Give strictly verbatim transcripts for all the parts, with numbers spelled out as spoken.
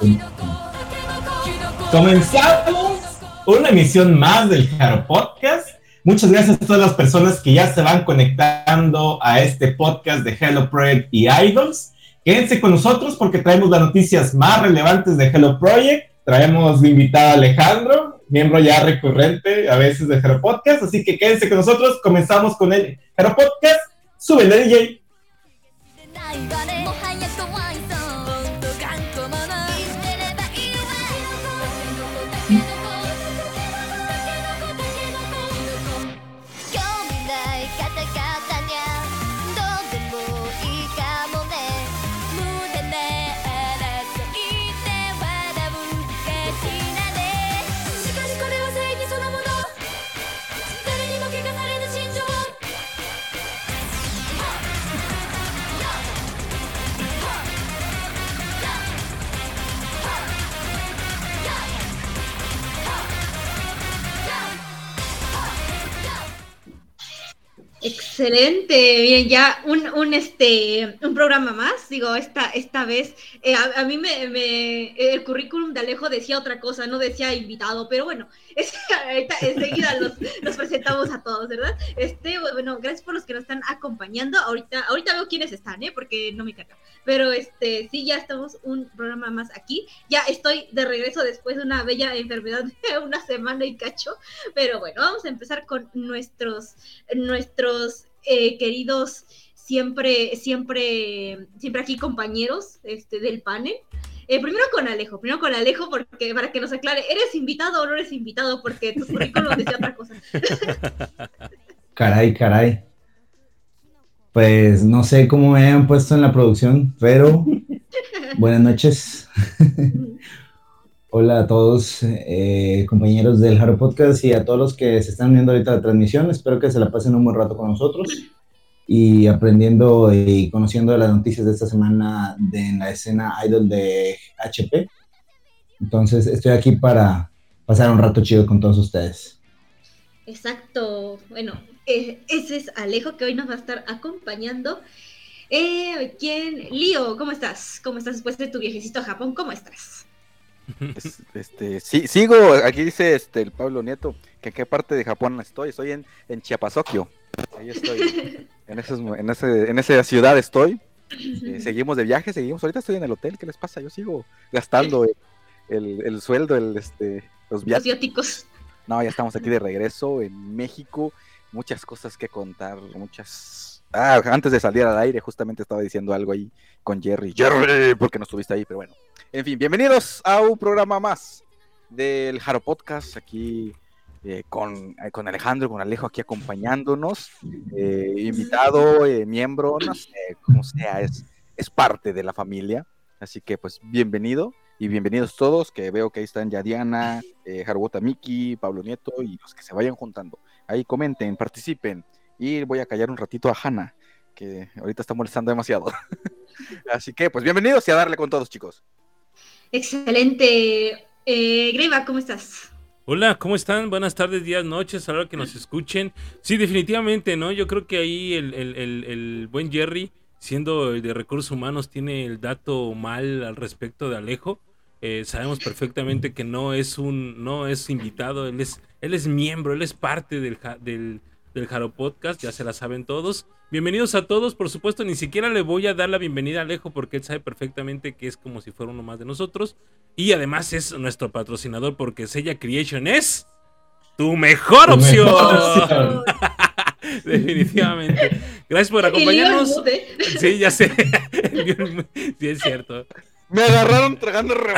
Comenzamos una emisión más del Haro Podcast. Muchas gracias a todas las personas que ya se van conectando a este podcast de Hello Project y Idols. Quédense con nosotros porque traemos las noticias más relevantes de Hello Project. Traemos de invitado a Alejandro, miembro ya recurrente a veces de Haro Podcast. Así que quédense con nosotros. Comenzamos con el Haro Podcast. Súbele, D J. Excelente, bien, ya un, un este un programa más, digo, esta, esta vez, eh, a, a mí me, me, el currículum de Alejo decía otra cosa, no decía invitado, pero bueno, es, ahorita enseguida los, los presentamos a todos, ¿verdad? Este, bueno, gracias por los que nos están acompañando, ahorita, ahorita veo quiénes están, ¿eh? Porque no me carga, pero este, sí, ya estamos un programa más aquí, ya estoy de regreso después de una bella enfermedad de una semana y cacho, pero bueno, vamos a empezar con nuestros, nuestros Eh, queridos siempre, siempre, siempre aquí compañeros este, del panel. Eh, primero con Alejo, primero con Alejo, porque para que nos aclare, ¿eres invitado o no eres invitado? Porque tu currículum decía otra cosa. Caray, caray. Pues no sé cómo me hayan puesto en la producción, pero buenas noches. Hola a todos, eh, compañeros del Haro Podcast y a todos los que se están viendo ahorita la transmisión. Espero que se la pasen un buen rato con nosotros y aprendiendo y conociendo las noticias de esta semana de, en la escena idol de H P. Entonces estoy aquí para pasar un rato chido con todos ustedes. Exacto. Bueno, eh, ese es Alejo que hoy nos va a estar acompañando. Eh, ¿Quién? Lío, ¿cómo estás? ¿Cómo estás después de tu viajecito a Japón? ¿Cómo estás? Este, sí, sigo, aquí dice este el Pablo Nieto, que en qué parte de Japón estoy, estoy en, en Chiapasokyo, ahí estoy, en, esos, en, ese, en esa ciudad estoy, eh, seguimos de viaje, seguimos, ahorita estoy en el hotel, ¿qué les pasa? Yo sigo gastando el, el, el sueldo, el, este, los viáticos. Los viáticos. No, ya estamos aquí de regreso en México, muchas cosas que contar, muchas... Ah, antes de salir al aire justamente estaba diciendo algo ahí con Jerry, Jerry, porque no estuviste ahí, pero bueno. En fin, bienvenidos a un programa más del Haro Podcast, aquí eh, con, eh, con Alejandro, con Alejo aquí acompañándonos, eh, invitado, eh, miembro, no sé, como sea, es, es parte de la familia, así que pues bienvenido y bienvenidos todos, que veo que ahí están ya Diana, eh, Harbota Miki, Pablo Nieto y los que se vayan juntando, ahí comenten, participen y voy a callar un ratito a Hanna, que ahorita está molestando demasiado, así que pues bienvenidos y a darle con todos, chicos. Excelente. Eh, Greiva, ¿cómo estás? Hola, ¿cómo están? Buenas tardes, días, noches, a la hora que nos escuchen. Sí, definitivamente, ¿no? Yo creo que ahí el, el, el, el buen Jerry, siendo el de recursos humanos, tiene el dato mal al respecto de Alejo. Eh, sabemos perfectamente que no es un, no es invitado, él es, él es miembro, él es parte del, del, del Haro Podcast, ya se la saben todos. Bienvenidos a todos, por supuesto, ni siquiera le voy a dar la bienvenida a Alejo porque él sabe perfectamente que es como si fuera uno más de nosotros y además es nuestro patrocinador porque Seiya Creation es tu mejor opción. Mejor opción. Definitivamente. Gracias por acompañarnos. Sí, ya sé. Sí, es cierto. Me agarraron tragando re...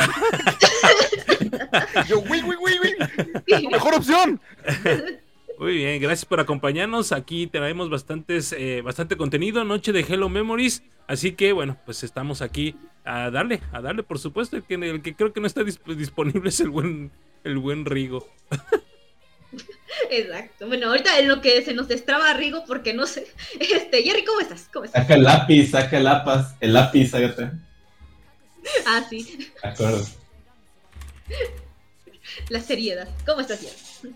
Yo, uy, uy, uy, uy. Mejor opción. Muy bien, gracias por acompañarnos. Aquí traemos bastantes, eh, bastante contenido, noche de Hello Memories. Así que, bueno, pues estamos aquí a darle, a darle, por supuesto. El que, el que creo que no está disp- disponible es el buen, el buen Rigo. Exacto. Bueno, ahorita en lo que se nos destraba Rigo, porque no sé. Este, Jerry, ¿cómo estás? ¿Cómo estás? Saca el lápiz, saca el lápiz, el lápiz, sácate. Ah, sí. De acuerdo. La seriedad. ¿Cómo estás, Jerry?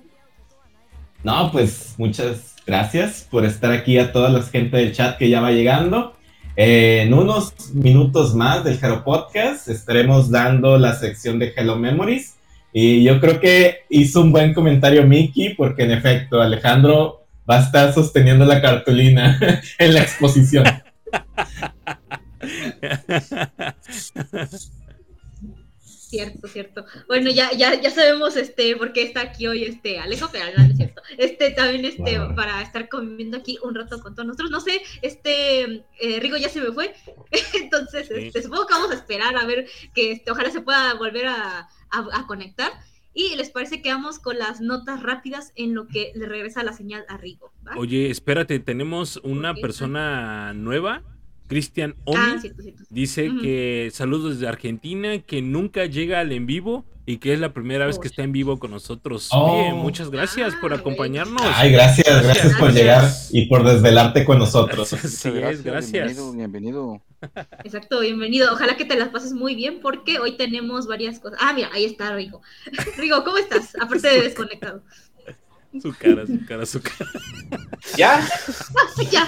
No, pues muchas gracias por estar aquí a toda la gente del chat que ya va llegando. Eh, en unos minutos más del Hero Podcast estaremos dando la sección de Hello Memories. Y yo creo que hizo un buen comentario Miki, porque en efecto Alejandro va a estar sosteniendo la cartulina en la exposición. Cierto, cierto. Bueno, ya, ya, ya sabemos este por qué está aquí hoy este Alejo, pero no, no es cierto. Este también este Wow. para estar conviviendo aquí un rato con todos nosotros. No sé, este eh, Rigo ya se me fue. Entonces, Sí. este, supongo que vamos a esperar a ver que este, ojalá se pueda volver a, a, a conectar. Y les parece que vamos con las notas rápidas en lo que le regresa la señal a Rigo, ¿va? Oye, espérate, tenemos una Ok. persona nueva, Cristian Omi. Ah, cierto, cierto. Dice Ujú. que saludos desde Argentina, que nunca llega al en vivo y que es la primera vez que está en vivo con nosotros. Oh. Oye, muchas gracias por Ah, acompañarnos. Ay, gracias, gracias por Gracias. llegar y por desvelarte con nosotros. Así Muchas es, gracias. Bienvenido, bienvenido. Exacto, bienvenido. Ojalá que te las pases muy bien porque hoy tenemos varias cosas. Ah, mira, ahí está Rigo. Rigo, ¿cómo estás? Aparte de desconectado. Su cara, su cara, su cara. ¿Ya? Ya.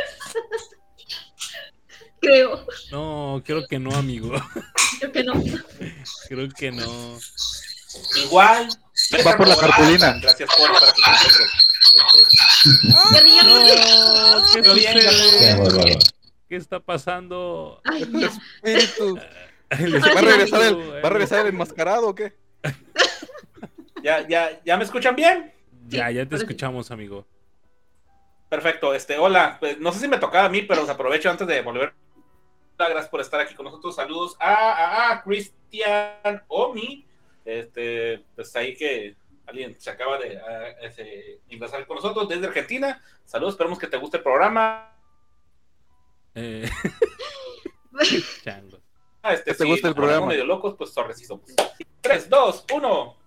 Creo, No, creo que no, amigo. creo que no. Creo que no. Igual. Va por la cartulina. Gracias por estar aquí con nosotros. Este, Jerry, Jerry, No, Jerry. ¿qué Pero bien, ya sucede? Qué bárbaro. ¿Qué está pasando? Ay, ya. Espíritu. Les ¿Va a sí, regresar el, digo, va a regresar el enmascarado o qué? ¿ya, ya, ¿Ya me escuchan bien? Ya, ya te ahora sí. escuchamos, amigo. Perfecto. Este, hola. Pues, no sé si me tocaba a mí, pero os aprovecho antes de volver. Gracias por estar aquí con nosotros. Saludos a, a, a Cristian Omi. Este, pues ahí que alguien se acaba de a, ese, ingresar con nosotros desde Argentina. Saludos, esperemos que te guste el programa. Eh, chango. Este, ¿Te gusta el nos programa? ponemos medio locos, pues sorry, sí somos. tres, dos, uno.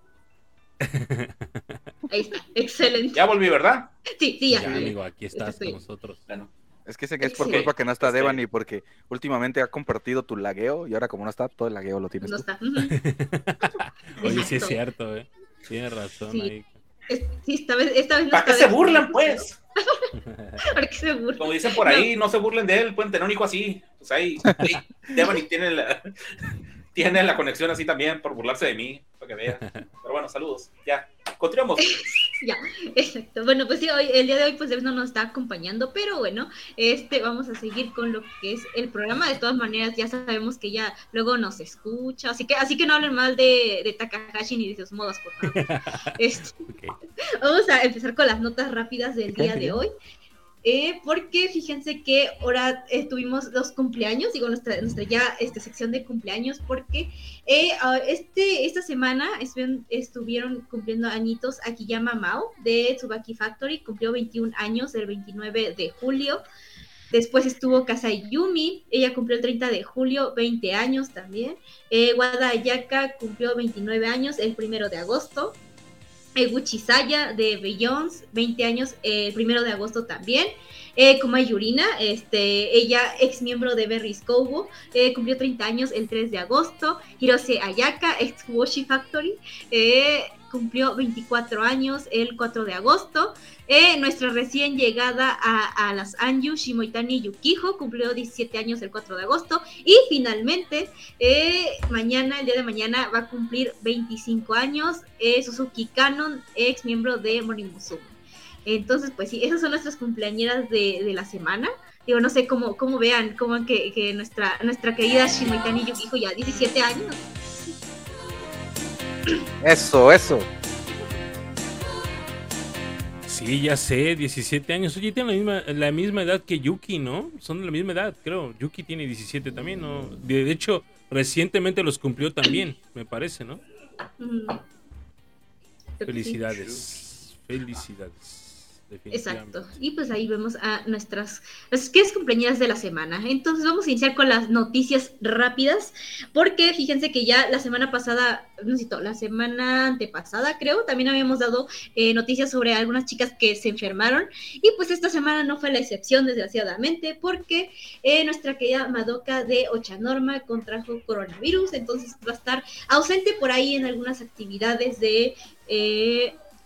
Ahí está, excelente. Ya volví, ¿verdad? Sí, sí, ya. Ya, ya. amigo, aquí estás Estoy con bien. nosotros. Bueno, Es que sé que es por Sí. culpa que no está Este- Devani, porque últimamente ha compartido tu lagueo y ahora como no está, todo el lagueo lo tienes No tú. está. Ujú. Oye, sí es Exacto. cierto, ¿eh? Tienes razón Sí. ahí. Es- Sí, esta vez, esta vez no ¿para qué está se burlan, pues? ¿Para qué se burlan? Como dicen por ahí, no, se burlen de él, pueden tener un hijo así. Pues ahí, ahí Devani tiene la, tiene la conexión así también por burlarse de mí, para que vea. Pero bueno, saludos. Ya, continuamos. Ya, exacto. Bueno, pues sí, hoy, el día de hoy pues Debs no nos está acompañando, pero bueno, este, vamos a seguir con lo que es el programa. De todas maneras, ya sabemos que ya luego nos escucha, así que, así que no hablen mal de, de Takahashi ni de sus modas, por favor. Este, Ok. vamos a empezar con las notas rápidas del día de hoy. Eh, porque fíjense que ahora eh, tuvimos los cumpleaños, digo, nuestra, nuestra ya este, sección de cumpleaños, porque eh, uh, este, esta semana estuvieron, estuvieron cumpliendo añitos Akiyama Mao de Tsubaki Factory, cumplió veintiún años el veintinueve de julio. Después estuvo Kasai Yumi, ella cumplió el treinta de julio, veinte años también. Eh, Wada Ayaka cumplió veintinueve años el primero de agosto. Eguchi Saya de Beyoncé, veinte años, eh, el primero de agosto también. Eh, Komai Yurina, este, ella ex miembro de Berry's Kobo, eh, cumplió treinta años el tres de agosto. Hirose Ayaka, ex Woshi Factory, eh, cumplió veinticuatro años el cuatro de agosto. Eh, nuestra recién llegada a, a las Anju, Shimoitani Yukiho, cumplió diecisiete años el cuatro de agosto. Y finalmente, eh, mañana, el día de mañana, va a cumplir veinticinco años eh, Suzuki Kanon, ex miembro de Morning Musume. Entonces, pues sí, esas son nuestras cumpleañeras de, de la semana. Digo, no sé cómo, cómo vean, cómo que, que nuestra, nuestra querida Shimoitani Yukiho ya diecisiete años. Eso, eso. Sí, ya sé, diecisiete años. Oye, tiene la misma, la misma edad que Yuki, ¿no? Son de la misma edad, creo. Yuki tiene diecisiete también, ¿no? De, de hecho, recientemente los cumplió también, me parece, ¿no? Mm. Felicidades. Felicidades. Exacto. Y pues ahí vemos a nuestras, nuestras queridas cumpleañeras de la semana. Entonces vamos a iniciar con las noticias rápidas, porque fíjense que ya la semana pasada, no sé, la semana antepasada creo, también habíamos dado eh, noticias sobre algunas chicas que se enfermaron, y pues esta semana no fue la excepción, desgraciadamente, porque eh, nuestra querida Madoka de Ochanorma contrajo coronavirus, entonces va a estar ausente por ahí en algunas actividades de... Eh,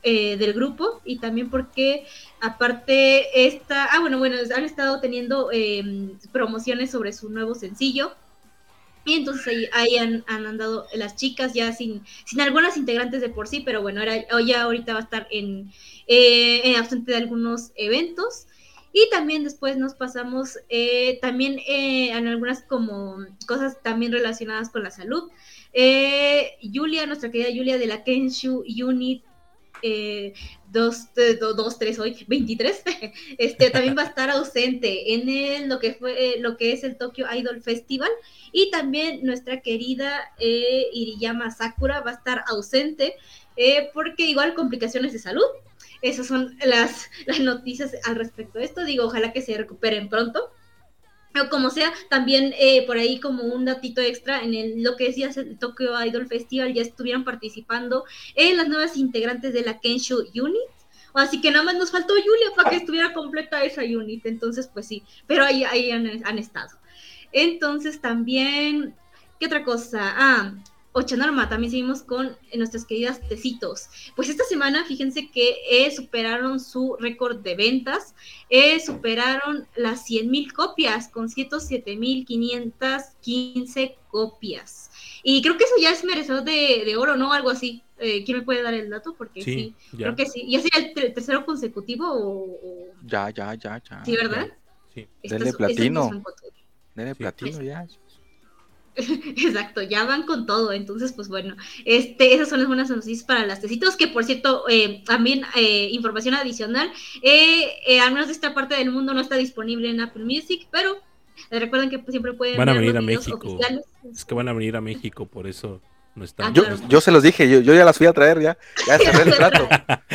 eh, del grupo, y también porque aparte esta, ah bueno, bueno, han estado teniendo eh, promociones sobre su nuevo sencillo. Y entonces ahí, ahí han, han andado las chicas ya sin, sin algunas integrantes de por sí, pero bueno, era, ya ahorita va a estar en, eh, en ausente de algunos eventos. Y también después nos pasamos eh, también eh, en algunas como cosas también relacionadas con la salud. Eh, Julia, nuestra querida Julia de la Kenshu Unit eh, dos, tres hoy, veintitrés, este, también va a estar ausente en el, lo, que fue, eh, lo que es el Tokyo Idol Festival. Y también nuestra querida eh, Iriyama Sakura va a estar ausente eh, porque igual complicaciones de salud. Esas son las, las noticias al respecto de esto. Digo, ojalá que se recuperen pronto. Pero como sea, también eh, por ahí como un datito extra, en el, lo que decías el Tokyo Idol Festival, ya estuvieron participando en las nuevas integrantes de la Kenshu Unit. Así que nada más nos faltó Julia para que estuviera completa esa unit. Entonces, pues sí, pero ahí, ahí han, han estado. Entonces también, ¿qué otra cosa? Ah, Ochanorma, también seguimos con nuestras queridas tecitos. Pues esta semana, fíjense que eh, superaron su récord de ventas, eh, superaron las cien mil copias, con ciento siete mil quinientas quince copias. Y creo que eso ya es merecedor de, de oro, ¿no? Algo así. Eh, ¿Quién me puede dar el dato? Porque sí, sí ya. Creo que sí. ¿Ya sería el ter- tercero consecutivo o, o...? Ya, ya, ya, ya. Sí, ¿verdad? Ya. Sí. Denle Estos- platino. estos son fotos. Nene, Sí. platino ya. Exacto, ya van con todo, entonces pues bueno, este, esas son las buenas noticias para las tecitos, que por cierto, eh, también eh, información adicional, eh, eh, al menos de esta parte del mundo no está disponible en Apple Music, pero eh, recuerden que siempre pueden Van a ver venir los a videos México. oficiales. Es que van a venir a México, por eso no está. Ah, Yo, claro. yo se los dije, yo, yo ya las fui a traer, ya. Ya cerré el trato.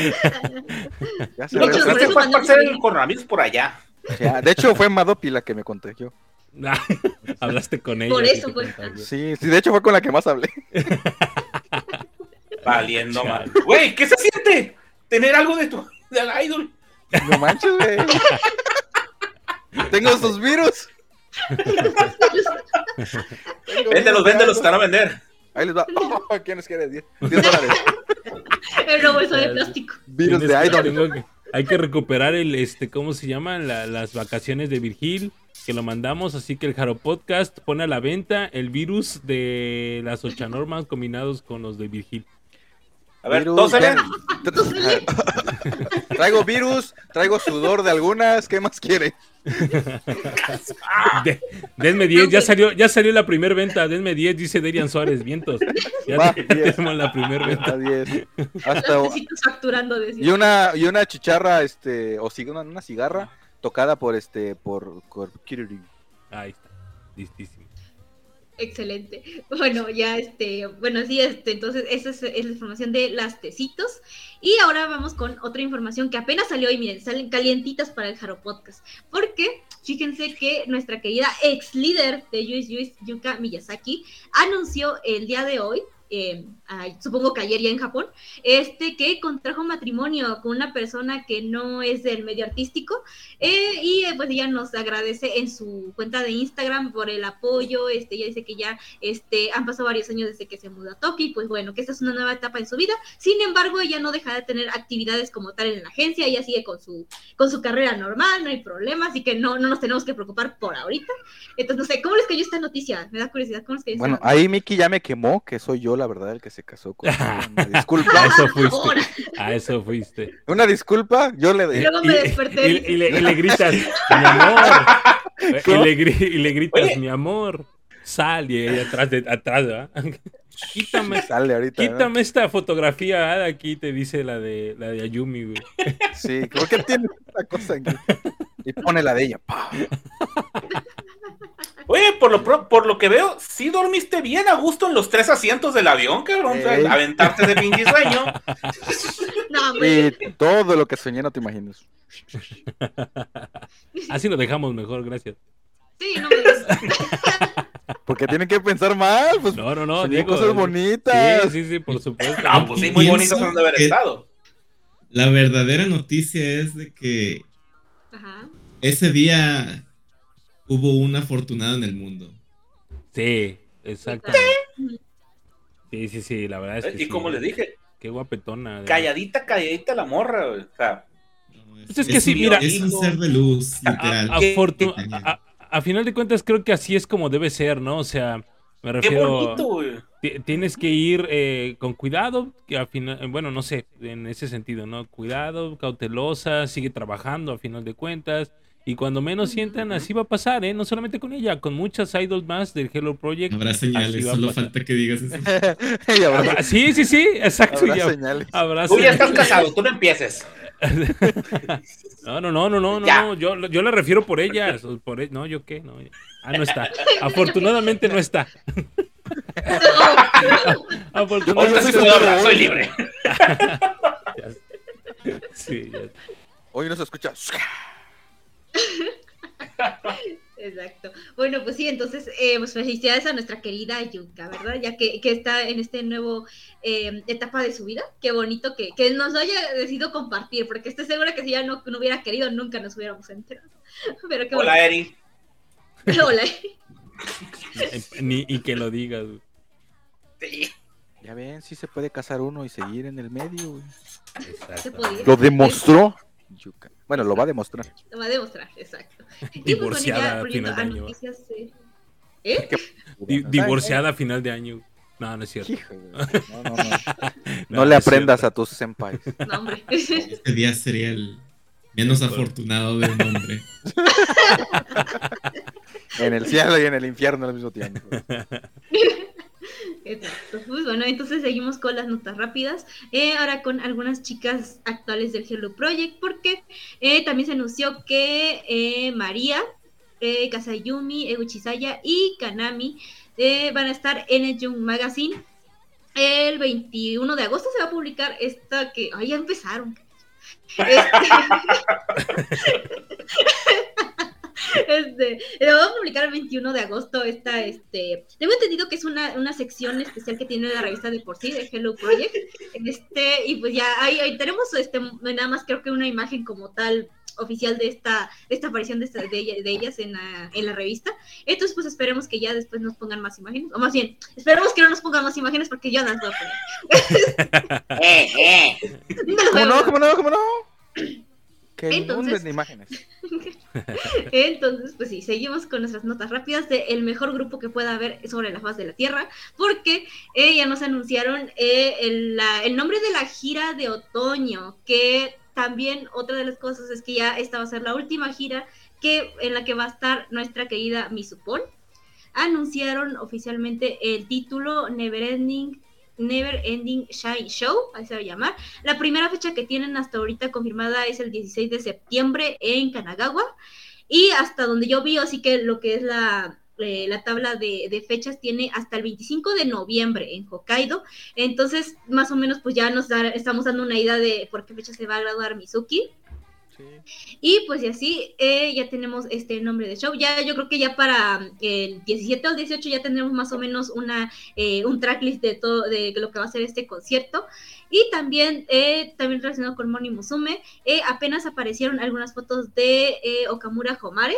Ya cerré De el hecho, trato. por Este eso fue mandamos hacer a el venir. coronavirus por allá. Ya, de hecho, fue Madopi la que me contagió. Hablaste con ella. Por sí eso, te pues. contagió. Sí, sí, de hecho fue con la que más hablé. Valiendo Chale. mal. Güey, ¿qué se siente? Tener algo de tu del idol. No manches, güey. Tengo sus virus. Tengo Véndelos, virus, véndelos, ya. te van a vender. Ahí les va. Oh, ¿quién nos quiere? diez dólares. El nuevo bolso de plástico. Virus Tienes de que- idol. tengo que- hay que recuperar el, este, ¿cómo se llaman? La- las vacaciones de Virgil, que lo mandamos, así que el Jaro Podcast pone a la venta el virus de las Ochanormas combinados con los de Virgil. A ver, Virus, tósele. ya- Traigo virus, traigo sudor de algunas, ¿qué más quiere? De- denme diez, ya salió, ya salió la primera venta, denme diez, dice Derian Suárez, vientos. Ya Va, te- diez. tenemos la primera venta. Hasta diez. Los Hasta, tecitos facturando de y una y una chicharra, este, o sig- una, una cigarra tocada por este, por, por Kiriri. Ahí está, listísimo. Excelente. Bueno, ya este, bueno, sí, este, entonces esa es, es la información de las tecitos. Y ahora vamos con otra información que apenas salió y miren, salen calientitas para el Jaro Podcast. Porque fíjense que nuestra querida ex líder de Yuis Yuis, Yuka Miyazaki, anunció el día de hoy, eh, ay, supongo que ayer ya en Japón, este que contrajo matrimonio con una persona que no es del medio artístico, eh, y eh, pues ella nos agradece en su cuenta de Instagram por el apoyo. Este, ella dice que ya este, han pasado varios años desde que se mudó a Tokio y pues bueno, que esta es una nueva etapa en su vida. Sin embargo, ella no deja de tener actividades como tal en la agencia, ella sigue con su, con su carrera normal, no hay problema, así que no, no nos tenemos que preocupar por ahorita. Entonces, no sé, ¿cómo les cayó esta noticia? Me da curiosidad, ¿cómo les cayó esta Bueno, noticia? ahí Miki ya me quemó, que soy yo, la verdad, el que se casó con ella. Una disculpa. A eso fuiste, Ahora. a eso fuiste. Una disculpa, yo le Y de... luego me desperté. Y, y le, y le gritas, mi amor. Y ¿Cómo? le, gri- y le gritas, Oye. mi amor. Sal, y ella atrás, de, atrás, ¿verdad? Quítame, Sale ahorita, ¿no? quítame esta fotografía, ah, de aquí, te dice la de la de Ayumi, güey. Sí, ¿por qué tiene esta cosa aquí? Y pone la de ella. ¡pah! Oye, por lo, pro- por lo que veo, sí dormiste bien a gusto en los tres asientos del avión, cabrón. O sea, Ey. aventarte de pinche sueño. No, hombre. Y todo lo que soñé no te imaginas. Así lo dejamos mejor, gracias. Sí, no me digas. Porque tienen que pensar mal, pues No, no, no, soñé digo, cosas bonitas. Sí, sí, sí, por supuesto. No, pues sí, muy Pienso bonitos han de haber que- estado. La verdadera noticia es de que Ajá. ese día hubo un afortunado en el mundo. Sí, exactamente. Sí, sí, sí, la verdad es que ¿Y sí. como les dije? Qué guapetona. además. Calladita, calladita la morra, güey. O sea, No, Pues es que sí, un- mira. Es un ser de luz, literal. A, ¿Qué? afortun- a- a- a final de cuentas, creo que así es como debe ser, ¿no? O sea, me qué refiero. bonito, güey. ti- Tienes que ir eh, con cuidado, que al final, bueno, no sé, en ese sentido, ¿no? Cuidado, cautelosa, sigue trabajando a final de cuentas. Y cuando menos sientan, así va a pasar, ¿eh? No solamente con ella, con muchas idols más del Hello Project. Habrá así señales, va a solo pasar. falta que digas eso. Y habrá, Habrá- Sí, sí, sí, exacto. habrá ya- señales. habrá Tú ya estás señales. casado, tú no empieces. No, no, no, no, no, no, Ya. no, yo, yo le refiero por ella, so- por e- no, yo qué, no, ah, no está, afortunadamente no está, Ahorita sí afortunadamente se puede hablar, soy libre. sí, ya. Hoy no se escucha. Exacto. Bueno, pues sí, entonces, eh, pues felicidades a nuestra querida Yuka, ¿verdad? Ya que, que está en este nuevo eh, etapa de su vida. Qué bonito que, que nos haya decidido compartir, porque estoy segura que si ella no, no hubiera querido, nunca nos hubiéramos enterado. Pero qué Hola, Eri. bonito. Hola. Eh, Ni, y que lo digas, güey. Sí. Ya ven, sí se puede casar uno y seguir en el medio, güey. Se podía. Lo demostró. Yuka. Bueno, lo va a demostrar. Lo va a demostrar, exacto. Y pues, Divorciada bueno, ya a volviendo final de a año. noticias, eh, ¿eh? Di- divorciada a final de año, no, no es cierto, Hijo, güey. No, no, no. no, No le es aprendas cierto. a tus senpais. No, hombre. Este día sería el menos afortunado de un hombre. En el cielo y en el infierno al mismo tiempo. Exacto. Pues bueno, entonces seguimos con las notas rápidas. Eh, ahora con algunas chicas actuales del Hello Project, porque eh, también se anunció que eh, María, eh, Kasayumi, Eguchisaya y Kanami eh, van a estar en el Young Magazine. El veintiuno de agosto se va a publicar esta que... ¡Ay, ya empezaron! Este, este, lo vamos a publicar el veintiuno de agosto. Esta, este, tengo entendido que es una, una sección especial que tiene la revista de por sí de Hello Project. Este, y pues ya ahí, ahí tenemos este, nada más creo que una imagen como tal oficial de esta, de esta aparición de, esta, de, ella, de ellas en la, en la revista. Entonces, pues esperemos que ya después nos pongan más imágenes. O más bien, esperemos que no nos pongan más imágenes porque yo no las voy a poner. Eh, eh. No las voy ¿Cómo a no? poner. ¿Cómo no? ¿Cómo no? Que Entonces- inundes de imágenes. Entonces, pues sí, seguimos con nuestras notas rápidas de el mejor grupo que pueda haber sobre la faz de la Tierra, porque eh, ya nos anunciaron eh, el, la- el nombre de la gira de otoño, que también otra de las cosas es que ya esta va a ser la última gira que, en la que va a estar nuestra querida Misupon. Anunciaron oficialmente el título Neverending Never Ending Shine Show, así se va a llamar. La primera fecha que tienen hasta ahorita confirmada es el dieciséis de septiembre en Kanagawa. Y hasta donde yo vi, así que lo que es la, eh, la tabla de, de fechas tiene hasta el veinticinco de noviembre en Hokkaido. Entonces, más o menos, pues ya nos da, estamos dando una idea de por qué fecha se va a graduar Mizuki. Sí. Y pues y así eh, ya tenemos este nombre de show. Ya yo creo que ya para el diecisiete o dieciocho ya tendremos más o menos una eh, un tracklist de todo de lo que va a ser este concierto. Y también eh, también relacionado con Moni Musume, eh, apenas aparecieron algunas fotos de eh, Okamura Homare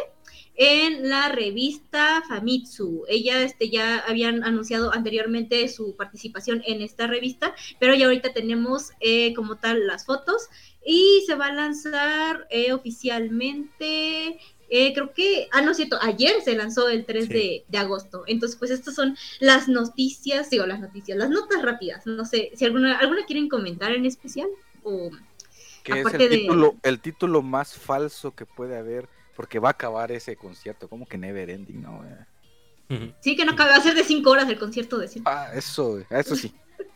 en la revista Famitsu. Ella este, ya habían anunciado anteriormente su participación en esta revista, pero ya ahorita tenemos eh, como tal las fotos. Y se va a lanzar eh, oficialmente, eh, creo que, ah, no es cierto, ayer se lanzó el tres Sí. de, de agosto. Entonces, pues estas son las noticias, digo, las noticias, las notas rápidas. No sé, si alguna, alguna quieren comentar en especial o... Que es Aparte el de- título, el título más falso que puede haber, porque va a acabar ese concierto, como que Never Ending, ¿no? Eh, Ujú. Sí, que no cabe, va a ser de cinco horas el concierto de cinco. Ah, eso, eso sí.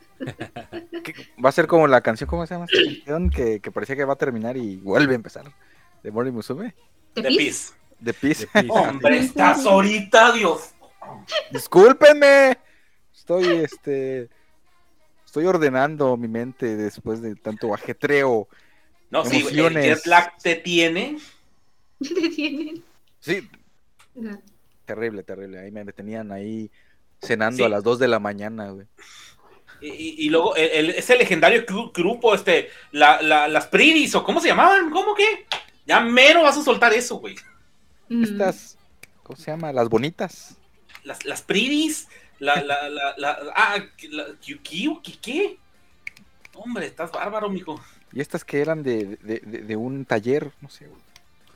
Que va a ser como la canción, ¿cómo se llama esta canción? Que, que parecía que va a terminar y vuelve a empezar. De Mori Musume. ¿Te De pis? pis. De Peace. De Peace. Hombre, estás ahorita, Dios. Discúlpenme. Estoy, este... Estoy ordenando mi mente después de tanto ajetreo. No, sí, el Emociones. jet lag te tiene. ¿Te tienen? Sí, No. terrible, terrible. Ahí me tenían ahí cenando Sí. a las dos de la mañana, güey. Y, y- y luego el- el- ese legendario gru- grupo, este, la, la- las Pridis, o ¿cómo se llamaban? ¿Cómo que? Ya mero vas a soltar eso, güey. Mm. Estas, ¿cómo se llama? Las bonitas. Las, las Pridis, la, la, la, la, ah, la, Yuki, ¿qué? ¿Qué? Hombre, estás bárbaro, mijo. Y estas que eran de, de, de, de un taller, no sé, güey.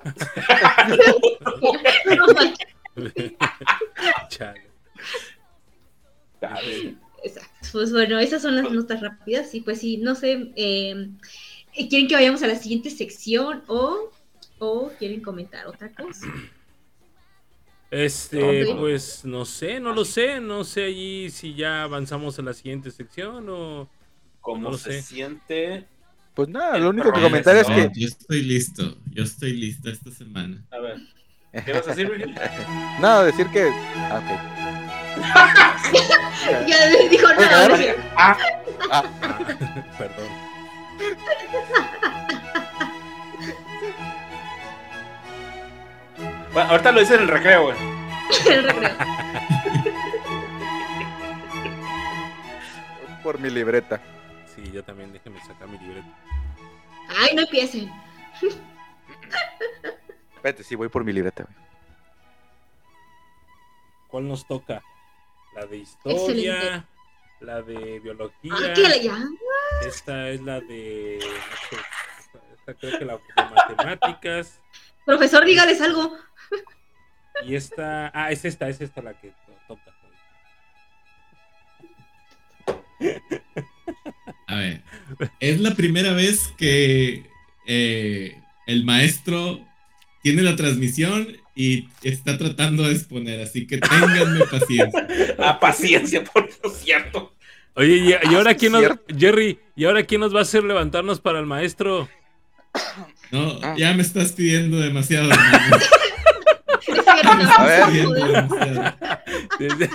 Chale. Exacto. Pues bueno, esas son las notas rápidas. Y pues sí, no sé, eh, ¿quieren que vayamos a la siguiente sección o, o quieren comentar otra cosa? Este, Ok. pues no sé, no lo sé, no sé allí si ya avanzamos a la siguiente sección o ¿Cómo no lo se sé. siente? Pues nada, El lo único que progreso. comentar es No, que... yo estoy listo. Yo estoy listo esta semana. A ver, ¿qué vas a decir, Virgil? Nada, decir que... Ah, ok. Ya dijo nada. Oye, ah, Ah, Perdón. bueno, ahorita lo hice en el recreo, güey. El recreo. por mi libreta. Sí, yo también, déjenme sacar mi libreta. Ay, no empiecen. Espérate, sí, voy por mi libreta, güey. ¿Cuál nos toca? La de historia, Excelente. la de biología. Ah, ¿qué le ya? Esta es la de, no sé, esta, esta creo que la de matemáticas. Profesor, dígales algo. Y esta, ah, es esta, es esta la que to- toca. A ver, es la primera vez que eh, el maestro tiene la transmisión y está tratando de exponer, así que ténganme paciencia. A paciencia, por cierto. Oye, y, y ahora quién nos, Cierto. Jerry, ¿y ahora quién nos va a hacer levantarnos para el maestro? No, ya me estás pidiendo demasiado, hermano. Es cierto, no, A ver. no Pidiendo podemos. demasiado. Desde-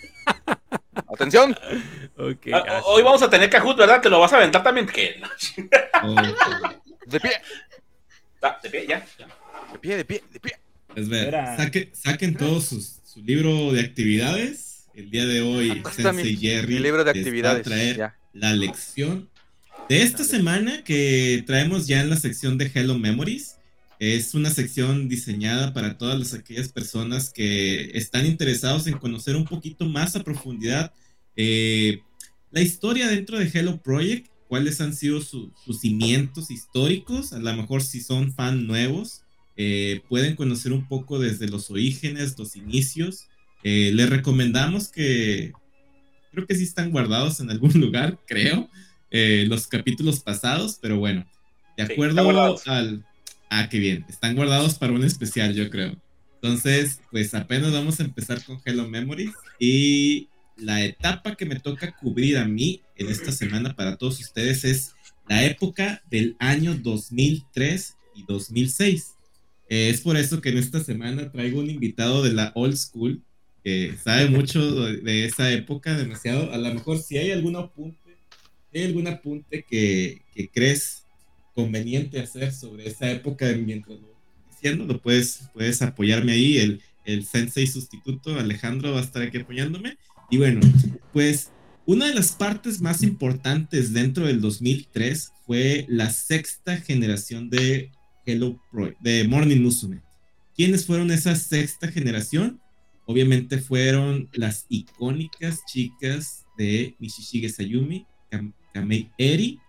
¡Atención! Ok, Ah, ah, hoy vamos a tener Kahoot, ¿verdad? ¿Te lo vas a aventar también? ¿Qué? Oh, ¡De pie! Ah, de pie, ya. ya. ¡De pie, de pie, de pie! pues ver, Era- saque- saquen todos sus, su libro de actividades. El día de hoy, Acá está mi- Sensei Jerry mi libro de les actividades, va a traer ya. la lección de esta semana que traemos ya en la sección de Hello Memories. Es una sección diseñada para todas las, aquellas personas que están interesados en conocer un poquito más a profundidad eh, la historia dentro de Hello Project, cuáles han sido su- sus cimientos históricos. A lo mejor si son fan nuevos, eh, pueden conocer un poco desde los orígenes, los inicios. Eh, les recomendamos que, creo que sí están guardados en algún lugar, creo, eh, los capítulos pasados, pero bueno, de Sí, acuerdo están guardados. al... Ah, qué bien, están guardados para un especial, yo creo. Entonces, pues apenas vamos a empezar con Hello Memories y la etapa que me toca cubrir a mí en esta semana para todos ustedes es la época del año dos mil tres y dos mil seis. Eh, es por eso que en esta semana traigo un invitado de la old school que sabe mucho de, de esa época, demasiado. A lo mejor si hay algún apunte, hay algún apunte que, que crees conveniente hacer sobre esa época mientras lo voy diciendo, lo puedes, puedes apoyarme ahí. El, el sensei sustituto Alejandro va a estar aquí apoyándome. Y bueno, pues una de las partes más importantes dentro del dos mil tres fue la sexta generación de Hello Pro, de Morning Musume. ¿Quiénes fueron esa sexta generación? Obviamente fueron las icónicas chicas de Nishishige Sayumi, Kam- Kamei Eri,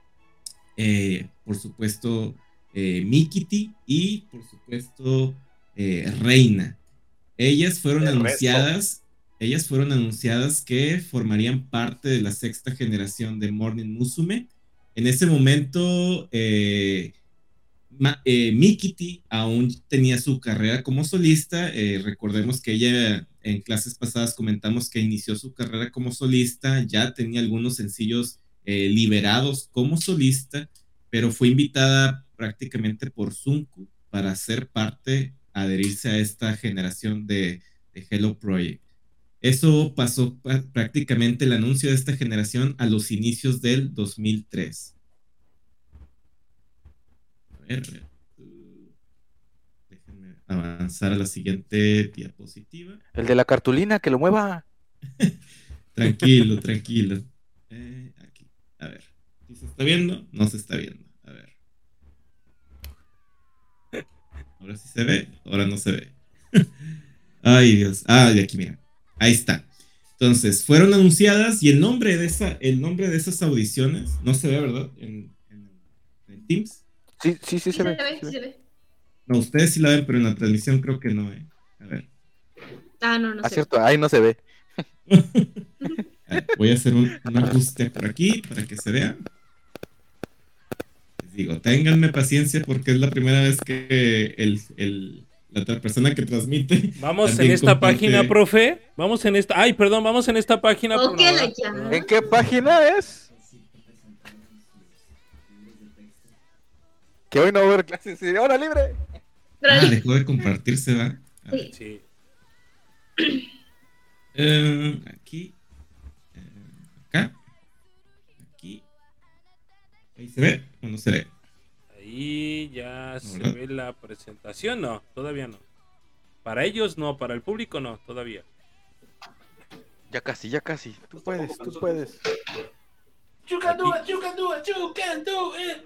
eh, por supuesto eh, Mikiti y por supuesto eh, Reina. Ellas fueron El anunciadas, ellas fueron anunciadas que formarían parte de la sexta generación de Morning Musume. En ese momento eh, Ma, eh, Mikiti aún tenía su carrera como solista. Eh, recordemos que ella en clases pasadas comentamos que inició su carrera como solista, ya tenía algunos sencillos eh, liberados como solista, pero fue invitada prácticamente por Sunku para ser parte, adherirse a esta generación de, de Hello Project. Eso pasó prácticamente el anuncio de esta generación a los inicios del dos mil tres. A ver, a ver. Déjenme avanzar a la siguiente diapositiva. El de la cartulina, que lo mueva. Tranquilo, tranquilo. Eh, aquí, a ver. ¿Sí se está viendo? No se está viendo. A ver. Ahora sí se ve, ahora no se ve. Ay, Dios. Ah, de aquí, mira. Ahí está. Entonces, fueron anunciadas y el nombre de, esa, el nombre de esas audiciones, no se ve, ¿verdad? En, en, en Teams. Sí, sí, sí, Sí, se, se ve, ve, sí sí se se ve. ve. No, ustedes sí la ven, pero en la transmisión creo que no, ¿eh? A ver. Ah, no, no Ah, sé. cierto, ahí no se ve. A ver, voy a hacer un, un ajuste por aquí para que se vea. Les digo, ténganme paciencia porque es la primera vez que el, el, la otra persona que transmite. Vamos en también esta comparte- página, profe. Vamos en esta. Ay, perdón, vamos en esta página. Ok, pero no, la ¿verdad? ya. ¿En qué página es? Que hoy no va a haber clases. ¿Sí? ¡Hora libre! Ah, dejó de compartirse, ¿va? A ver. Sí. Sí. Eh, aquí. Eh, acá. Aquí. Ahí se ve o no se ve. Ahí ya No, se ¿verdad? ve la presentación. No, todavía no. Para ellos no, para el público no, todavía. Ya casi, ya casi. Tú puedes, tú puedes. You can do it, you can do it, you can do it.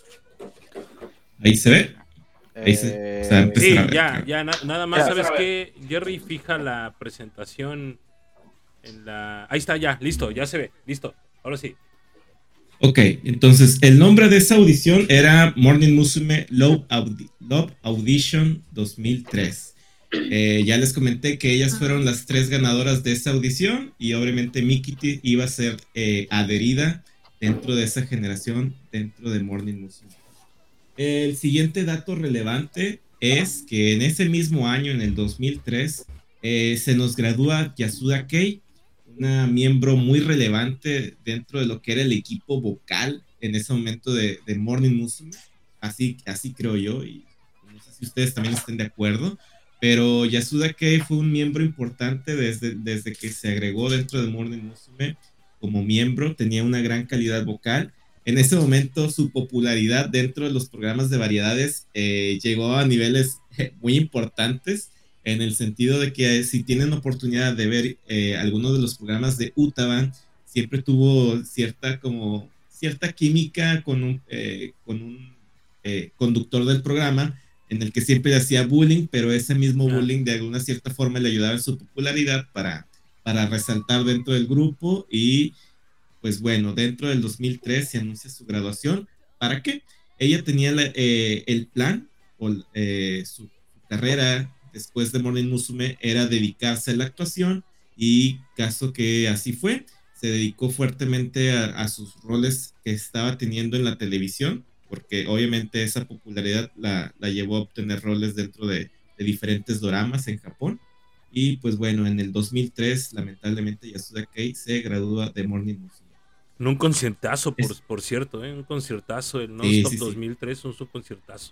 Ahí se ve. Ahí se, o sea, Eh, empezar Sí, a ver, ya, creo. ya, na- nada más. Ya, ¿Sabes a ver. qué? Jerry fija la presentación en la... Ahí está, ya, listo, ya se ve, listo. Ahora sí. Ok, entonces el nombre de esa audición era Morning Musume Love, Audi- Love Audition dos mil tres. Eh, ya les comenté que ellas fueron las tres ganadoras de esa audición y obviamente Mikiti iba a ser eh, adherida dentro de esa generación, dentro de Morning Musume. El siguiente dato relevante es que en ese mismo año, en el dos mil tres, eh, se nos gradúa Yasuda Kei, una miembro muy relevante dentro de lo que era el equipo vocal en ese momento de, de Morning Musume. Así, así creo yo, y no sé si ustedes también estén de acuerdo, pero Yasuda Kei fue un miembro importante desde, desde que se agregó dentro de Morning Musume como miembro, tenía una gran calidad vocal. En ese momento su popularidad dentro de los programas de variedades eh, llegó a niveles eh, muy importantes, en el sentido de que eh, si tienen oportunidad de ver eh, algunos de los programas de Utaban, siempre tuvo cierta como cierta química con un, eh, con un eh, conductor del programa, en el que siempre le hacía bullying, pero ese mismo Ah. bullying de alguna cierta forma le ayudaba en su popularidad para, para resaltar dentro del grupo. Y pues bueno, dentro del dos mil tres se anuncia su graduación. ¿Para qué? Ella tenía la, eh, el plan, o eh, su, su carrera después de Morning Musume era dedicarse a la actuación, y caso que así fue, se dedicó fuertemente a, a sus roles que estaba teniendo en la televisión, porque obviamente esa popularidad la, la llevó a obtener roles dentro de, de diferentes doramas en Japón. Y pues bueno, en el dos mil tres, lamentablemente, Yasuda Kei se gradúa de Morning Musume. En un conciertazo, por, Es- por cierto, ¿eh? Un conciertazo, el Sí, Non-Stop sí, sí. dos mil tres, un su conciertazo.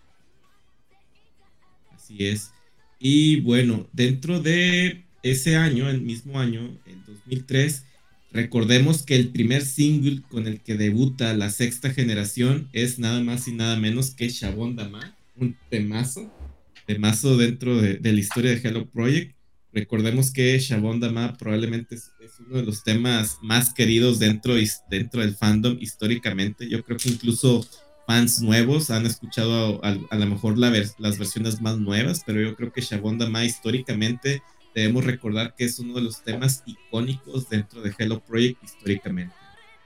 Así es. Y bueno, dentro de ese año, el mismo año, el dos mil tres, recordemos que el primer single con el que debuta la sexta generación es nada más y nada menos que Shabon Dama, un temazo, temazo dentro de, de la historia de Hello Project. Recordemos que Shabon Dama probablemente es, es uno de los temas más queridos dentro, his- dentro del fandom históricamente. Yo creo que incluso fans nuevos han escuchado a, a, a lo mejor la vers- las versiones más nuevas, pero yo creo que Shabon Dama históricamente debemos recordar que es uno de los temas icónicos dentro de Hello Project históricamente.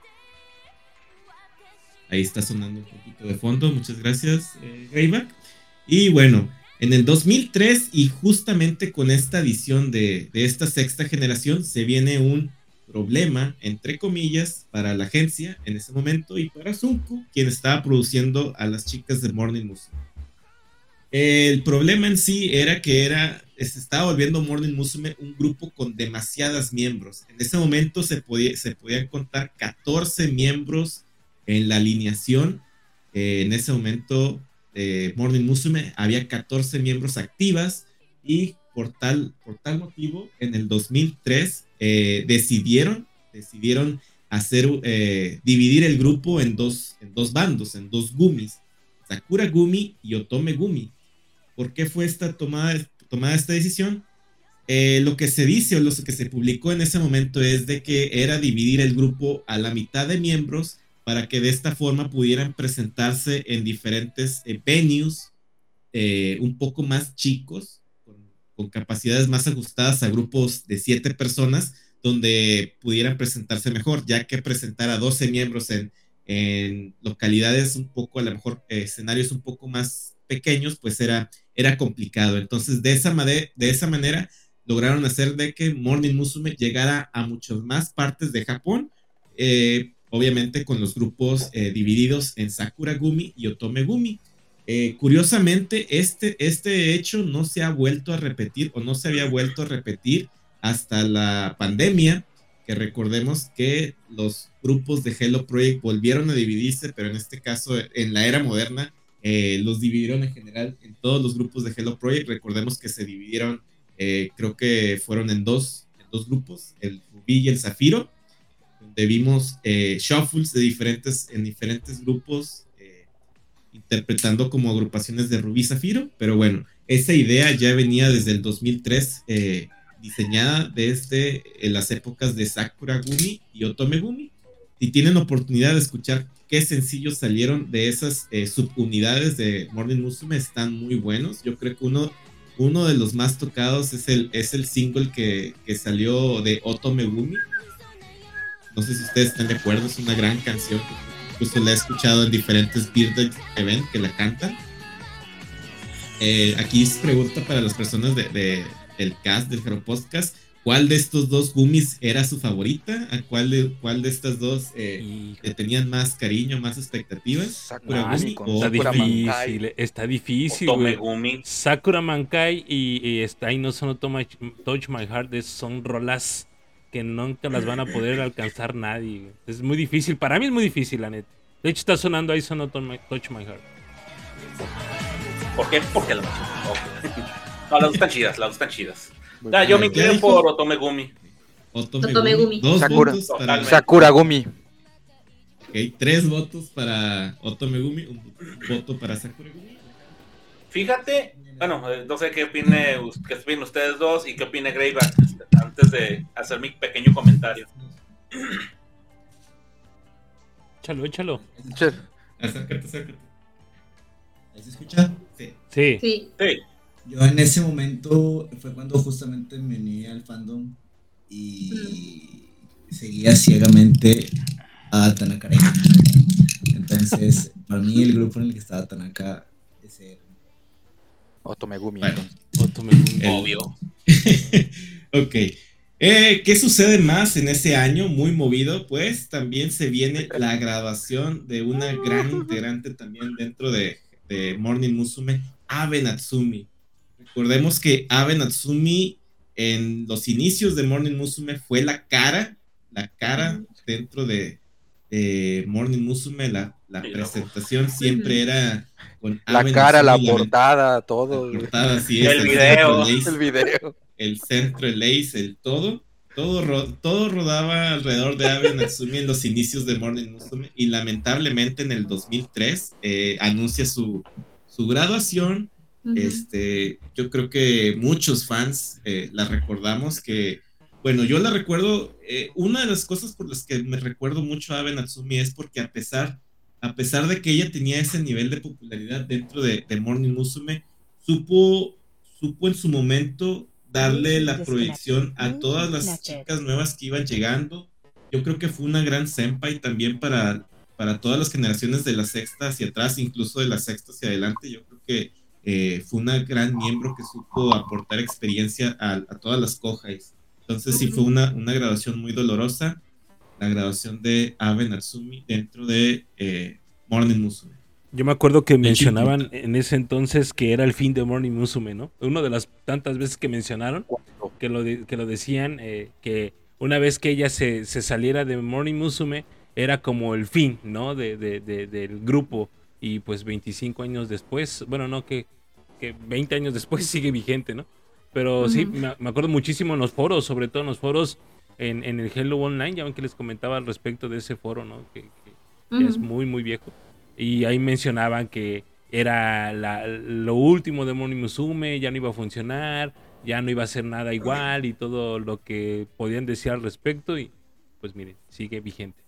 Ahí está sonando un poquito de fondo, muchas gracias, eh, Greyback. Y bueno, en el dos mil tres, y justamente con esta edición de, de esta sexta generación, se viene un problema, entre comillas, para la agencia en ese momento y para Sunko, quien estaba produciendo a las chicas de Morning Musume. El problema en sí era que era, se estaba volviendo Morning Musume un grupo con demasiadas miembros. En ese momento se, podía, se podían contar catorce miembros en la alineación. Eh, en ese momento de Morning Musume había catorce miembros activas, y por tal, por tal motivo en el dos mil tres eh, decidieron, decidieron hacer, eh, dividir el grupo en dos, en dos bandos, en dos gumis, Sakura Gumi y Otome Gumi. ¿Por qué fue esta tomada, tomada esta decisión? Eh, lo que se dice o lo que se publicó en ese momento es de que era dividir el grupo a la mitad de miembros para que de esta forma pudieran presentarse en diferentes eh, venues eh, un poco más chicos, con, con capacidades más ajustadas a grupos de siete personas, donde pudieran presentarse mejor, ya que presentar a doce miembros en, en localidades un poco, a lo mejor eh, escenarios un poco más pequeños, pues era, era complicado. Entonces, de esa, made- de esa manera, lograron hacer de que Morning Musume llegara a muchas más partes de Japón, eh, obviamente con los grupos eh, divididos en Sakura Gumi y Otome Gumi. Eh, curiosamente, este, este hecho no se ha vuelto a repetir o no se había vuelto a repetir hasta la pandemia, que recordemos que los grupos de Hello Project volvieron a dividirse, pero en este caso, en la era moderna, eh, los dividieron en general en todos los grupos de Hello Project. Recordemos que se dividieron, eh, creo que fueron en dos, en dos grupos, el Rubí y el Zafiro, donde vimos eh, shuffles de diferentes, en diferentes grupos, eh, interpretando como agrupaciones de Rubí y Zafiro, pero bueno, esa idea ya venía desde el dos mil tres, eh, diseñada desde en las épocas de Sakura Gumi y Otome Gumi. Si tienen oportunidad de escuchar qué sencillos salieron de esas eh, subunidades de Morning Musume, están muy buenos. Yo creo que uno, uno de los más tocados es el, es el single que, que salió de Otome Gumi. No sé si ustedes están de acuerdo, es una gran canción. Incluso la he escuchado en diferentes Bearded Event que la cantan. Eh, aquí es pregunta para las personas de, de, del cast, del Hero Podcast. ¿Cuál de estos dos Gumis era su favorita? ¿A cuál de, cuál de estas dos eh, le tenían más cariño, más expectativas? Sakura ¿Sakura Gumi Gumi con o Está Sakura difícil, Mankai. está difícil, Otome güey. Gumi. Sakura Mankai y, y está ahí no son Otome- Touch My Heart, es- son rolas que nunca las van a poder alcanzar nadie, güey. Es muy difícil, para mí es muy difícil, la neta. De hecho está sonando ahí son Otome- Touch My Heart. ¿Por qué? Porque lo okay. No, las dos están chidas, las dos están chidas. Muy Ya, bien. yo me ¿Qué inclino dijo? por Otome Gumi. Otome Otome Gumi. Gumi. Dos Sakura. votos para... Totalmente. Sakura Gumi. Ok, tres votos para Otome Gumi, un voto para Sakura Gumi. Fíjate, bueno, eh, no sé qué opine, qué opinen ustedes dos y qué opine Greyback antes de hacer mi pequeño comentario. Échalo, échalo. Che, Acércate, acércate. ¿Ahí se escucha? Sí. Sí. Sí. Sí, Yo en ese momento fue cuando justamente me uní al fandom y seguía ciegamente a Tanaka Rei. Entonces, para mí el grupo en el que estaba Tanaka ese Otome Gumi. Bueno. entonces. Otome Gumi. El- obvio. Ok. Eh, ¿qué sucede más en ese año muy movido? Pues también se viene la grabación de una gran integrante también dentro de, de Morning Musume, Abe Natsumi. Recordemos que Abe Natsumi en los inicios de Morning Musume fue la cara, la cara dentro de, de Morning Musume. La, la Sí, presentación siempre era con La Abe cara, la Natsumi, portada, todo. la güey. portada, así es, El el video. centro lace, El video. el centro, el ace, el todo, todo, ro- todo rodaba alrededor de Abe Natsumi en los inicios de Morning Musume y lamentablemente en el dos mil tres eh, anuncia su, su graduación. Ujú. Este, yo creo que muchos fans eh, la recordamos que, bueno, yo la recuerdo, eh, una de las cosas por las que me recuerdo mucho a Abe Natsumi es porque a pesar, a pesar de que ella tenía ese nivel de popularidad dentro de, de Morning Musume, supo, supo en su momento darle la proyección a todas las chicas nuevas que iban llegando. Yo creo que fue una gran senpai también para, para todas las generaciones de la sexta hacia atrás, incluso de la sexta hacia adelante. Yo creo que eh, fue una gran miembro que supo aportar experiencia a, a todas las Kohais. Entonces sí fue una, una graduación muy dolorosa, la graduación de Abe Natsumi dentro de eh, Morning Musume. Yo me acuerdo que De mencionaban Chiputa. en ese entonces que era el fin de Morning Musume, ¿no? Una de las tantas veces que mencionaron, que lo, de- que lo decían, eh, que una vez que ella se, se saliera de Morning Musume, era como el fin, ¿no? De, de- de- del grupo. Y pues veinticinco años después, bueno, no, que, que veinte años después sigue vigente, ¿no? Pero sí, Ujú. me, me acuerdo muchísimo en los foros, sobre todo en los foros en, en el Hello Online, ya ven que les comentaba al respecto de ese foro, ¿no? Que, que ya es Ujú. muy, muy viejo. Y ahí mencionaban que era la- lo último de Morning Musume, ya no iba a funcionar, ya no iba a ser nada igual y todo lo que podían decir al respecto. Y pues miren, sigue vigente.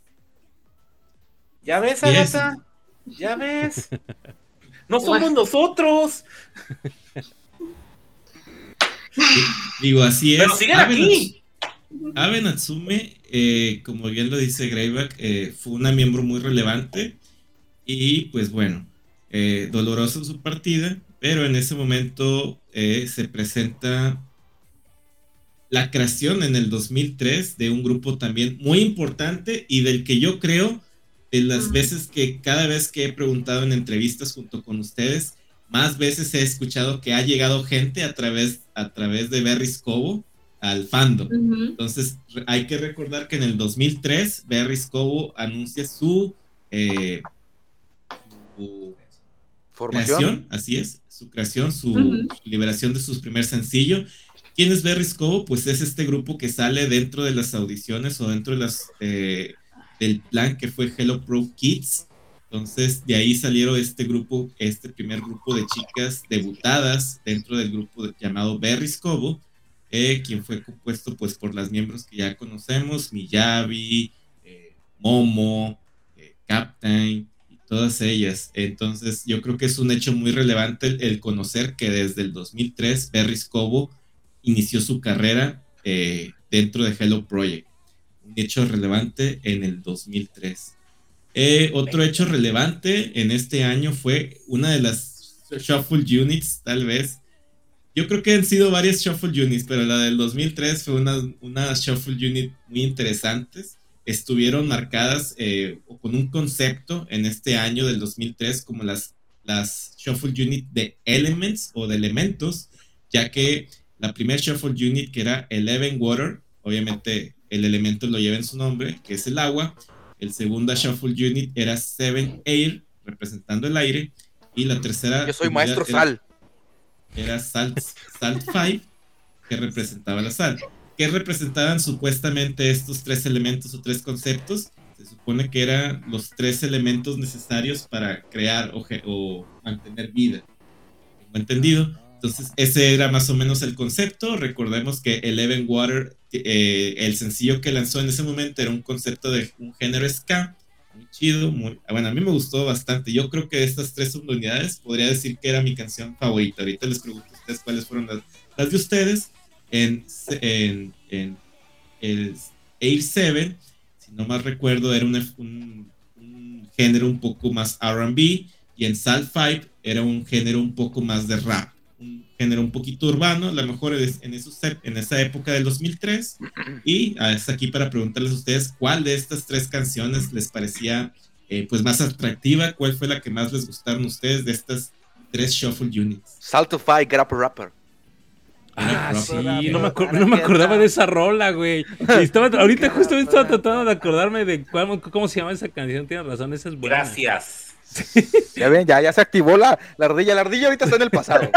¿Ya ves, Yes. Agatha? ¿Ya ves? No somos nosotros. Digo, así es. Pero siguen Abe aquí. Abe Natsume, eh, como bien lo dice Greyback, eh, fue una miembro muy relevante y pues bueno, eh, dolorosa su partida, pero en ese momento eh, se presenta la creación en el dos mil tres de un grupo también muy importante y del que yo creo, de las veces que cada vez que he preguntado en entrevistas junto con ustedes, más veces he escuchado que ha llegado gente a través, a través de Berris Cobo al fandom. Uh-huh. Entonces hay que recordar que en el dos mil tres Berris Cobo anuncia su, eh, su ¿Formación? creación, así es, su creación, su uh-huh. liberación de su primer sencillo. ¿Quién es Berris Cobo? Pues es este grupo que sale dentro de las audiciones o dentro de las eh, del plan que fue Hello Pro Kids. Entonces de ahí salieron este grupo, este primer grupo de chicas debutadas dentro del grupo de, llamado Berris Cobo, eh, quien fue compuesto pues por las miembros que ya conocemos, Miyabi, eh, Momo, eh, Captain y todas ellas. Entonces yo creo que es un hecho muy relevante el, el conocer que desde el dos mil tres Berris Cobo inició su carrera eh, dentro de Hello Project. Un hecho relevante en el dos mil tres. Eh, otro hecho relevante en este año fue una de las Shuffle Units, tal vez. Yo creo que han sido varias Shuffle Units, pero la del dos mil tres fue una, una Shuffle Unit muy interesantes. Estuvieron marcadas eh, con un concepto en este año del dos mil tres como las, las Shuffle Unit de Elements o de elementos, ya que la primera Shuffle Unit, que era Eleven Water, obviamente el elemento lo lleva en su nombre, que es el agua. El segunda Shuffle Unit era Seven Air, representando el aire. Y la tercera... Yo soy maestro era, sal. Era Salt, Salt Five, que representaba la sal. ¿Qué representaban supuestamente estos tres elementos o tres conceptos? Se supone que eran los tres elementos necesarios para crear o, o mantener vida. ¿Tengo entendido? Entonces ese era más o menos el concepto. Recordemos que Eleven Water, eh, el sencillo que lanzó en ese momento era un concepto de un género ska, muy chido, muy, bueno, a mí me gustó bastante. Yo creo que de estas tres unidades podría decir que era mi canción favorita. Ahorita les pregunto a ustedes cuáles fueron las, las de ustedes. En, en, en el Air siete, si no más recuerdo, era una, un, un género un poco más R and B, y en Salt cinco era un género un poco más de rap, un género un poquito urbano, a lo mejor en, esos, en esa época del dos mil tres. Y hasta aquí para preguntarles a ustedes cuál de estas tres canciones les parecía eh, pues más atractiva, cuál fue la que más les gustaron a ustedes de estas tres Shuffle Units. Saltify, Get Up Rapper. Ah, sí, no me, acu- no me acordaba de esa rola, güey. Estaba, ahorita justamente estaba tratando de acordarme de cuál, cómo se llama esa canción. Tienes razón, esa es buena. Gracias. Ya ven, ya, ya se activó la, la ardilla. La ardilla ahorita está en el pasado.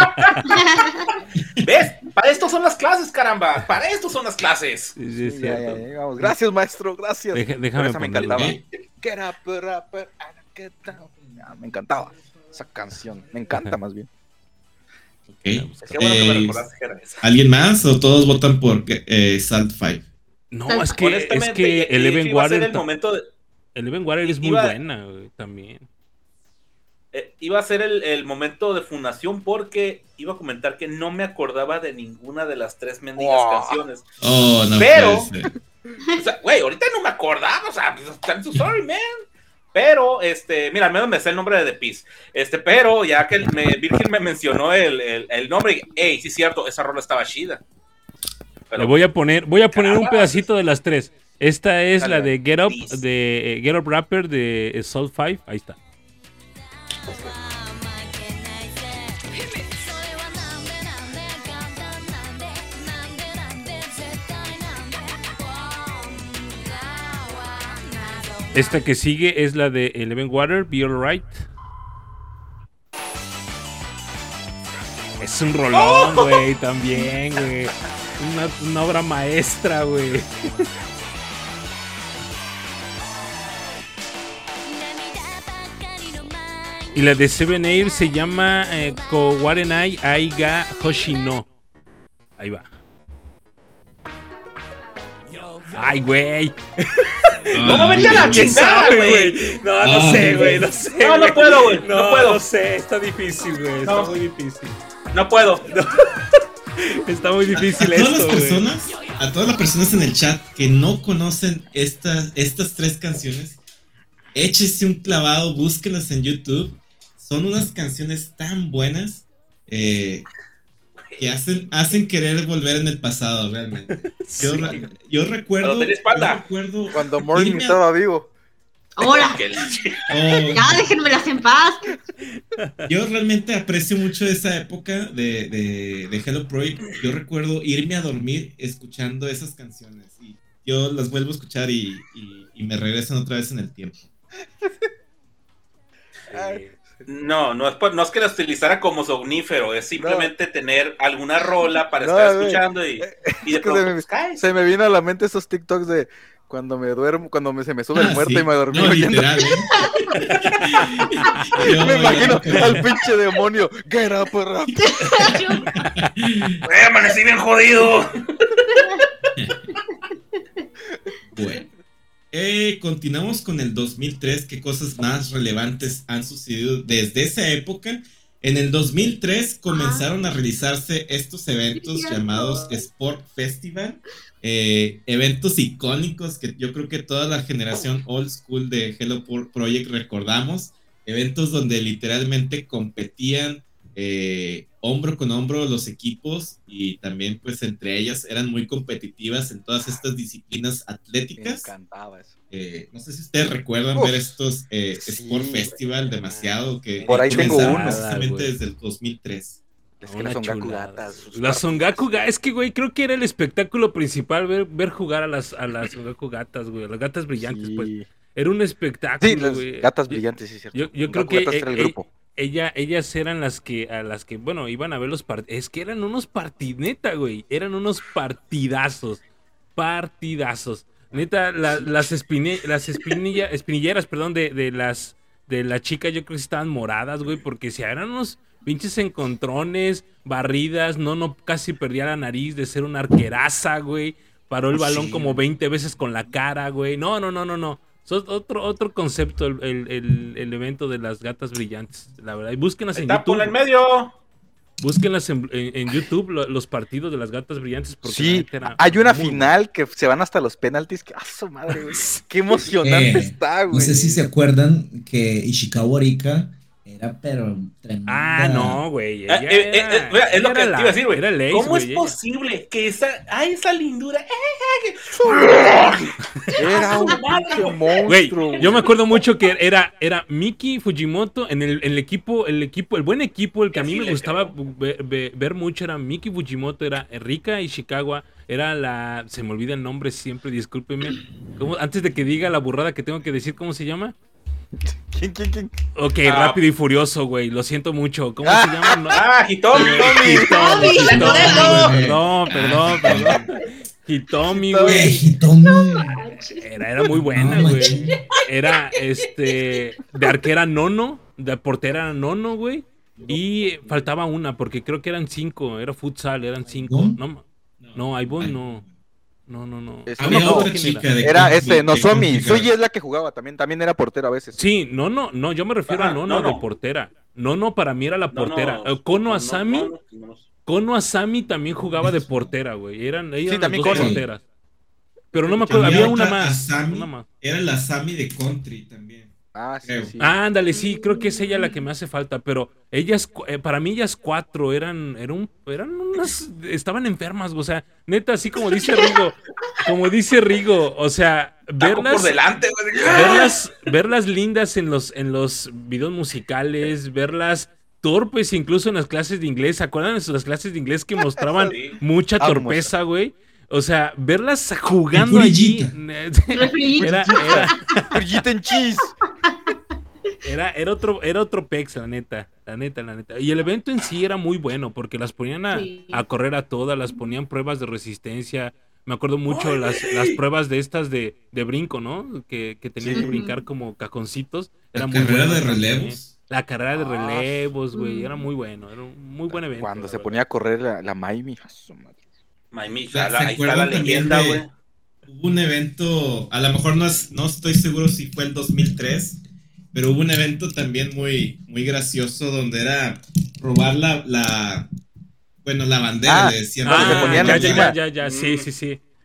¿Ves? Para esto son las clases, caramba. Para esto son las clases. Sí, sí, ya, ya, ya, vamos. Gracias, maestro, gracias. Deja, déjame esa me ponerlo. encantaba. Get up, rapper, get down. Ya, me encantaba esa canción. Me encanta más bien. Okay. Es que bueno que me Eh, recordaste que era esa. ¿Alguien más o todos votan por eh, Salt cinco? No, es que, es Honestamente, que eh, Eleven iba a ser Water, el momento de- Eleven Water es muy iba- buena, güey, también. eh, iba a ser el, el momento de fundación porque iba a comentar que no me acordaba de ninguna de las tres mendigas Oh. canciones. Oh, no Pero- puede ser. O sea, güey, ahorita no me acordaba, o sea, I'm so sorry, man. Pero, este, mira, al menos me sé el nombre de The Peace. Este, pero ya que me, Virgil me mencionó el, el, el nombre, hey, sí es cierto, esa rola estaba chida. Pero, Le voy a poner, voy a poner un Caramba. pedacito de las tres. Esta es Dale, la de Get Up, please. de eh, Get Up Rapper de eh, Salt cinco. Ahí está. Esta que sigue es la de Eleven Water, Be Alright. Es un rolón, güey, también, güey. Una, una obra maestra, güey. Y la de Seven Air se llama eh, Kowarenai Aiga Hoshino. Ahí va. Ay, güey. ¿Cómo vete a la ¿Quién chingada, sabe, güey? No, no Ah, sé, güey, no sé. No, no güey. puedo, güey, no puedo. No sé, está difícil, güey. Está No. muy difícil. No puedo. Está muy A difícil todas esto, las güey. personas, a todas las personas en el chat que no conocen estas, estas tres canciones, échese un clavado, búsquenlas en YouTube. Son unas canciones tan buenas eh, que hacen, hacen querer volver en el pasado, realmente. Yo, Sí. yo recuerdo, Pero de espalda. yo recuerdo Cuando Morning irme a- estaba vivo. Ahora, Que el- oh, ya déjenmelas en paz. yo realmente aprecio mucho esa época de, de, de Hello Project. Yo recuerdo irme a dormir escuchando esas canciones y yo las vuelvo a escuchar y, y, y me regresan otra vez en el tiempo. No, no es, pa- no es que la utilizara como somnífero, es simplemente tener alguna rola para No, estar güey. escuchando y, y de Es que pronto se me- pues, caes. Se me vino a la mente esos TikToks de cuando me duermo, cuando me, se me sube el Ah, muerto sí. y me dormí No, oyendo. literal, ¿eh? Yo, Me imagino yo- al pinche demonio. Get up, rap. ¡Eh, amanecí bien jodido! Bueno, eh, continuamos con el dos mil tres. ¿Qué cosas más relevantes han sucedido desde esa época? En el dos mil tres comenzaron a realizarse estos eventos cierto. llamados Sport Festival, eh, eventos icónicos que yo creo que toda la generación old school de Hello Project recordamos, eventos donde literalmente competían eh, hombro con hombro los equipos y también pues entre ellas eran muy competitivas en todas estas disciplinas Me atléticas. encantaba eso. Eh, no sé si ustedes recuerdan Uf, ver estos eh, sí, Sport güey. Festival demasiado que Por ahí tengo comenzaron uno. precisamente Güey. desde el dos mil tres. Es que Una las Songaku chulada. gatas. sus Las Songaku partidos, gatas, es que, güey, creo que era el espectáculo principal ver, ver jugar a las, a las Songaku gatas, güey, a las gatas brillantes, sí. pues. Era un espectáculo, Sí, las güey. gatas Yo- brillantes, sí, es cierto. yo- yo creo Songaku que, gatas eh, era el eh, grupo. Ella, ellas eran las que, a las que, bueno, iban a ver los partidos. Es que eran unos partidneta, güey. Eran unos partidazos. Partidazos. Neta, la- las, espine, las espinilla, espinilleras, perdón, de, de las de la chica, yo creo que estaban moradas, güey, porque si eran unos pinches encontrones, barridas, no, no, casi perdía la nariz de ser una arqueraza, güey. Paró el balón Sí. como veinte veces con la cara, güey. No, no, no, no, no. Es otro, otro concepto el, el, el, el evento de las gatas brillantes, la verdad. Y búsquenlas en Está YouTube. por en medio. Búsquenlas en, en- en YouTube, lo- los partidos de las gatas brillantes. Porque la Sí, neta era hay una muy final que se van hasta los penaltis. Que, ¡ah, su madre, güey! ¡Qué emocionante Eh, está, güey! No sé si se acuerdan que Ishikawa Rika era pero tremenda. Ah, no, güey. ella Eh, eh, eh, era- eh, mira, es ella lo que te era iba a la- decir, güey. era el ace, ¿Cómo güey, es ella. posible que esa, ay, esa lindura, eh, Era un pinche Güey, monstruo. yo me acuerdo mucho que era, era Miki Fujimoto en el, en el equipo, el equipo, el buen equipo, el que a mí me gustaba ver, ver- ver mucho era Miki Fujimoto, era Rika Ishikawa, era la, se me olvida el nombre siempre, discúlpeme. ¿Cómo? Antes de que diga la burrada que tengo que decir, ¿cómo se llama? ¿Quién, quién, quién? Ok, Ah. Rápido y Furioso, güey, lo siento mucho. ¿Cómo Ah. se llama? No. ah, Hitomi, Hitomi, Hitomi, Hitomi, Hitomi. perdón, perdón, perdón. Hitomi, Güey, güey. Hitomi. Era, era muy buena, No, güey. machín. Era, este, de arquera Nono, de portera era Nono, güey. Y faltaba una, porque creo que eran cinco, era futsal, eran cinco. ¿Ivonne? No, no, Ivonne no. No, no, no. Es- No me Había acuerdo otra quién chica era. de Era Kung- este, de Nozomi. Kung Fu Suyi Girl. es la que jugaba, también, también era portera a veces. Sí, no, no, no, yo me refiero a Ajá, Nono Nono. de portera. Nono para mí era la No, no, portera. Eh, Kono no, Asami, no, no, no. Kono Asami también jugaba de portera, güey. Eran, ellas Sí, eran también las dos Kono. porteras. Pero no me acuerdo, Había había una otra, más. Asami. Una más. Era la Sami de Country también. Ah, sí, Creo. sí. Ah, ándale, sí, creo que es ella la que me hace falta, pero ellas, cu- eh, para mí ellas cuatro eran, eran, un- eran unas, estaban enfermas, o sea, neta, así como dice Rigo, como dice Rigo, o sea, Taco verlas, por delante, güey. verlas, verlas lindas en los, en los videos musicales, verlas torpes incluso en las clases de inglés, ¿se acuerdan de las clases de inglés que mostraban Sí. mucha Vamos. torpeza, güey? O sea, verlas jugando allí, Refrillito. era, era, Frillita en cheese. Era, era otro, era otro pex, la neta, la neta, la neta. Y el evento en sí era muy bueno, porque las ponían a, Sí. a correr a todas, las ponían pruebas de resistencia. Me acuerdo mucho las, las pruebas de estas de, de brinco, ¿no? Que, que tenían Sí. que brincar como caconcitos. La Era muy carrera bueno de también. relevos. La carrera de Ah, relevos, güey. mm. Era muy bueno, era un muy buen evento. Cuando la se verdad. ponía a correr la, la Maimi. a su madre. Maimi, ¿Se ahí está la acuerdan también leyenda, de- güey. Hubo un evento, a lo mejor no, es, no estoy seguro si fue el dos mil tres, pero hubo un evento también muy, muy gracioso donde era robar la, la bueno, la bandera, Ah, le decían. Cuando se Ah, ponían ya, encima. ya, ya, ya, ya, sí, Mm. sí, sí.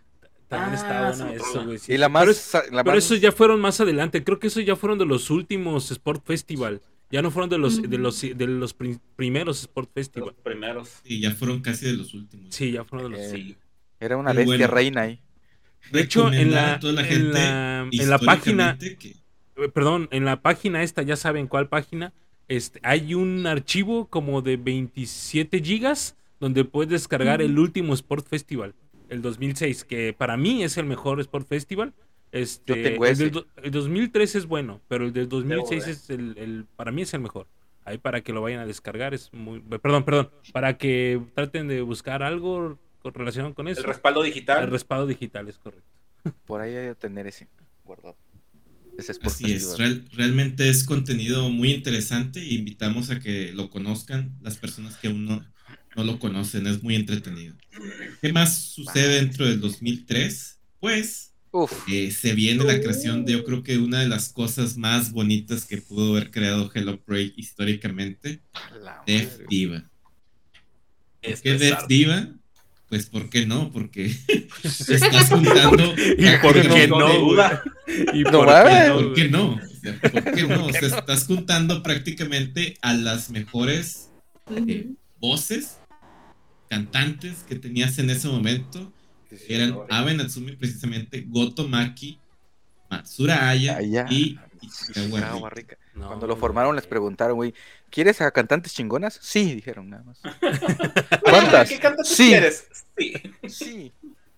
también Ah, estaba se buena me eso, ocurrió. güey. Sí. Y la más... Pero, es- la pero más- esos ya fueron más adelante. Creo que esos ya fueron de los últimos Sport Festival. Ya no fueron de los, de los, de los prim- primeros Sport Los Festival. primeros. Y ya fueron casi de los últimos. Sí, ya fueron de los. eh, Sí. Era una Pero bestia bueno. reina ahí. De hecho, en Recomendar la, a toda la en gente la, en la página, históricamente que eh, perdón, en la página esta, ya saben cuál página, este, hay un archivo como de veintisiete gigas donde puedes descargar el último Sport Festival, el dos mil seis, que para mí es el mejor Sport Festival. Este, Yo tengo el, ese. del do- el dos mil tres es bueno, pero el del dos mil seis Debo, eh. es el, el- para mí es el mejor. Ahí para que lo vayan a descargar es muy, perdón, perdón, para que traten de buscar algo con- relacionado con eso. El respaldo digital. El respaldo digital es correcto. Por ahí hay que tener ese guardado. Ese Sport así es, Festival. real- realmente es contenido muy interesante e invitamos a que lo conozcan las personas que aún no, no lo conocen, es muy entretenido. ¿Qué más sucede dentro del dos mil tres? Pues Uf, eh, se viene la creación de, yo creo que una de las cosas más bonitas que pudo haber creado Hello Project históricamente, la Death madre. Diva. ¿Por Este qué Death Sartre. Diva? Pues ¿por qué no? Porque te estás juntando. ¿Y por qué no, no, de güey? duda. ¿Y No por mames. qué no, ¿Por qué güey? no? O sea, ¿por qué no? O sea, estás juntando prácticamente a las mejores eh, voces, cantantes que tenías en ese momento. Eran Abe Natsumi, precisamente, Goto Maki, Matsura Aya Allá. y Agua Ichikawa. rica. No, Cuando lo formaron les preguntaron, güey, ¿quieres a cantantes chingonas? Sí, dijeron nada más. ¿Cuántas? ¿Qué cantante Sí. quieres? Sí. Sí.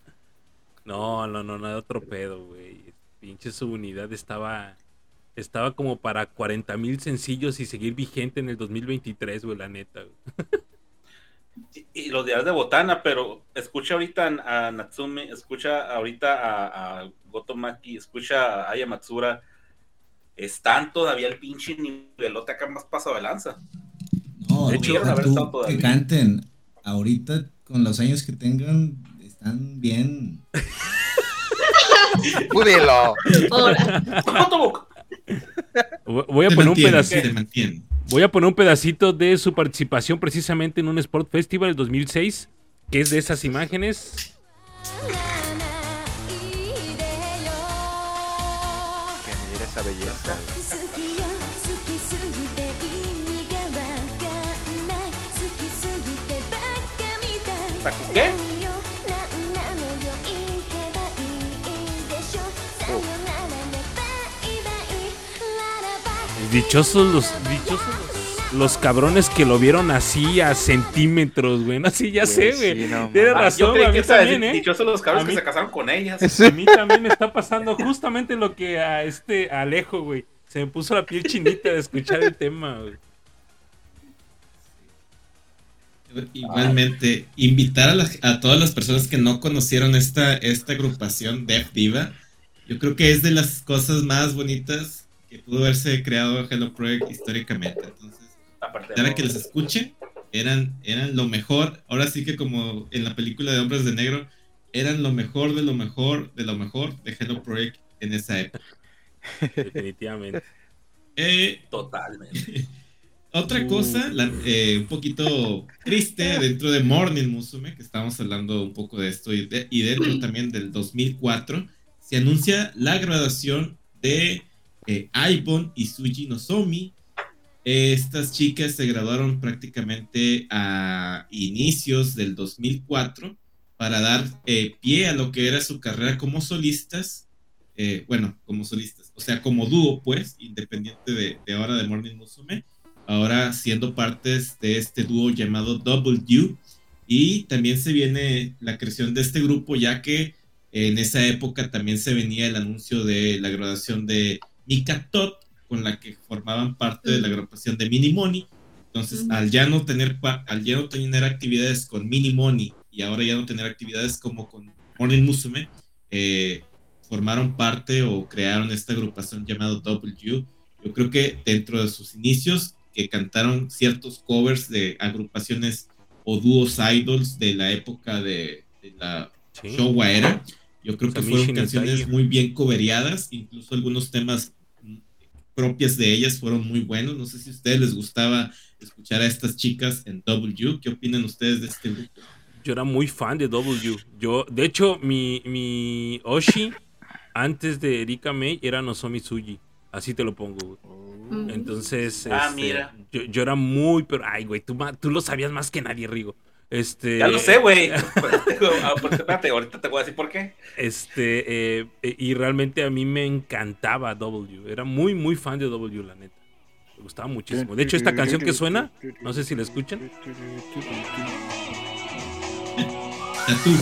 No, no, no, nada otro pedo, güey. Pinche su unidad estaba estaba como para cuarenta mil sencillos y seguir vigente en el dos mil veintitrés, güey, la neta. Güey. Y, y los días de botana, pero escucha ahorita a Natsumi, escucha ahorita a, a Goto Maki, escucha a Aya Matsura. Están todavía el pinche nivelote acá más paso de lanza. No, De hecho, deja haber tú estado que todavía. canten. Ahorita, con los años que tengan, están bien. ¡Púdelo! Ahora, Autobook. Voy a Se poner un mantiene, pedacito. se mantiene. Voy a poner un pedacito de su participación precisamente en un Sport Festival del dos mil seis, que es de esas imágenes. Que mira esa belleza. ¿Qué? Dichosos los dichosos los, los cabrones que lo vieron así a centímetros, güey. Así ya sé, güey. Sí, no, Tienes Ah, razón, yo creí a que mí estaba también, ¿eh? dichosos los cabros A que mí- se casaron con ellas. A mí también me está pasando justamente lo que a este Alejo, güey. Se me puso la piel chinita de escuchar el tema, güey. Igualmente, invitar a, la- a todas las personas que no conocieron esta, esta agrupación Death Diva, yo creo que es de las cosas más bonitas que pudo haberse creado Hello Project históricamente. Entonces, Aparte para de que les escuchen, eran, eran lo mejor. Ahora sí que como en la película de Hombres de Negro, eran lo mejor de lo mejor de lo mejor de Hello Project en esa época. Definitivamente. Eh, totalmente. Otra Uh. cosa, la- eh, un poquito triste dentro de Morning Musume, que estamos hablando un poco de esto, y, de- y dentro también del dos mil cuatro, se anuncia la graduación de eh, Aibon y Suji Nozomi. Eh, estas chicas se graduaron prácticamente a inicios del dos mil cuatro para dar eh, pie a lo que era su carrera como solistas. Eh, bueno, como solistas, o sea, como dúo, pues, independiente de, de ahora de Morning Musume, ahora siendo partes de este dúo llamado Double U, y también se viene la creación de este grupo, ya que en esa época también se venía el anuncio de la graduación de Mika Tot, con la que formaban parte de la agrupación de Mini Money. Entonces, Ujú. al ya no tener pa- al ya no tener actividades con Mini Money y ahora ya no tener actividades como con Morning Musume, eh, formaron parte o crearon esta agrupación llamada Double U. Yo creo que dentro de sus inicios, que cantaron ciertos covers de agrupaciones o dúos idols de la época de, de la Sí. Showa era, yo creo que Samishi fueron no canciones Tai. muy bien covereadas, incluso algunos temas mm, propias de ellas fueron muy buenos. No sé si a ustedes les gustaba escuchar a estas chicas en W. ¿Qué opinan ustedes de este grupo? Yo era muy fan de W. Yo, de hecho, mi, mi Oshi antes de Erika May era Nozomi Tsuji. Así te lo pongo, güey. Entonces, Ah, este, mira. Yo, yo era muy, pero, ay, güey, tú, ma- tú lo sabías más que nadie, Rigo. Este, Ya lo sé, güey. Ah, pues, espérate, ahorita te voy a decir por qué. Este, eh, eh, y realmente a mí me encantaba W. Era muy, muy fan de W, la neta. Me gustaba muchísimo. De hecho, esta canción que suena, no sé si la escuchan. Tatú.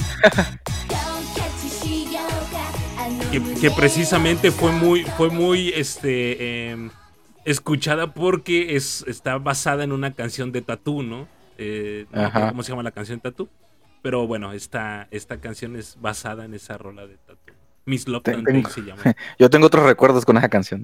Que, que precisamente fue muy, fue muy, este, eh, escuchada porque es, está basada en una canción de Tatú, ¿no? Eh, no me acuerdo Ajá. cómo se llama la canción Tatú. Pero bueno, esta, esta canción es basada en esa rola de Tatú. Miss Love Ten- and tengo- Day se llama. Yo tengo otros recuerdos con esa canción.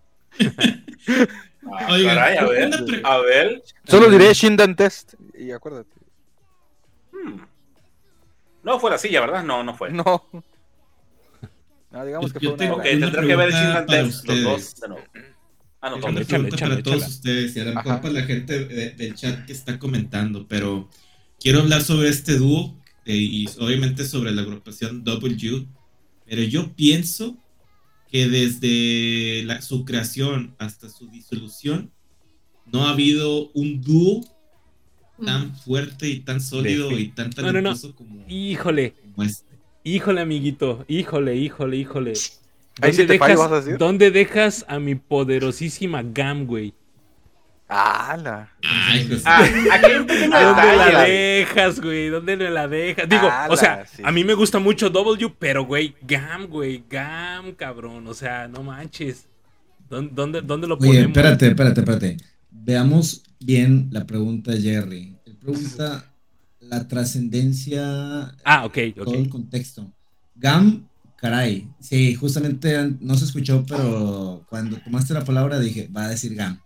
Ah, Oigan, caray, a ver, una pre- a ver. Solo diré Shindan Test. Y acuérdate. Hmm. No fue la silla, ¿verdad? No, no fue. No. No, digamos que Yo fue tengo una. Ok, una tendrá que ver pregunta Shindan para Test, los dos ustedes. de nuevo. Ah, no, Tengo todos. una Échale, pregunta échale, para todos échala. ustedes y a lo mejor Ajá. para la gente de- del chat que está comentando, pero quiero hablar sobre este dúo eh, y obviamente sobre la agrupación W, pero yo pienso que desde la- su creación hasta su disolución no ha habido un dúo tan fuerte y tan sólido y tan No, no, no. talentoso como, Híjole, como este. híjole, amiguito. Híjole, híjole, híjole. Ahí sí ¿Dónde te fallo, dejas, vas a decir. ¿Dónde dejas a mi poderosísima Gam, güey? ¡Hala! Ay, José. Ah, aquí hay un pequeño Ah, ¿Dónde la detalle. dejas, güey? ¿Dónde me la dejas? Digo, Ala, o sea, sí. a mí me gusta mucho W, pero, güey, Gam, güey, Gam, cabrón. O sea, no manches. ¿Dónde, dónde, dónde lo Oye, ponemos? espérate, espérate, espérate. Veamos bien la pregunta, Jerry. Él pregunta la trascendencia, Ah, ok, todo el ok. contexto. Gam, caray. Sí, justamente an- no se escuchó, pero cuando tomaste la palabra dije, va a decir Gam.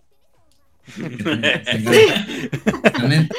Exactamente.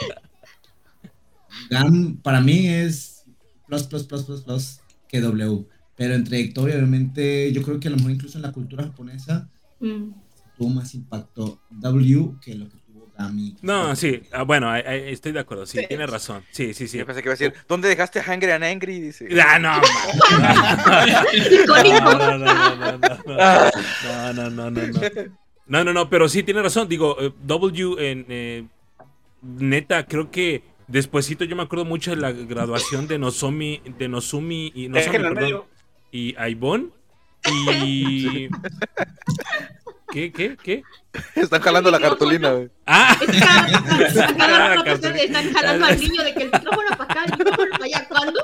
Gam para mí es plus, plus, plus, plus, plus que W. Pero en trayectoria, obviamente, yo creo que a lo mejor incluso en la cultura japonesa Mm. tuvo más impacto W que lo que tuvo Gami. No, sí, ah, bueno, ahí- ahí estoy de acuerdo, sí, Sí. tienes razón. Sí, sí, sí. Yo pensé que iba a decir, ¿dónde dejaste a Hungry and Angry? Dice. Ah, no, man. Icónico. No, no, no, no, no, no, no, no, no, no. No, no, no, pero sí tiene razón. Digo, eh, W en eh, neta, creo que despuesito yo me acuerdo mucho de la graduación de Nozomi, de Nozumi y Nozomi, Déjenlo en perdón, medio. y Aibon. Y ¿qué, qué, qué? Están jalando la cartulina, güey. Ah, Están, cada La rato se- cartulina. están jalando al niño de que el micrófono para acá, el micrófono para allá. ¿Cuándo?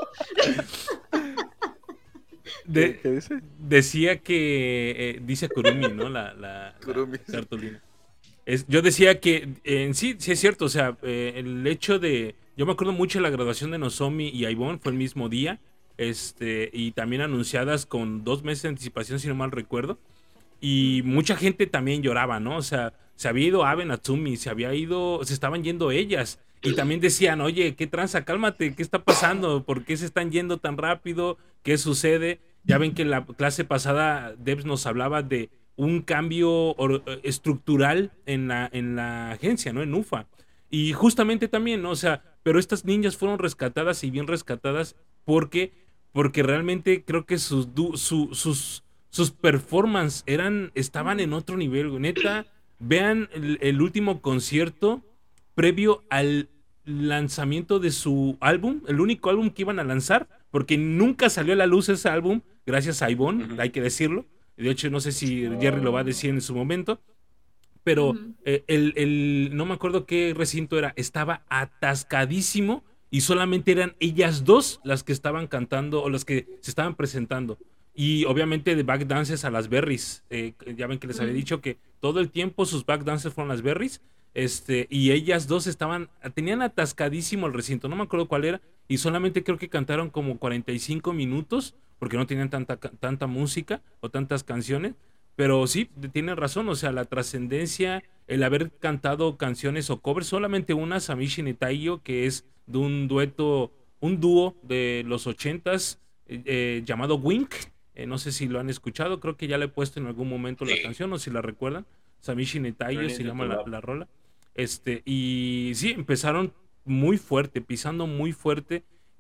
de- ¿Qué dice? decía que eh, dice Kurumi, ¿no? La, la, la Kurumi. cartulina. Es, yo decía que eh, en sí, sí es cierto, o sea, eh, el hecho de, yo me acuerdo mucho de la graduación de Nozomi y Aibon, fue el mismo día, este, y también anunciadas con dos meses de anticipación, si no mal recuerdo, y mucha gente también lloraba, ¿no? O sea, se había ido Abe Natsumi, se había ido, se estaban yendo ellas, y también decían, oye, ¿qué tranza? Cálmate, ¿qué está pasando? ¿Por qué se están yendo tan rápido? ¿Qué sucede? Ya ven que en la clase pasada Debs nos hablaba de un cambio or- estructural en la, en la agencia, ¿no? En U F A. Y justamente también, ¿no? O sea, pero estas niñas fueron rescatadas y bien rescatadas porque, porque realmente creo que sus, du- su- sus, sus performances eran, estaban en otro nivel, güey. Neta, vean el, el último concierto previo al lanzamiento de su álbum, el único álbum que iban a lanzar, porque nunca salió a la luz ese álbum, gracias a Ivonne, Ujú. hay que decirlo. De hecho, no sé si Jerry lo va a decir en su momento, pero Ujú. eh, el, el- no me acuerdo qué recinto era, estaba atascadísimo y solamente eran ellas dos las que estaban cantando o las que se estaban presentando. Y obviamente de backdances a las Berries. Eh, ya ven que les había Mm. dicho que todo el tiempo sus backdances fueron las Berries. Este, y ellas dos estaban, tenían atascadísimo el recinto, no me acuerdo cuál era, y solamente creo que cantaron como cuarenta y cinco minutos, porque no tenían tanta, ca- tanta música o tantas canciones, pero sí, de- tienen razón, o sea, la trascendencia, el haber cantado canciones o covers, solamente una, Samishi Netaio, que es de un dueto, un dúo de los ochentas, eh, eh, llamado Wink, eh, no sé si lo han escuchado, creo que ya le he puesto en algún momento la Sí. canción, o si la recuerdan, Samishi Netaio Running se into llama la, Love. la rola. Este, y sí, empezaron muy fuerte, pisando muy fuerte,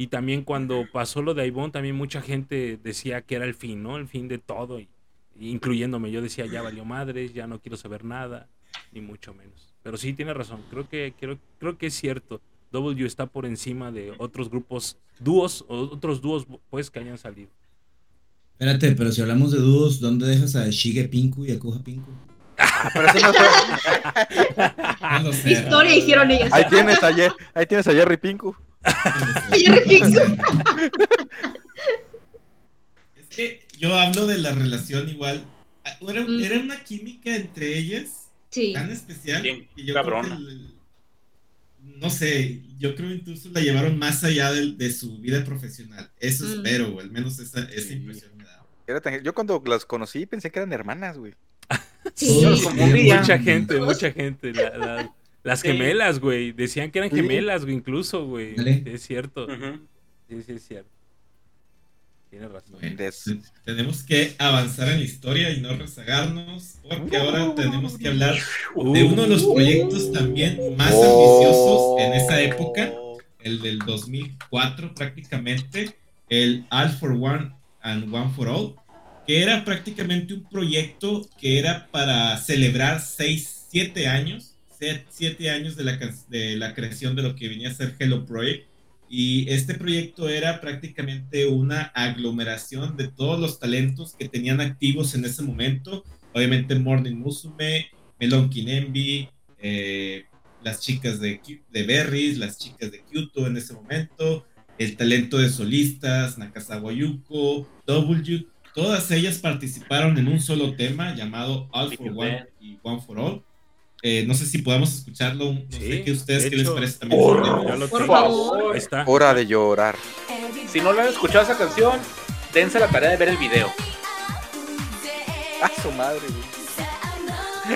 Y también cuando pasó lo de Ivonne, también mucha gente decía que era el fin, ¿no? El fin de todo, y, incluyéndome. Yo decía, ya valió madres, ya no quiero saber nada, ni mucho menos. Pero sí, tiene razón, creo que, creo, creo que es cierto. W está por encima de otros grupos, dúos, o otros dúos, pues, que hayan salido. Espérate, pero si hablamos de dúos, ¿dónde dejas a Shige Pinku y a Kuja Pinku? Ah, pero eso no fue. No lo sé. Historia hicieron ellas. Ahí tienes a, Ye- ahí tienes a Jerry Pinku. Jerry Pinku. Es que yo hablo de la relación igual. Era, Mm. era una química entre ellas Sí. tan especial Bien que yo cabrona. creo que el- no sé, yo creo que incluso la llevaron más allá de, de su vida profesional. Eso Mm. espero, o al menos esa, esa Sí. impresión me da. Era tan- Yo cuando las conocí pensé que eran hermanas, güey. Sí. Yo los confundía. Mucha gente, mucha gente. la- la- las Sí. gemelas, güey. Decían que eran Sí. gemelas, güey, incluso, güey. Dale. Es cierto. Ujú. Sí, sí, es cierto. Tienes razón. Bueno, Des- te- tenemos que avanzar en la historia y no rezagarnos, porque ahora tenemos que hablar de uno de los proyectos también más ambiciosos en esa época, el del dos mil cuatro prácticamente, el All for One and One for All, que era prácticamente un proyecto que era para celebrar seis, siete años, se- siete años de la, can- de la creación de lo que venía a ser Hello Project. Y este proyecto era prácticamente una aglomeración de todos los talentos que tenían activos en ese momento. Obviamente Morning Musume, Melon Kinembi, eh, las chicas de, Ky- de Berries, las chicas de Kyoto en ese momento, el talento de solistas, Nakazawa Yuko, W, todas ellas participaron en un solo tema llamado All for One y One for All. Eh, no sé si podamos escucharlo, no Sí, sé qué ustedes, de qué les hecho, parece también. por- ese tema. Ya lo Por tengo. favor. Ahí está. Hora de llorar. Si no lo han escuchado esa canción, dense la tarea de ver el video. ¡Ah, su madre, güey!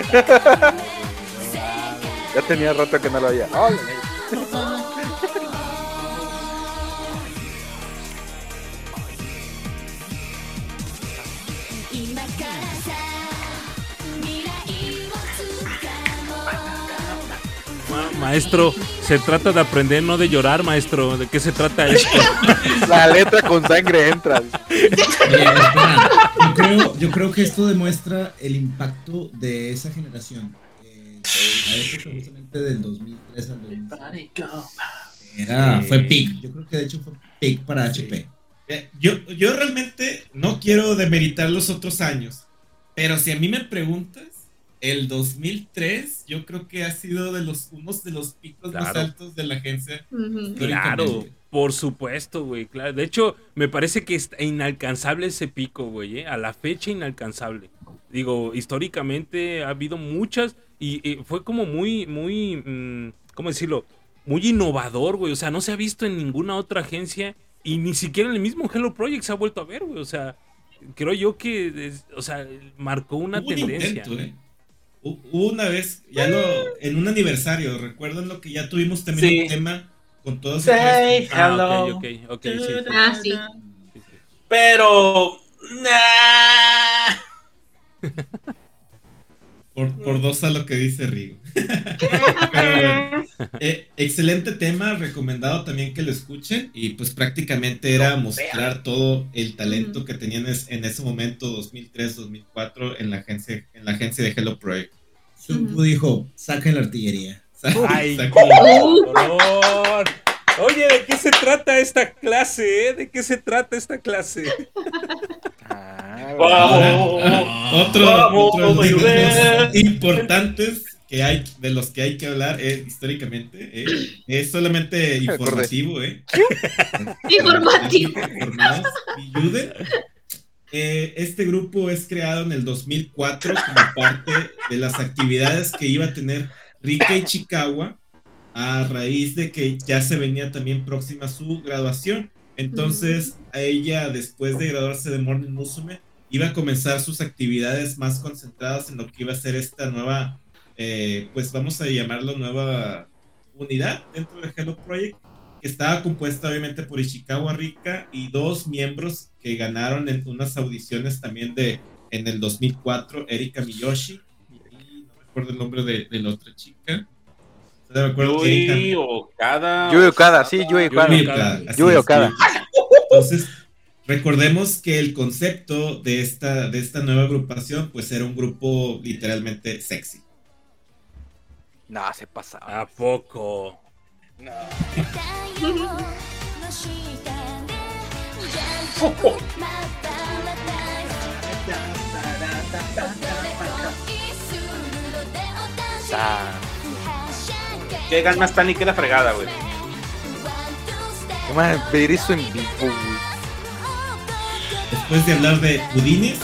Ya tenía rato que no lo había. ¡Ay, Ma- maestro, se trata de aprender, no de llorar, maestro. ¿De qué se trata esto? la letra con sangre entra. Oye, espera, yo, creo, yo creo que esto demuestra el impacto de esa generación. Eh, a época justamente del dos mil tres al dos mil cinco. Era, Sí. fue peak. Yo creo que de hecho fue peak para H P. Eh, Yo, yo realmente no quiero demeritar los otros años, pero si a mí me preguntas, el dos mil tres yo creo que ha sido de los unos de los picos más Claro. altos de la agencia. Ujú. Claro, históricamente. por supuesto, güey. Claro. De hecho, me parece que es inalcanzable ese pico, güey. ¿eh? A la fecha, inalcanzable. Digo, históricamente ha habido muchas y, y fue como muy, muy, mm, ¿cómo decirlo? Muy innovador, güey. O sea, no se ha visto en ninguna otra agencia y ni siquiera en el mismo Hello Project se ha vuelto a ver, güey. O sea, creo yo que, es- o sea, marcó una Hubo un tendencia. intento, ¿eh? Hu- Hubo una vez, ya lo, en un aniversario, recuerdan lo que ya tuvimos también Sí. un tema con todos Say Ah, hello. ok, ok, ok, sí, sí. Ah, sí. Sí, sí. Pero. Nah. por, por dos a lo que dice Rigo. Pero, eh, excelente tema, recomendado también que lo escuchen. Y pues prácticamente era mostrar todo el talento que tenían es- en ese momento, dos mil tres, dos mil cuatro, en la agencia, en la agencia de Hello Project. Sun Fu dijo, saquen la artillería. Ay, Saca- por favor. Oye, ¿de qué se trata esta clase? eh? ¿De qué se trata esta clase? Ah, Wow. Ah, otro, Vamos, otro de los ayudé. datos importantes que hay, de los que hay que hablar eh, históricamente, eh, es solamente Me acordé. informativo, ¿eh? Informativo. Informados. Ayuden. Eh, este grupo es creado en el dos mil cuatro como parte de las actividades que iba a tener Rika Ichikawa a raíz de que ya se venía también próxima su graduación. Entonces, a ella, después de graduarse de Morning Musume, iba a comenzar sus actividades más concentradas en lo que iba a ser esta nueva, eh, pues vamos a llamarlo nueva unidad dentro de Hello Project, que estaba compuesta obviamente por Ishikawa Rika y dos miembros que ganaron en unas audiciones también de en el dos mil cuatro, Erika Miyoshi, y no recuerdo el nombre de, de la otra chica. No me acuerdo quién Yui canta. Okada. Yui Okada, sí, Yui Okada. Yui Okada, así Yui es, Okada. Yui. Entonces, recordemos que el concepto de esta, de esta nueva agrupación, pues era un grupo literalmente sexy. No, se pasaba. ¿A poco? No. Ah, Qué ganas tan y qué la fregada, güey. ¿cómo es ver eso en vivo, güey? Después de hablar de pudines,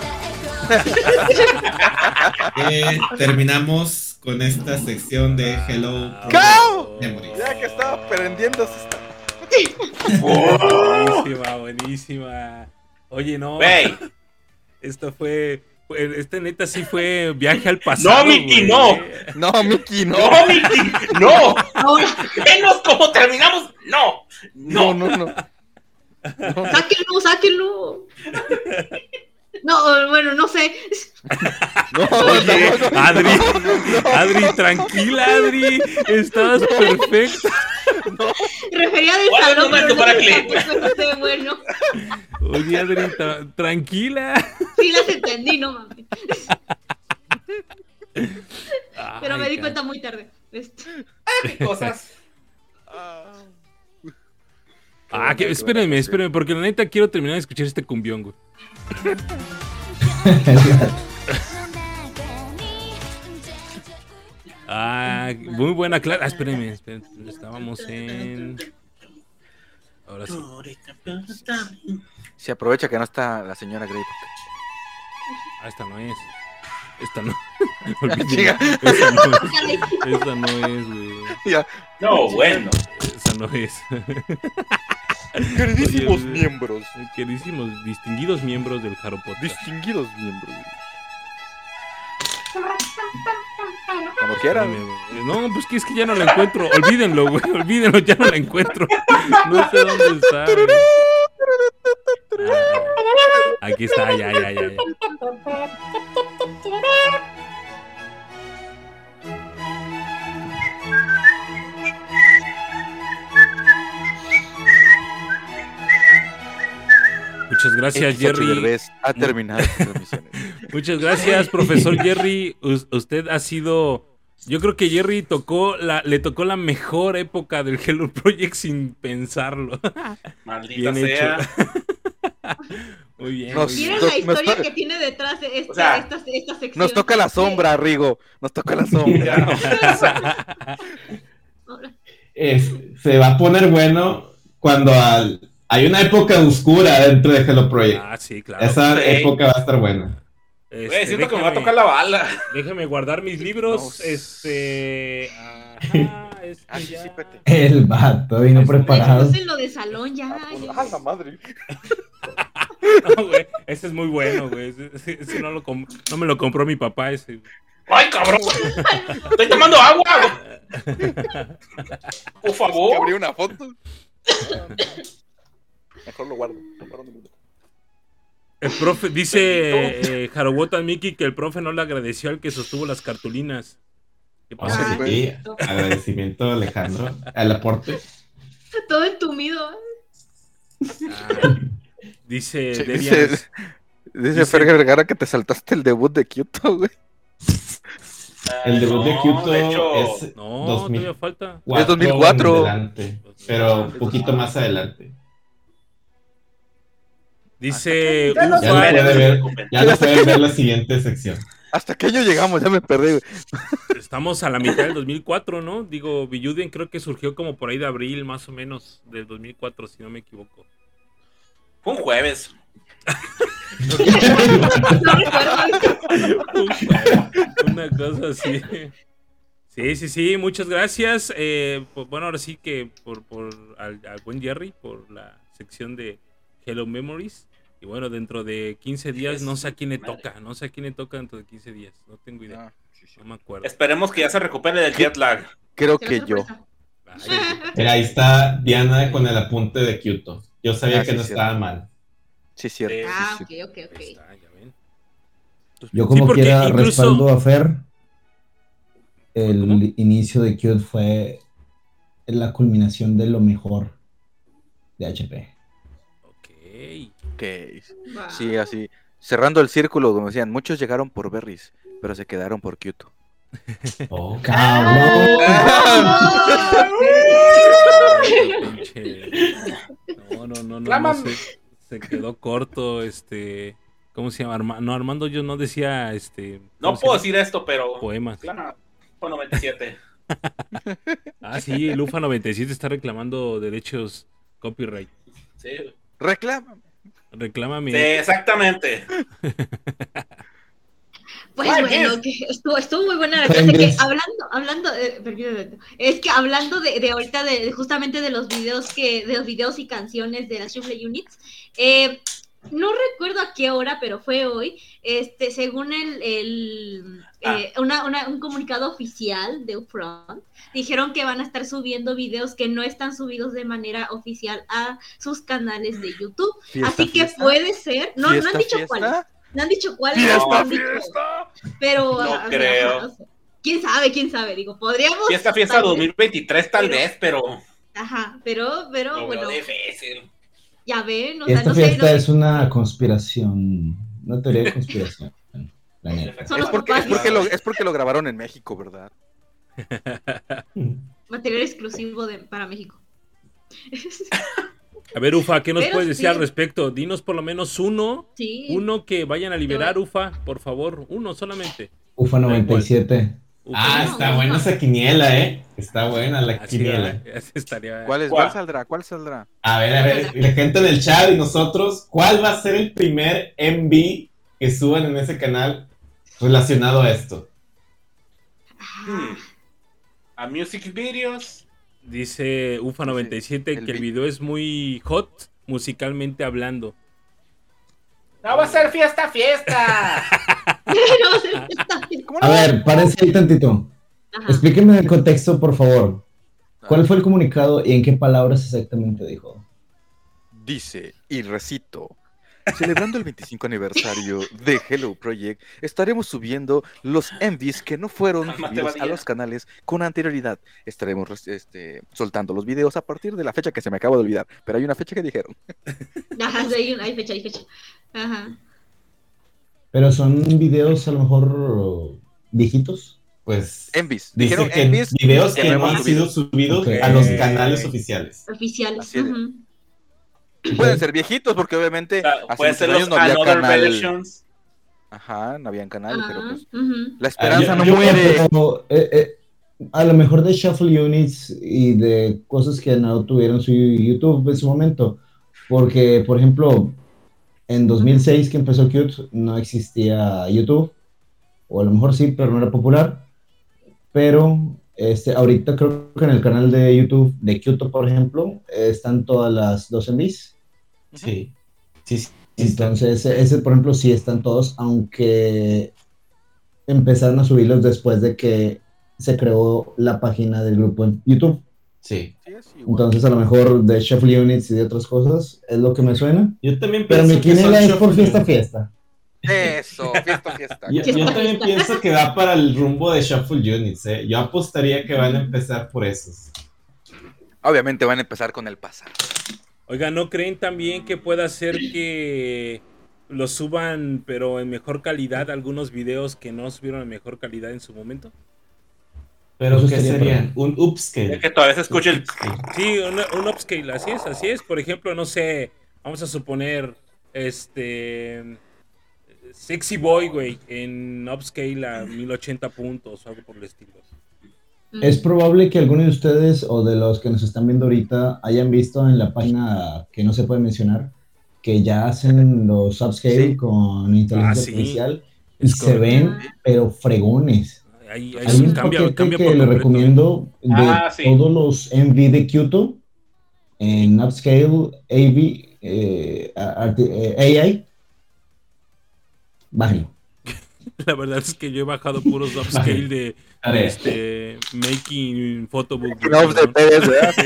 eh, terminamos con esta sección de Hello ¡Cao! Memories. Ya que estaba prendiéndose esta. Buenísima, buenísima. Oye, no. Güey. Esto fue. fue- Este neta sí fue viaje al pasado. No, Miki, güey. no. No, Miki, no. No, Miki, no. Ahora, Venos cómo terminamos. No. No, No. no, no. sáquenlo, sáquenlo. No, bueno, no sé. No, Oye, no, no, Adri, no. Adri, tranquila, Adri. Estabas perfecta. Refería del ¿Cuál es el salón, momento pero para no clip? sé, no sé, bueno. Oye, Adri, tra- tranquila. Sí las entendí, no mames. Pero Ay, me di ca- cuenta muy tarde. Este, Qué cosas. Ah, que, espérenme, espérenme, porque la neta quiero terminar de escuchar este cumbión, güey. Ah, muy buena clase. Ah, espérenme, espérenme. Estábamos en. Ahora sí. Se aprovecha que no está la señora Grey. Ah, esta no es. Esta no. Chica. Esa no es. Esa no es, güey. Ya. No, bueno. Esa no es. Queridísimos Oye, miembros. Queridísimos, distinguidos miembros del Jaro Podcast. Distinguidos miembros. Cuando quieran. Espérame, güey. No, pues que es que ya no la encuentro. Olvídenlo, güey. Olvídenlo, ya no la encuentro. No sé dónde está, güey. Ah, aquí está, ya, ya, ya, ya. Muchas gracias, Jerry. Derbez ha terminado sus transmisiones. Muchas gracias, profesor Jerry. U- usted ha sido. Yo creo que Jerry tocó la, le tocó la mejor época del Hello Project sin pensarlo. Maldita Bien hecho. sea. Muy bien. Nos- muy bien. Miren Nos- la historia nos- que tiene detrás de esta, O sea, esta, esta sección. Nos toca la sombra, Rigo. Nos toca la sombra. Es- se va a poner bueno cuando al- hay una época oscura dentro de Hello Project. Ah, sí, claro. Esa Sí. época va a estar buena. Este, Güey, siento que me va a déjame- tocar la bala. Déjame guardar mis libros. No. Este. Ajá, es que Ah, sí, ya- sí, pete. El vato vino Es- preparado. Es lo de salón ya. ya. ¡Ah, la madre! No, güey. Ese es muy bueno, güey. Ese, ese- ese no, lo com- no me lo compró mi papá, ese. ¡Ay, cabrón! ¡Estoy tomando agua! Por Que favor. abrí una foto. Mejor lo guardo. Lo guardo un minuto. El profe, dice eh, Harobotan Miki que el profe no le agradeció al que sostuvo las cartulinas. ¿Qué pasó? Ah, Sí, agradecimiento, Alejandro, al aporte. Todo entumido. Ah, dice Sí, Debian, dice, dice dice- Fer Vergara que te saltaste el debut de Kyoto, güey. El debut de No, Kyoto de hecho, es no, dos mil todavía falta. Es dos mil cuatro. en adelante, pero un poquito más adelante. Dice Ya no Ya lo Ufa, Esperen, puede no se ver, preocupen. ya lo pueden ver la siguiente sección. ¿Hasta qué año llegamos? Ya me perdí, güey. estamos a la mitad del dos mil cuatro, ¿no? Digo, Billuden creo que surgió como por ahí de abril, más o menos, del dos mil cuatro, si no me equivoco. Fue un jueves. No recuerdo. Una cosa así. Sí, sí, sí, muchas gracias. Eh, pues, bueno, ahora sí que por, por al, al buen Jerry, por la sección de Hello Memories. Y bueno, dentro de quince días, no sé a quién le toca, no sé a quién le toca dentro de quince días, no tengo idea, no me acuerdo. Esperemos que ya se recupere del jet lag. Creo Será que yo. sorpresa. Ay, Mira, ahí está Diana con el apunte de Kyoto. Yo sabía Ah, que sí, no cierto. estaba mal. Sí, cierto. Sí. sí, Ah, sí. ok, ok, ok. ahí está, ya ven. Yo como Sí, porque quiera incluso- respaldo a Fer. el ¿Cómo? inicio de Qt fue la culminación de lo mejor de H P. Ok. Ok. Wow. Sí, así. Cerrando el círculo, como decían, muchos llegaron por berries, pero se quedaron por Kyoto. Oh, ¡Cabrón! Pinche. No, no, no, no, no Claman. se, se quedó corto, este, ¿cómo se llama? Arma- no, Armando yo no decía, este, ¿cómo No se puedo llama? decir esto, pero. Poemas. Clama. Fue noventa y siete. Ah, sí, el UFA noventa y siete está reclamando derechos copyright. Sí. Reclama. Reclámame. Sí, exactamente. Pues Ay, bueno, yes. que estuvo, estuvo muy buena la Fue en clase. Que diez. hablando, hablando, eh, perdón, es que hablando de, de ahorita de justamente de los videos que, de los videos y canciones de las Shuffle Units, eh, no recuerdo a qué hora, pero fue hoy, este, según el, el eh, una, una, un comunicado oficial de Upfront, dijeron que van a estar subiendo videos que no están subidos de manera oficial a sus canales de YouTube. Fiesta, Así que fiesta. puede ser, no, no Fiesta, han dicho fiesta. cuáles. No han dicho cuáles, no Fiesta, han dicho, fiesta. pero No ajá, creo. ajá, o sea, quién sabe, quién sabe, digo, podríamos. Fiesta, fiesta tal vez, dos mil veintitrés, tal Pero- vez, pero. Ajá, pero, pero Lo veo bueno, difícil. ya ven, o sea, Esta no sé, fiesta no sé. es una conspiración, una teoría de conspiración, la neta. Son Es los porque, es, papás, porque lo, es porque lo grabaron en México, ¿verdad? material exclusivo de, para México. A ver, Ufa, ¿qué nos Pero puedes decir sí. al respecto? Dinos por lo menos uno, Sí. uno que vayan a liberar, Ufa, por favor, uno solamente. UFA noventa y siete. Ufa. Ah, está buena esa quiniela, ¿eh? Está buena la Así quiniela. va, así estaría. ¿Cuál, es, ¿Cuál? ¿Cuál saldrá? ¿Cuál saldrá? A ver, a ver, la gente en el chat y nosotros, ¿cuál va a ser el primer M V que suban en ese canal relacionado a esto? Hmm. A music videos. Dice Ufa noventa y siete el que el vi- video es muy hot musicalmente hablando. No va a ser fiesta, fiesta. Pero, está bien. ¿Cómo A ver, párense ahí tantito. Ajá. Explíquenme el contexto, por favor. ¿Cuál fue el comunicado y en qué palabras exactamente dijo? Dice, y recito, celebrando el veinticinco aniversario de Hello Project, estaremos subiendo los M Vs que no fueron Mate subidos a Badía. los canales con anterioridad. Estaremos res- este, soltando los videos a partir de la fecha que se me acaba de olvidar, pero hay una fecha que dijeron. Ajá, sí, hay, una- hay fecha, hay fecha. Ajá. Pero son videos a lo mejor viejitos. Pues M Vs. dice Dijeron que M Vs videos que que no no hemos han sido subidos Ok. a los canales oficiales. Oficiales. Así es. Ujú. pueden ser viejitos porque obviamente O sea, hace puede muchos ser años los no había Another canal. Versions. Ajá, no habían canal, pero Ajá, pues ujú. la esperanza Ah, yo- no yo- muere. Pero, eh, eh, a lo mejor de Shuffle Units y de cosas que no tuvieron su YouTube en su momento. Porque, por ejemplo, en dos mil seis que empezó Qt no existía YouTube. O a lo mejor sí, pero no era popular. Pero este, ahorita creo que en el canal de YouTube de Qt, por ejemplo, eh, están todas las dos M Vs. Sí. Sí, sí. Entonces, ese, ese, por ejemplo, sí están todos, aunque empezaron a subirlos después de que se creó la página del grupo en YouTube. Sí. Sí, es igual. Entonces, a lo mejor de Shuffle Units y de otras cosas es lo que me suena. Yo también Pero pienso mi que son quiniela es por shuffle fiesta, units. fiesta. Eso, fiesta, fiesta. Yo, yo también pienso que va para el rumbo de Shuffle Units, ¿eh? Yo apostaría que van a empezar por esos. Obviamente van a empezar con el pasado. Oiga, ¿no creen también que pueda ser que los suban, pero en mejor calidad, algunos videos que no subieron en mejor calidad en su momento? Pero Eso ¿qué sería serían? Un upscale. Es que todavía se escucha el. Sí, un, un upscale, así es, así es. Por ejemplo, no sé, vamos a suponer, este, Sexy Boy, güey, en upscale a mil ochenta puntos o algo por el estilo. Es probable que algunos de ustedes o de los que nos están viendo ahorita hayan visto en la página que no se puede mencionar que ya hacen los upscale Sí. con inteligencia Ah, sí. artificial y Es se correcto. ven, pero fregones. Ahí, ahí Hay sí un cambia, paquete cambia que por le completo. recomiendo de Ah, sí. todos los M V de Qt en upscale A V, eh, a- arti- eh, A I. Bájenlo. La verdad es que yo he bajado puros upscale de Tarea. este, Making Photobook. No, de ¿no? P D S, ¿verdad? Sí,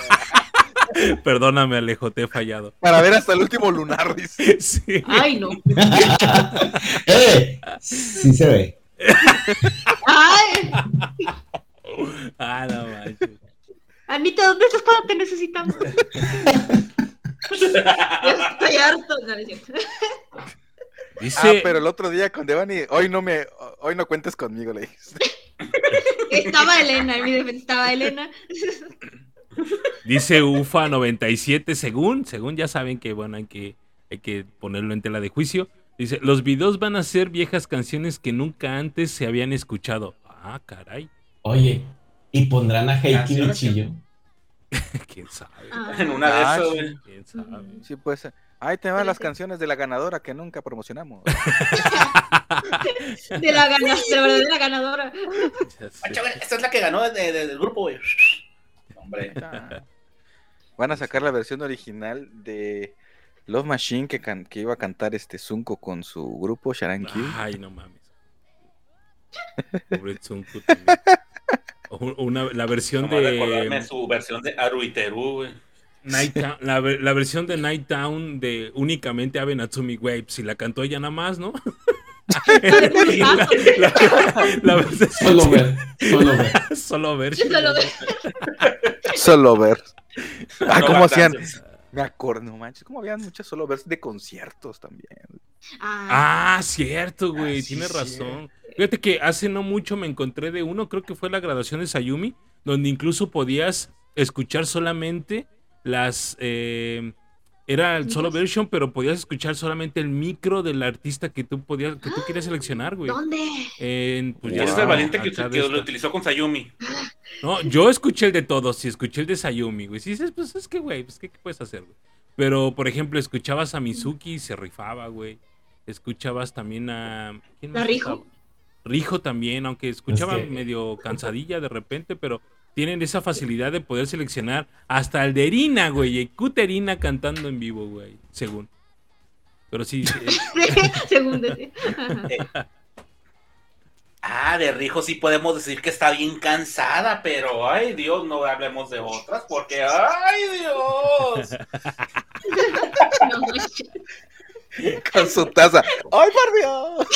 sí. Perdóname, Alejo, te he fallado. Para ver hasta el último lunar, dice. Sí. Ay, no. ¡Eh! Sí se ve. Ay. Ah, no manches. Anita, ¿dónde estás cuando te necesitamos? Ya estoy harto. No, no es cierto. Dice, Ah, pero el otro día con Devani, hoy no me, hoy no cuentes conmigo, le dijiste. Estaba Elena, en mi defensa estaba Elena. dice Ufa noventa y siete, según, según ya saben que, bueno, hay que, hay que ponerlo en tela de juicio. Dice, los videos van a ser viejas canciones que nunca antes se habían escuchado. Ah, caray. Oye, ¿y pondrán a Heiki Canciones que- Michiyo? ¿Quién sabe? Ah. En una de Ah, esas, sí. güey. ¿Quién sabe? Sí, pues. Ahí te van las canciones de la ganadora que nunca promocionamos. De la gana, de la verdadera ganadora. Ya sé. Macho, güey, esta es la que ganó de- de- del grupo, güey. Hombre. Van a sacar la versión original de Love Machine que, can- que iba a cantar este Zunko con su grupo Sharan Q. Ay, no mames. Pobre Tsunku también. O Una, la versión Nomás recordarme de su versión de Aruiteru, güey. Night Town, la, ver- la versión de Night Town de únicamente Abe Natsumi, güey, si la cantó ella nada más, ¿no? la, la- la versión- Solo ver, solo ver. Solo ver. Solo ver. Solo ver. Ah, No ¿cómo va hacían? canciones. Me acuerdo, no manches, cómo habían muchas solo vers de conciertos también. Ah, Ah, cierto, güey, Ah, sí, tienes sí. razón. Fíjate que hace no mucho me encontré de uno, creo que fue la graduación de Sayumi, donde incluso podías escuchar solamente las... eh, era el solo ¿Micros? version, pero podías escuchar solamente el micro del artista que tú podías, que tú querías seleccionar, güey. ¿dónde? En, pues, Y ya ese es el sabes, valiente que, acá de que lo esta. utilizó con Sayumi. No, yo escuché el de todos y escuché el de Sayumi, güey. Si dices, pues es que, güey, pues ¿qué, qué puedes hacer, güey? Pero, por ejemplo, escuchabas a Mizuki y se rifaba, güey. Escuchabas también a... ¿quién ¿La más Rijo? estaba? Rijo también, aunque escuchaba Es que- medio cansadilla de repente, pero tienen esa facilidad de poder seleccionar hasta el de Erina, güey. Y Kuterina cantando en vivo, güey, según. Pero sí, eh, Según decía. Ajá. Eh, Ah, de Rijo sí podemos decir que está bien cansada, pero ay Dios, no hablemos de otras porque ay Dios. No, manches. Con su taza. ¡Ay, por Dios!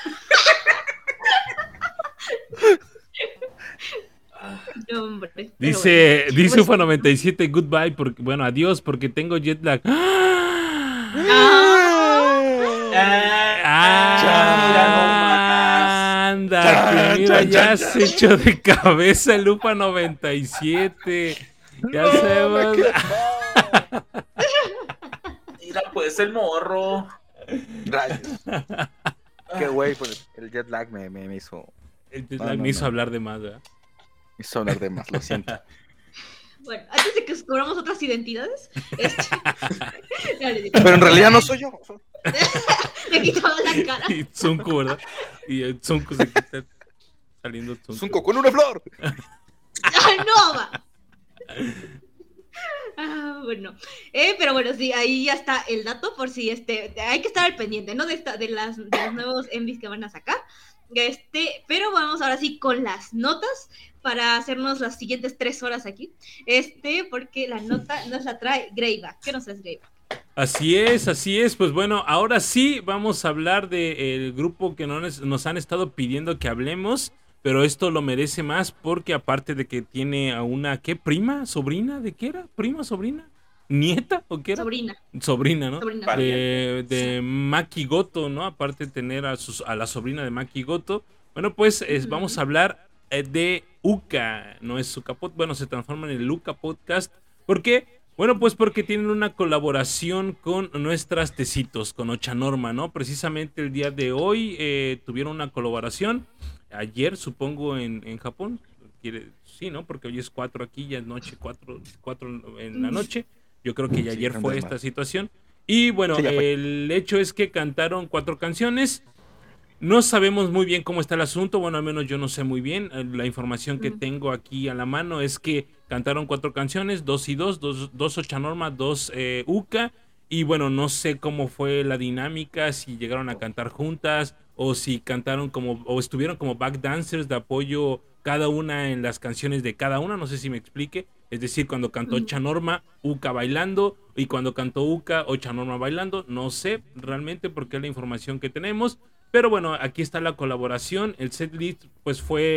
No, hombre. Pero dice, bueno. dice Pues- Ufa noventa y siete, goodbye, porque, bueno, adiós, porque tengo jet lag. ¡Ah! Ah, Anda, Chan, que mira, chan, ya chan, se echó de cabeza el Ufa noventa y siete. ¿Qué No, hacemos? me quedó- mira pues el morro. Rayos. Qué güey, pues el jet lag me, me, me hizo, El jet No, lag no, me hizo no. hablar de más, ¿verdad? me hizo hablar de más, lo siento. Bueno, antes de que descubramos otras identidades, este... Ya le digo. Pero en realidad no soy yo. Le quitaba la cara. Y Tsunku, ¿verdad? Y el Tsunku se quita saliendo Tsunku. Zunko con una flor. ¡Ay, no! Va. Ah, bueno, eh, pero bueno, sí, ahí ya está el dato por si este, hay que estar al pendiente, ¿no? De, esta, de, las, de los nuevos M Vs que van a sacar. Este, pero vamos ahora sí con las notas para hacernos las siguientes tres horas aquí. Este, porque la nota nos la trae Greiva. ¿Qué nos trae Greiva? Así es, así es. Pues bueno, ahora sí vamos a hablar del grupo que no nos, nos han estado pidiendo que hablemos, pero esto lo merece más porque aparte de que tiene a una, ¿qué? ¿Prima? ¿Sobrina? ¿De qué era? ¿Prima? ¿Sobrina? ¿Nieta? ¿O qué era? Sobrina. Sobrina, ¿no? Sobrina. De, de Maki Goto, ¿no? Aparte de tener a, sus, a la sobrina de Maki Goto. Bueno, pues es- Ujú. vamos a hablar eh, de Uka, no es Uka Pod, bueno, se transforma en el Uka Podcast. ¿Por qué? Bueno, pues porque tienen una colaboración con nuestras tecitos, con Ochanorma, ¿no? Precisamente el día de hoy eh, tuvieron una colaboración. Ayer, supongo, en, en Japón. Quiere, sí, ¿no? Porque hoy es cuatro aquí, ya es noche, cuatro en la noche. Yo creo que ya Sí, ayer andas fue mal. esta situación. Y bueno, Sí, ya fue. el hecho es que cantaron cuatro canciones. No sabemos muy bien cómo está el asunto, bueno, al menos yo no sé muy bien. Eh, La información que Ujú. tengo aquí a la mano es que cantaron cuatro canciones, dos y dos, dos, dos Ochanorma, dos eh, Uka. Y bueno, no sé cómo fue la dinámica, si llegaron a cantar juntas o si cantaron como, o estuvieron como back dancers de apoyo cada una en las canciones de cada una, no sé si me explique. Es decir, cuando cantó Ujú. Ochanorma, Uka bailando, y cuando cantó Uka, Ochanorma bailando. No sé realmente porque es la información que tenemos. Pero bueno, aquí está la colaboración. El setlist pues fue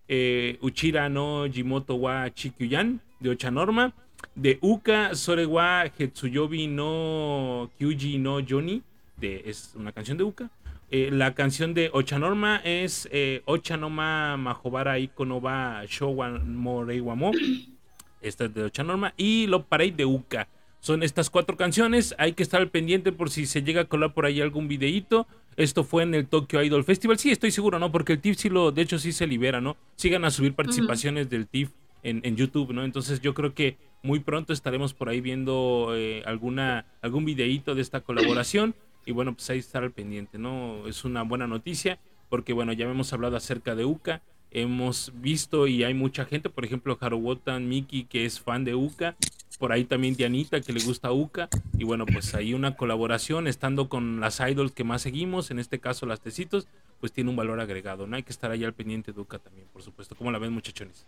eh, Uchira no Jimoto wa Chikyuyan de Ochanorma, de Uka Sore wa Hetsuyobi no Kyuji no Yoni, de, es una canción de Uka. Eh, la canción de Ochanorma es eh, Ochanoma Mahobara Iko no wa Showa Moreiwa mo. Esta es de Ochanorma. Y Lo Parade de Uka. Son estas cuatro canciones. Hay que estar al pendiente por si se llega a colar por ahí algún videíto. Esto fue en el Tokyo Idol Festival. Sí, estoy seguro, ¿no? Porque el T I F sí lo, de hecho sí se libera, ¿no? Sigan a subir participaciones uh-huh. del T I F en, en YouTube, ¿no? Entonces yo creo que muy pronto estaremos por ahí viendo eh, alguna, algún videíto de esta colaboración. Y bueno, pues ahí estar al pendiente, ¿no? Es una buena noticia porque, bueno, ya hemos hablado acerca de Uka. Hemos visto y hay mucha gente, por ejemplo, Haruwotan Miki, que es fan de Uka. Por ahí también Dianita, que le gusta Uka. Y bueno, pues ahí una colaboración, estando con las idols que más seguimos, en este caso las Tecitos, pues tiene un valor agregado, ¿no? Hay que estar ahí al pendiente de Uka también, por supuesto. ¿Cómo la ven, muchachones?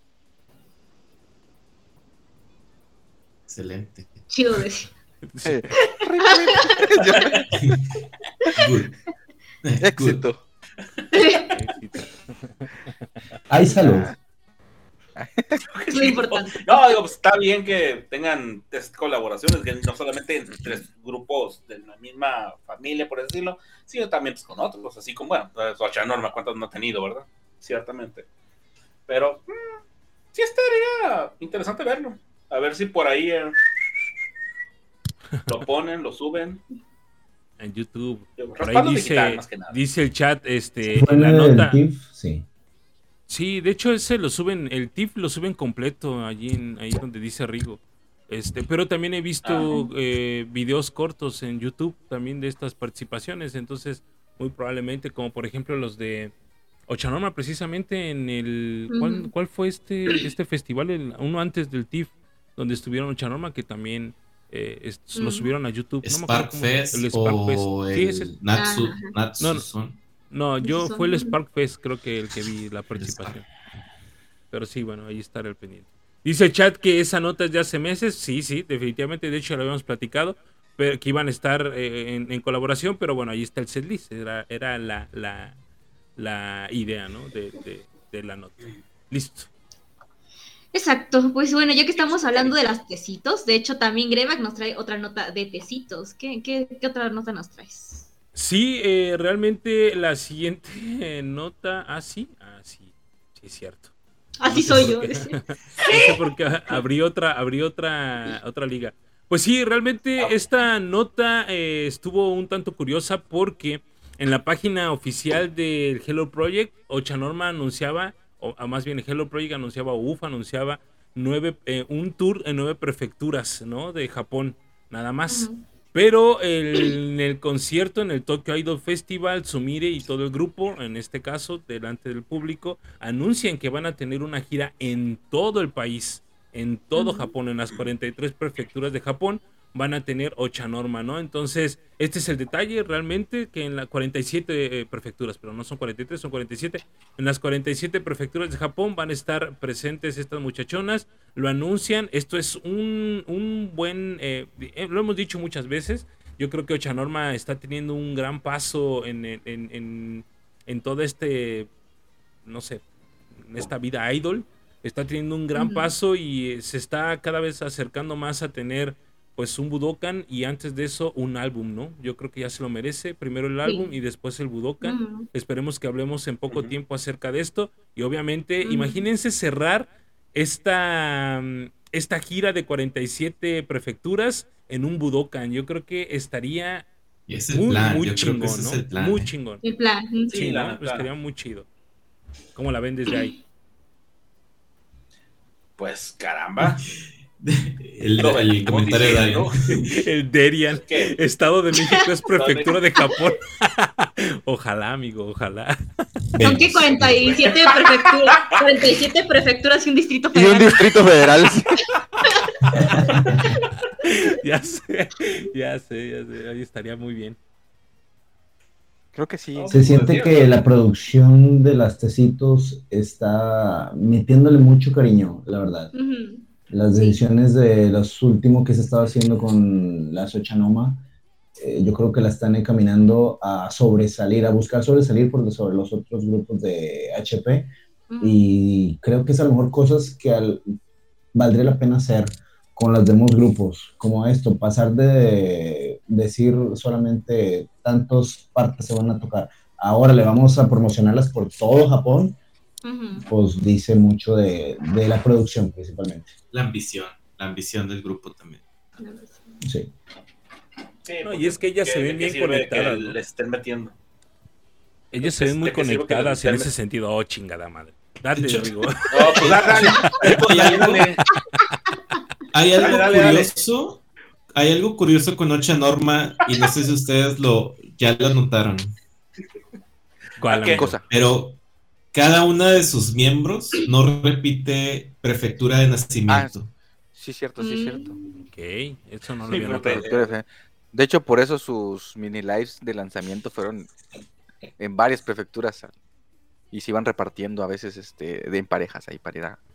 Excelente. Chido decir. Sí. Éxito. Hay salud. Es muy importante. No, digo, pues está bien que tengan colaboraciones, que no solamente entre tres grupos de la misma familia, por decirlo, sino también pues, con otros, así como, bueno, Ochanorma, ¿cuántos no ha tenido, verdad? Ciertamente. Pero, mmm, sí estaría interesante verlo. A ver si por ahí eh, lo ponen, lo suben. En YouTube. Por Respaldo ahí digital, dice, más que nada. dice el chat, este, ¿Fue en la el nota. T I F? Sí. Sí, de hecho ese lo suben, el T I F lo suben completo allí en, ahí donde dice Rigo. Este, pero también he visto eh, videos cortos en YouTube también de estas participaciones, entonces muy probablemente, como por ejemplo los de Ochanorma, precisamente en el uh-huh. ¿cuál, ¿cuál fue este este festival? El, uno antes del T I F, donde estuvieron Ochanorma, que también eh, es, uh-huh. lo subieron a YouTube. Spark no Fest el Spark o Fest. el Sí, ese, Natsu, ah, Natsu no, no. Son. No, yo fue el Spark Fest, creo que el que vi la participación. Pero sí, bueno, ahí estará el pendiente. Dice el chat que esa nota es de hace meses. Sí, sí, definitivamente. De hecho, lo habíamos platicado, pero que iban a estar eh, en, en colaboración, pero bueno, ahí está el setlist. Era, era la, la, la idea, ¿no? De, de, de la nota. Listo. Exacto, pues bueno, ya que estamos hablando de las tecitos, de hecho también Grevac nos trae otra nota de tecitos. ¿Qué, qué, qué otra nota nos traes? Sí, eh, realmente la siguiente eh, nota, ah sí, ah sí, sí es cierto. Así no soy yo. No sé por qué abrí otra, abrí otra, otra liga. Pues sí, realmente esta nota eh, estuvo un tanto curiosa porque en la página oficial del Hello Project, Ochanorma anunciaba, o más bien el Hello Project anunciaba, o U F anunciaba nueve, eh, un tour en nueve prefecturas, ¿no? De Japón, nada más. Uh-huh. Pero el, en el concierto, en el Tokyo Idol Festival, Sumire y todo el grupo, en este caso, delante del público, anuncian que van a tener una gira en todo el país, en todo uh-huh. Japón, en las cuarenta y tres prefecturas de Japón, van a tener Ochanorma, ¿no? Entonces, este es el detalle realmente, que en las cuarenta y siete eh, prefecturas, pero no son cuarenta y tres, son cuarenta y siete, en las cuarenta y siete prefecturas de Japón van a estar presentes estas muchachonas, lo anuncian, esto es un, un buen, eh, eh, lo hemos dicho muchas veces, yo creo que Ochanorma está teniendo un gran paso en, en, en, en todo este, no sé, en esta vida idol, está teniendo un gran uh-huh. paso y eh, se está cada vez acercando más a tener pues un Budokan y antes de eso un álbum, ¿no? Yo creo que ya se lo merece, primero el álbum sí. y después el Budokan. Uh-huh. Esperemos que hablemos en poco uh-huh. tiempo acerca de esto y obviamente uh-huh. imagínense cerrar esta, esta gira de cuarenta y siete prefecturas en un Budokan. Yo creo que estaría y es el muy, plan. muy Yo chingón, creo que ese ¿no? Es el plan, muy ¿eh? chingón. El plan. Sí, sí ¿no? la, Pues estaría muy chido. ¿Cómo la ven desde ahí? Pues caramba. El, el, el comentario de Darian. El Derian. Estado de México es prefectura de Japón. Ojalá, amigo, ojalá. Son que cuarenta y siete prefecturas, cuarenta y siete prefecturas y un distrito Y federal. un distrito federal. Ya sé, ya sé, ya sé. Ahí estaría muy bien. Creo que sí. Se siente que la producción de las Tecitos está metiéndole mucho cariño, la verdad. Ujú. Las decisiones de los últimos que se estaba haciendo con las Ochanoma, eh, yo creo que la están encaminando a sobresalir, a buscar sobresalir por sobre los otros grupos de H P, Ujú. Y creo que es a lo mejor cosas que al- valdría la pena hacer con los demás grupos, como esto, pasar de decir solamente tantas partes se van a tocar, ahora le vamos a promocionarlas por todo Japón, Ujú. pues dice mucho de, de la producción principalmente. La ambición, la ambición del grupo también. Sí. Sí, No, porque y es que ellas ¿qué- se de ven qué bien sirve conectadas, que ¿no? le estén metiendo? Ellas se ven muy ¿De qué sirve que les conectadas en estén ese sentido. Oh, chingada madre. Dale, De hecho- Rigo. No, pues dale, ¿Hay dale, algo? dale. Hay algo Dale, dale, curioso, hay algo curioso con Ocha Norma y no sé si ustedes lo ya lo notaron, ¿Cuál, ¿A qué amigo? cosa? pero cada una de sus miembros no repite prefectura de nacimiento. Sí, cierto, sí, cierto. Ok, eso no lo Sí, había pero- notado. eh, De de hecho, por eso sus mini lives de lanzamiento fueron en varias prefecturas y se iban repartiendo a veces este, de en parejas ahí para ir a...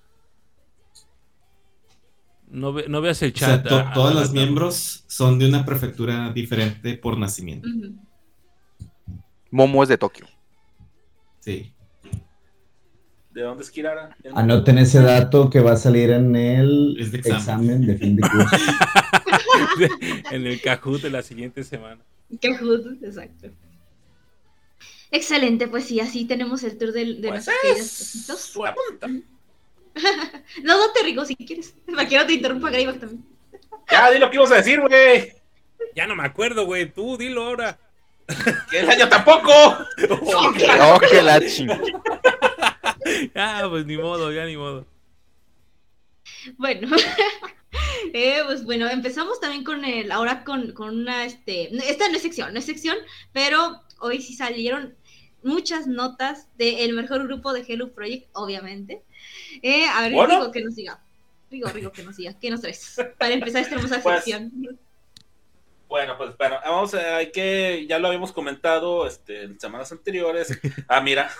No, ve- no veas el O sea, chat. to- a- a- todos a la los tama. miembros son de una prefectura diferente por nacimiento. Ujú. Momo es de Tokio. Sí. ¿De dónde es Kirara? Anoten ese dato que va a salir en el Es de examen. examen de fin de curso. En el Kahoot de la siguiente semana. Qué justo, exacto. Excelente, pues sí, así tenemos el tour del- de, Pues nuestras queridas cositos. su apunta. No, no te rigo si quieres. Para que no te interrumpa Greyback también. Ya, di lo que ibas a decir, güey. Ya no me acuerdo, güey. Tú dilo ahora. Que el año tampoco. ¡Oh, qué la ching! Ah, pues ni modo, ya ni modo. Bueno, eh, pues bueno, empezamos también con el, ahora con, con una, este, esta no es sección, no es sección, pero hoy sí salieron muchas notas del mejor grupo de Hello Project, obviamente. Eh, a ver, Bueno. Rigo, que nos diga. Rigo, Rigo, que nos diga. ¿Qué nos traes? Para empezar esta hermosa Pues, sección. Bueno, pues bueno, vamos a, hay que, ya lo habíamos comentado este, en semanas anteriores. Ah, mira.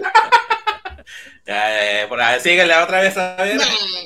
eh, por ahí, síguele otra vez a ver.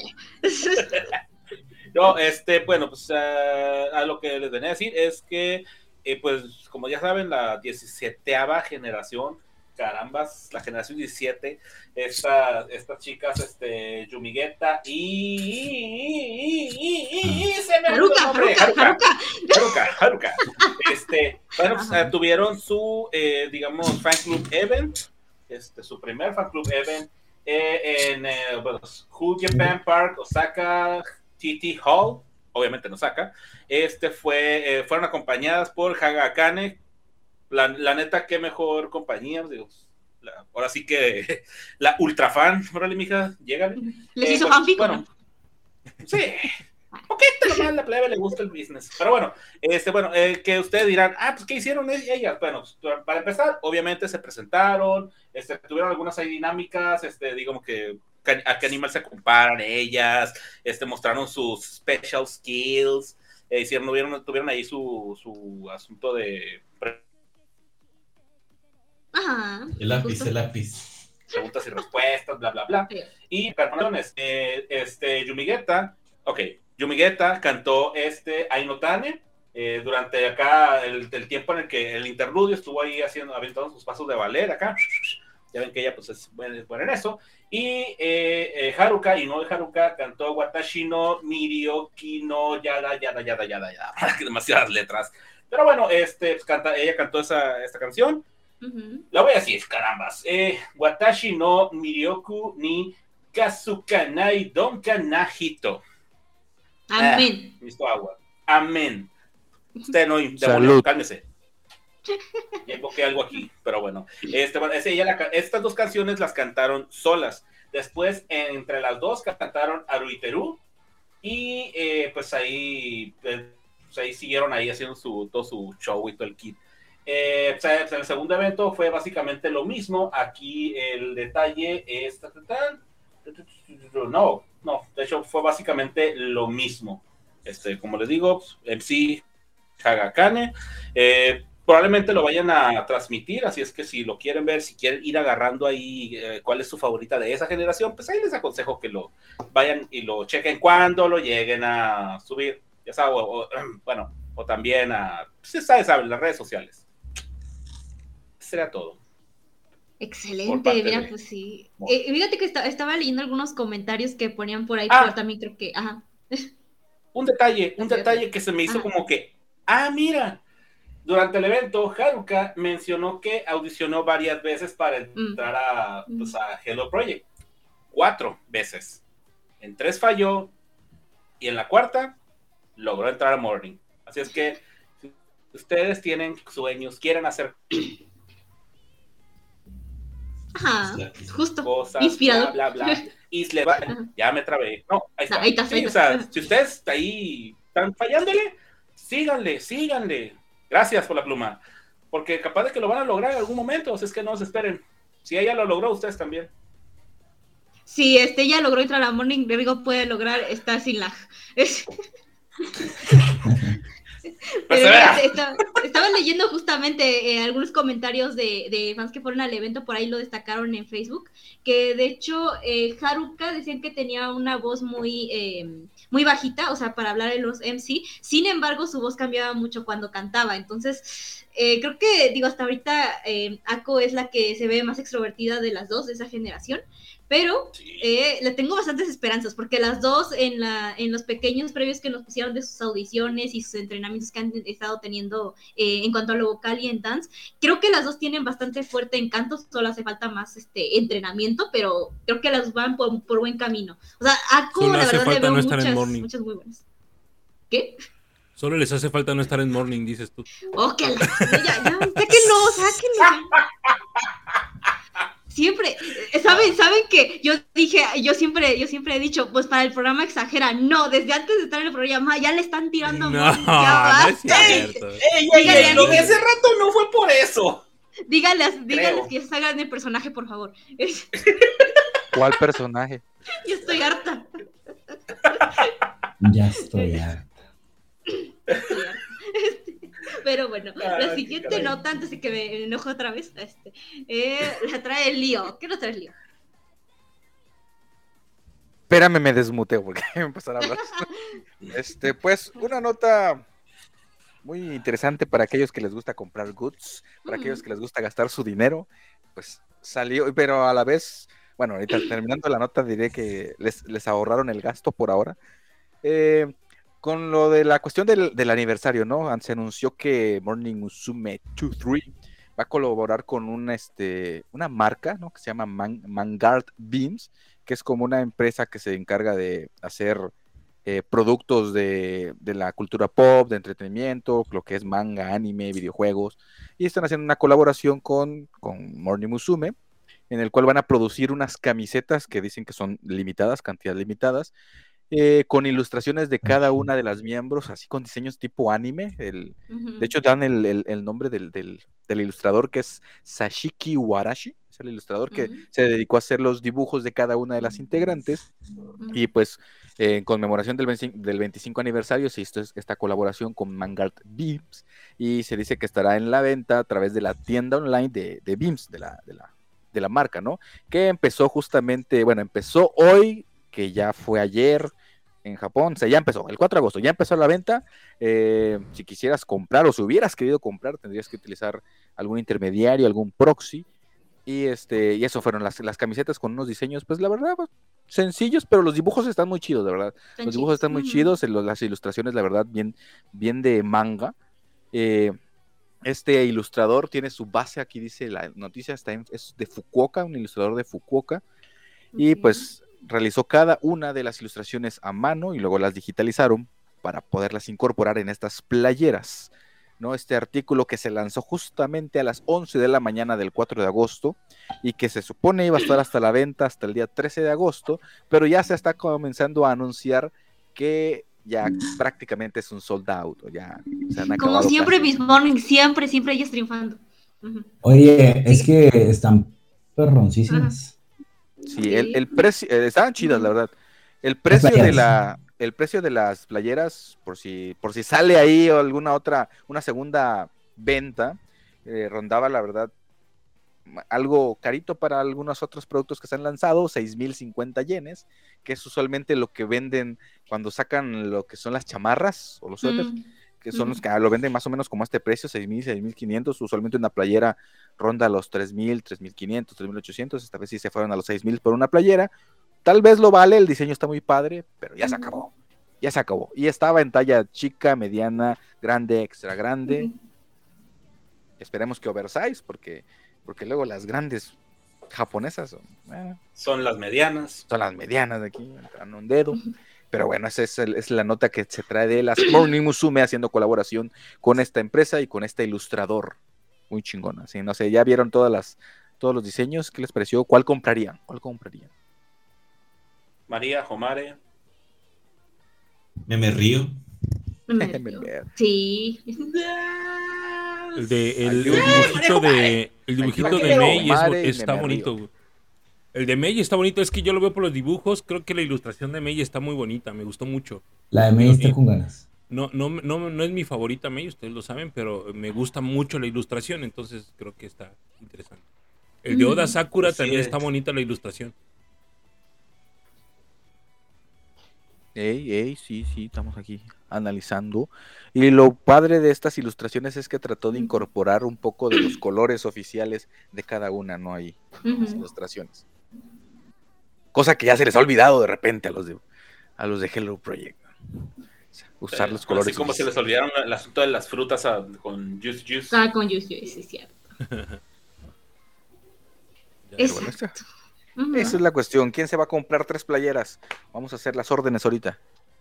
No, este, bueno, pues uh, a lo que les venía a decir es que, eh, pues, como ya saben, la diecisietava generación, carambas, la generación diecisiete, esta, estas chicas, este, Yumigeta y, y, y, y, y se me olvidó el Haruka, nombre, Haruka, Haruka, Haruka. Haruka, Haruka. Este, bueno, pues, Ajá. eh, tuvieron su, eh, digamos, fan club event, este, su primer fan club event eh, en eh, bueno, Whole Japan Park, Osaka T T Hall, obviamente en Osaka. Este fue, eh, fueron acompañadas por Haga Akane. La, la neta, qué mejor compañía, digo, la, ahora sí que la ultra fan, órale, mija, llégale. Les Eh, hizo pues, fanfic, ¿o bueno, no? sí, poquito nomás la plebe le gusta el business, pero bueno, este, bueno, eh, que ustedes dirán, ah, pues, ¿qué hicieron ellas? Bueno, para empezar, obviamente se presentaron, este, tuvieron algunas ahí dinámicas, este, digamos que a qué animal se comparan ellas, este, mostraron sus special skills, eh, hicieron, tuvieron, tuvieron ahí su, su asunto de Ajá. El lápiz, justo. el lápiz. preguntas y respuestas, bla, bla, bla. Sí. Y canciones, eh, este, Yumigeta, ok, Yumigeta cantó este Ainotane, eh, durante acá el, el tiempo en el que el interludio estuvo ahí haciendo, aventando sus pasos de ballet acá, ya ven que ella pues es buena, es buena en eso, y eh, eh, Haruka, y no de Haruka, cantó Watashi no Mirioki no Yada, Yada, Yada, Yada, Yada, demasiadas letras, pero bueno, este, pues, canta, ella cantó esa, esta canción. Ujú. La voy a decir, carambas. Eh, Watashi no Mirioku ni Kazukanai Donka Nahito. Amén. Ah, listo agua. Amén. Usted no, Salud. demonio, cálmese. Ya invoqué algo aquí, pero bueno. Este, bueno es ella la, estas dos canciones las cantaron solas. Después, entre las dos, cantaron Aruiteru. Y eh, pues ahí, eh, pues ahí siguieron ahí haciendo su, todo su show y todo el kit. Eh, pues, el segundo evento fue básicamente lo mismo. Aquí el detalle es no, no, de hecho fue básicamente lo mismo. Este, como les digo, M C Haga Akane, eh, probablemente lo vayan a transmitir, así es que si lo quieren ver, si quieren ir agarrando ahí eh, cuál es su favorita de esa generación, pues ahí les aconsejo que lo vayan y lo chequen cuando lo lleguen a subir, ya saben, o, o, bueno, o también a, pues, ya saben, saben, las redes sociales. Será todo. Excelente, mira, de... pues sí. Eh, fíjate que está, estaba leyendo algunos comentarios que ponían por ahí, ah, pero también creo que, ajá. Un detalle, un detalle que se me hizo ajá. como que, ah, mira, durante el evento, Haruka mencionó que audicionó varias veces para entrar a, mm. pues, a Hello Project. Cuatro veces. En tres falló y en la cuarta logró entrar a Morning. Así es que si ustedes tienen sueños, quieren hacer Ajá, justo, cosas, inspirador. Bla, bla, bla, y le va, ya me trabé. No, ahí está. Ahí está, sí, ahí está. O sea, si ustedes ahí están fallándole, síganle, síganle. Gracias por la pluma. Porque capaz de que lo van a lograr en algún momento, o sea, es que no se esperen. Si ella lo logró, ustedes también. Si este ya logró entrar a Morning, Rigo puede lograr estar sin lag. Es... Pero estaba, estaba leyendo justamente eh, algunos comentarios de, de fans que fueron al evento, por ahí lo destacaron en Facebook, que de hecho eh, Haruka decían que tenía una voz muy, eh, muy bajita, o sea, para hablar en los M C, sin embargo su voz cambiaba mucho cuando cantaba, entonces eh, creo que, digo, hasta ahorita eh, Ako es la que se ve más extrovertida de las dos, de esa generación, pero eh, le tengo bastantes esperanzas, porque las dos en, la, en los pequeños previos que nos pusieron de sus audiciones y sus entrenamientos que han estado teniendo eh, en cuanto a lo vocal y en dance, creo que las dos tienen bastante fuerte encanto, solo hace falta más este entrenamiento, pero creo que las van por, por buen camino. O sea, Ako, solo la verdad, le veo no muchas, muchas muy buenas. ¿Qué? Solo les hace falta no estar en Morning, dices tú. Oh, que la... ya, ya, sáquenlo, sáquenlo. Siempre, ¿saben? ¿Saben que yo dije, yo siempre, yo siempre he dicho, pues para el programa exagera? No, desde antes de estar en el programa ya le están tirando no, más, ya no es cierto. Ey, ey, ey, lo de ese rato no fue por eso. Díganles, díganles que salgan del personaje, por favor. ¿Cuál personaje? Yo estoy harta. Ya estoy harta. Estoy harta. Pero bueno, ah, la siguiente nota, antes de que me enoje otra vez, este, eh, la trae el lío. ¿Qué nos trae el lío? Espérame, me desmuteo porque me empezar a hablar. Este, pues, una nota muy interesante para aquellos que les gusta comprar goods, para uh-huh. aquellos que les gusta gastar su dinero, pues salió, pero a la vez, bueno, ahorita terminando la nota diré que les, les ahorraron el gasto por ahora. Eh, Con lo de la cuestión del, del aniversario, ¿no? Se anunció que Morning Musume veintitrés va a colaborar con una, este, una marca, ¿no? Que se llama Man, Vanguard Beams, que es como una empresa que se encarga de hacer eh, productos de, de la cultura pop, de entretenimiento, lo que es manga, anime, videojuegos, y están haciendo una colaboración con, con Morning Musume, en el cual van a producir unas camisetas que dicen que son limitadas, cantidades limitadas, Eh, con ilustraciones de cada una de las miembros, así con diseños tipo anime. El, uh-huh. De hecho, dan el, el, el nombre del, del, del ilustrador, que es Sashiki Warashi, es el ilustrador uh-huh. que se dedicó a hacer los dibujos de cada una de las integrantes. Uh-huh. Y pues, eh, en conmemoración del, veinticinco, del veinticinco aniversario, se hizo esta colaboración con Vanguard Beams, y se dice que estará en la venta a través de la tienda online de, de Beams, de la, de, la, de la marca, ¿no? Que empezó justamente, bueno, empezó hoy, que ya fue ayer en Japón, o sea, ya empezó, el cuatro de agosto, ya empezó la venta. Eh, si quisieras comprar o si hubieras querido comprar, tendrías que utilizar algún intermediario, algún proxy, y este, y eso fueron las, las camisetas con unos diseños, pues la verdad, pues, sencillos, pero los dibujos están muy chidos, de verdad, los chidos. dibujos están muy uh-huh. chidos, las ilustraciones, la verdad, bien, bien de manga. Eh, este ilustrador tiene su base, aquí dice la noticia, está en, es de Fukuoka, un ilustrador de Fukuoka, okay. Y pues realizó cada una de las ilustraciones a mano y luego las digitalizaron para poderlas incorporar en estas playeras, ¿no? Este artículo que se lanzó justamente a las once de la mañana del cuatro de agosto y que se supone iba a estar hasta la venta hasta el día trece de agosto, pero ya se está comenzando a anunciar que ya prácticamente es un sold out, ya se han acabado. Como siempre, casi. Miss Morning, siempre, siempre ellos triunfando. Uh-huh. Oye, es que están perroncísimas. Uh-huh. Sí, el, el precio, eh, estaban chidas, la verdad. El precio de la, el precio de las playeras, por si, por si sale ahí o alguna otra, una segunda venta, eh, rondaba, la verdad, algo carito para algunos otros productos que se han lanzado, seis mil cincuenta yenes, que es usualmente lo que venden cuando sacan lo que son las chamarras o los suéteres, mm. que son mm. los que lo venden más o menos como a este precio, seis mil, seis mil quinientos, usualmente una playera ronda los tres mil, tres mil quinientos, tres mil ochocientos, esta vez sí se fueron a los seis mil por una playera. Tal vez lo vale, el diseño está muy padre, pero ya se acabó, ya se acabó. Y estaba en talla chica, mediana, grande, extra grande. Uh-huh. Esperemos que oversize, porque, porque luego las grandes japonesas son, bueno, son las medianas. Son las medianas de aquí, entran un dedo. Uh-huh. Pero bueno, esa es, el, es la nota que se trae de las Morning Musume haciendo colaboración con esta empresa y con este ilustrador. Muy chingona, ¿sí? No sé, ya vieron todas las, todos los diseños, ¿qué les pareció? ¿Cuál comprarían? ¿Cuál comprarían? María, Homare. Me me río. Me río. Sí. El, de, el, el dibujito de el dibujito de Mei es, está bonito. El de Mei está bonito, es que yo lo veo por los dibujos, creo que la ilustración de Mei está muy bonita, me gustó mucho. La de Mei está con ganas. No, no, no, no es mi favorita Mei, ustedes lo saben, pero me gusta mucho la ilustración, entonces creo que está interesante. El de Oda Sakura sí, también está bonita la ilustración. Ey, ey, sí, sí, estamos aquí analizando. Y lo padre de estas ilustraciones es que trató de incorporar un poco de los colores oficiales de cada una, ¿no? Ahí, en las ilustraciones. Cosa que ya se les ha olvidado de repente a los de, a los de Hello Project. Usar eh, los colores. Así como se les olvidaron el asunto de las frutas a, con Juice Juice. Ah, con Juice Juice, es cierto. Exacto. Uh-huh. Esa es la cuestión. ¿Quién se va a comprar tres playeras? Vamos a hacer las órdenes ahorita.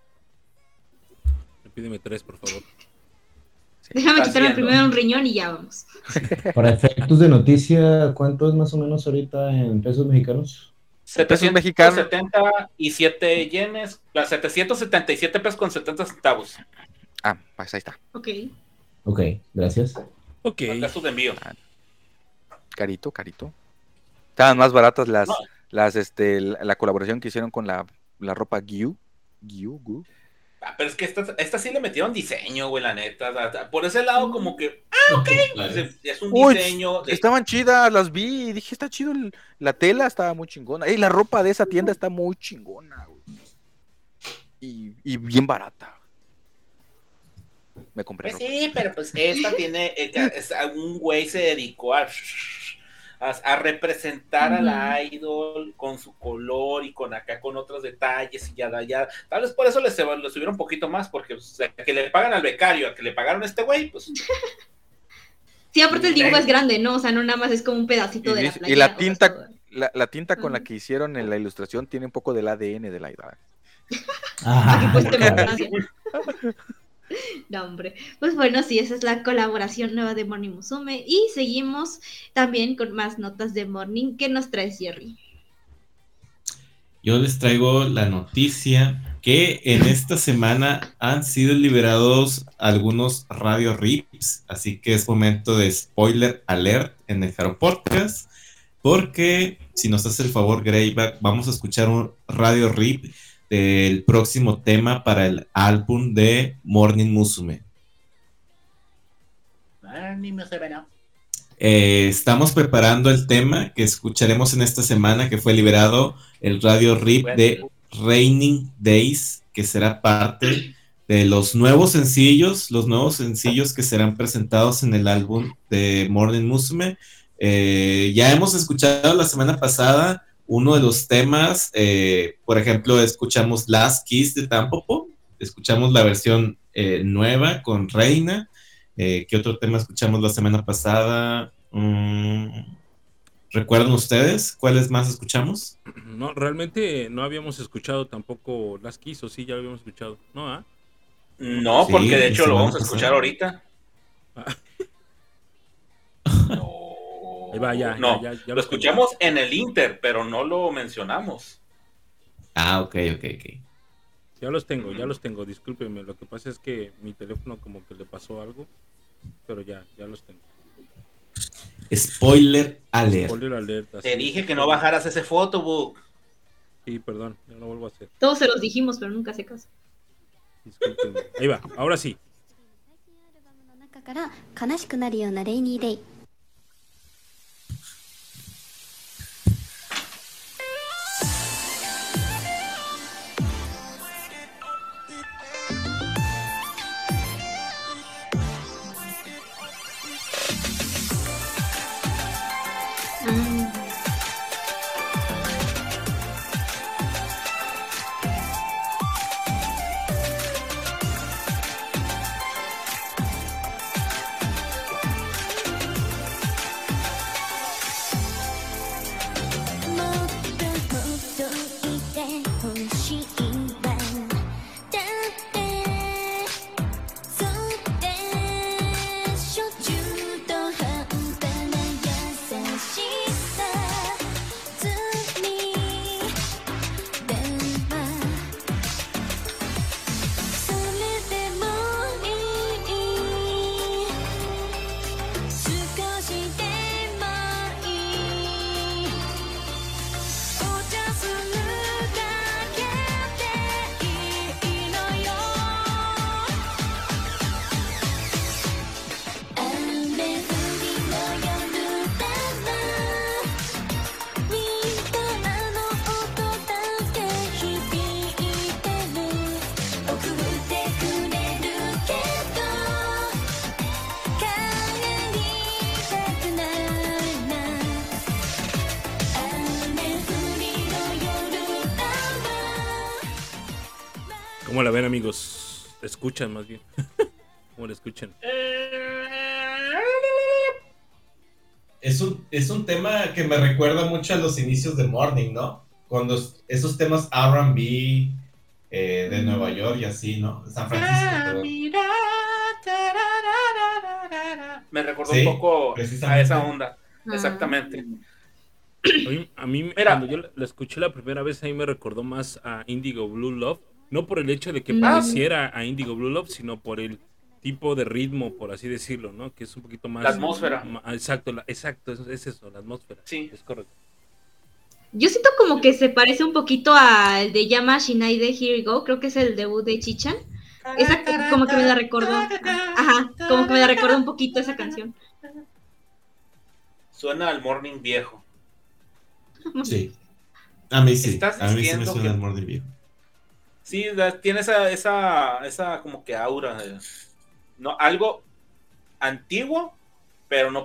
Pídeme tres, por favor. Sí. Déjame quitarme primero un riñón y ya vamos. Para efectos de noticia, ¿cuánto es más o menos ahorita en pesos mexicanos? setecientos setenta y siete yenes, setecientos setenta y siete pesos con setenta centavos. Ah, pues ahí está. Ok. Ok, gracias. Ok. Gastos de envío. Carito, carito. Estaban más baratas las, no. las, este, la, la colaboración que hicieron con la, la ropa Gyu. Gyu, Gyu. Ah, pero es que esta, esta sí le metieron diseño, güey, la neta. Por ese lado, como que, ah, ok, es, es un Uy, diseño. De... Estaban chidas, las vi y dije, está chido, el, la tela estaba muy chingona. Ey, la ropa de esa tienda está muy chingona, güey. Y, y bien barata. Me compré. Pues sí, pero pues esta tiene, un güey se dedicó a... A, a representar uh-huh. a la idol con su color y con acá con otros detalles y ya, ya, tal vez por eso le subieron un poquito más, porque o sea, que le pagan al becario, a que le pagaron a este güey, pues... Sí, aparte el dibujo es grande, ¿no? O sea, no nada más es como un pedacito y, de la playa. Y la tinta, o sea, la, la tinta con uh-huh. la que hicieron en la ilustración tiene un poco del A D N de la idol. Ah, pues te No, hombre. Pues bueno, sí, esa es la colaboración nueva de Morning Musume. Y seguimos también con más notas de Morning. ¿Qué nos traes, Jerry? Yo les traigo la noticia que en esta semana han sido liberados algunos radio rips, así que es momento de spoiler alert en el Jaro Podcast, porque si nos hace el favor, Greyback, vamos a escuchar un radio rip del próximo tema para el álbum de Morning Musume. Morning Musume, no. Eh, estamos preparando el tema que escucharemos en esta semana, que fue liberado el radio rip bueno. de Raining Days, que será parte de los nuevos sencillos, los nuevos sencillos que serán presentados en el álbum de Morning Musume. Eh, ya hemos escuchado la semana pasada uno de los temas, eh, por ejemplo, escuchamos Last Kiss de Tampopo, escuchamos la versión eh, nueva con Reina. Eh, ¿Qué otro tema escuchamos la semana pasada? Mm, ¿Recuerdan ustedes cuáles más escuchamos? No, realmente no habíamos escuchado tampoco Last Kiss, o sí, ya lo habíamos escuchado, ¿no? ¿Ah? No, sí, porque de hecho lo vamos a escuchar pasada. ahorita. Ah. No. Ahí va, ya, no, ya, ya, ya lo escuchamos en el Inter, pero no lo mencionamos. Ah, ok, ok, ok. Ya los tengo, ya los tengo, discúlpenme. Lo que pasa es que mi teléfono como que le pasó algo, pero ya, ya los tengo. Spoiler alert. Spoiler alert. Te dije que no bajaras ese photobook. Sí, perdón, ya no lo vuelvo a hacer. Todos se los dijimos, pero nunca se casó. Discúlpenme. Ahí va, ahora sí. 「 ¿Cómo la ven, amigos? Escuchan más bien. ¿Cómo la escuchan? Es un, es un tema que me recuerda mucho a los inicios de Morning, ¿no? Cuando esos temas R and B eh, de Nueva York y así, ¿no? San Francisco. Pero... Me recordó Sí, un poco a esa onda. Ah. Exactamente. A mí, a mí Mira. cuando yo la, la escuché la primera vez, a mí me recordó más a Indigo Blue Love. No por el hecho de que Mm. pareciera a Indigo Blue Love, sino por el tipo de ritmo, por así decirlo, ¿no? Que es un poquito más... La atmósfera. ma- exacto, la- exacto, es, es eso, la atmósfera. Sí. Es correcto. Yo siento como que se parece un poquito al de Yama Shinai de Here We Go, creo que es el debut de Chichan. Esa que- como que me la recordó. Ajá, como que me la recordó un poquito esa canción. Suena al Morning viejo. Sí. A mí sí. ¿Estás A mí sí me diciendo suena que- el Morning viejo. Sí, da- tiene esa, esa, esa como que aura. de- No, algo antiguo, pero no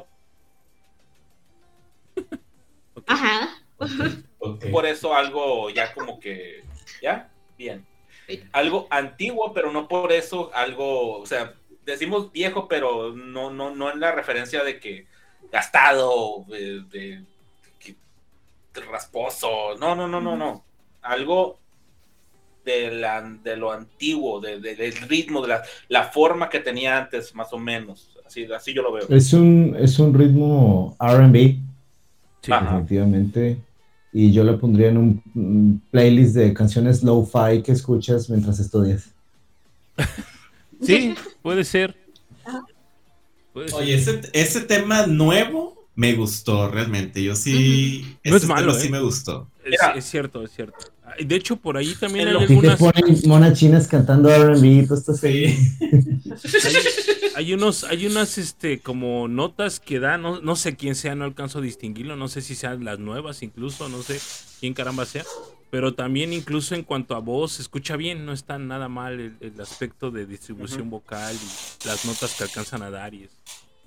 Ajá. Ok. por eso algo ya como que, ¿ya? Bien. Algo antiguo, pero no por eso algo, o sea, decimos viejo, pero no, no, no en la referencia de que gastado, de, de- que rasposo, no, no, no, no, no. Algo de, la, de lo antiguo, de, de- del ritmo, de la, la forma que tenía antes, más o menos. Así, así yo lo veo. Es un, es un ritmo R and B, Sí. Ajá. definitivamente. Y yo lo pondría en un mm, playlist de canciones lo-fi que escuchas mientras estudias. Sí, puede ser. Puede ser. Oye, ese, ese tema nuevo me gustó realmente. Yo sí. No es ese malo, tema sí ¿eh? me gustó. Es, Mira. es cierto, es cierto. Ah, y de hecho, por ahí también En hay lo- Y te algunas... ponen monas chinas cantando R and B, tú estás ahí. Sí. Hay, hay unos, hay unas, este, como notas que da, no, no sé quién sea, no alcanzo a distinguirlo, no sé si sean las nuevas incluso, no sé quién caramba sea, pero también incluso en cuanto a voz, se escucha bien, no está nada mal el, el aspecto de distribución Ujú. vocal y las notas que alcanzan a dar y eso.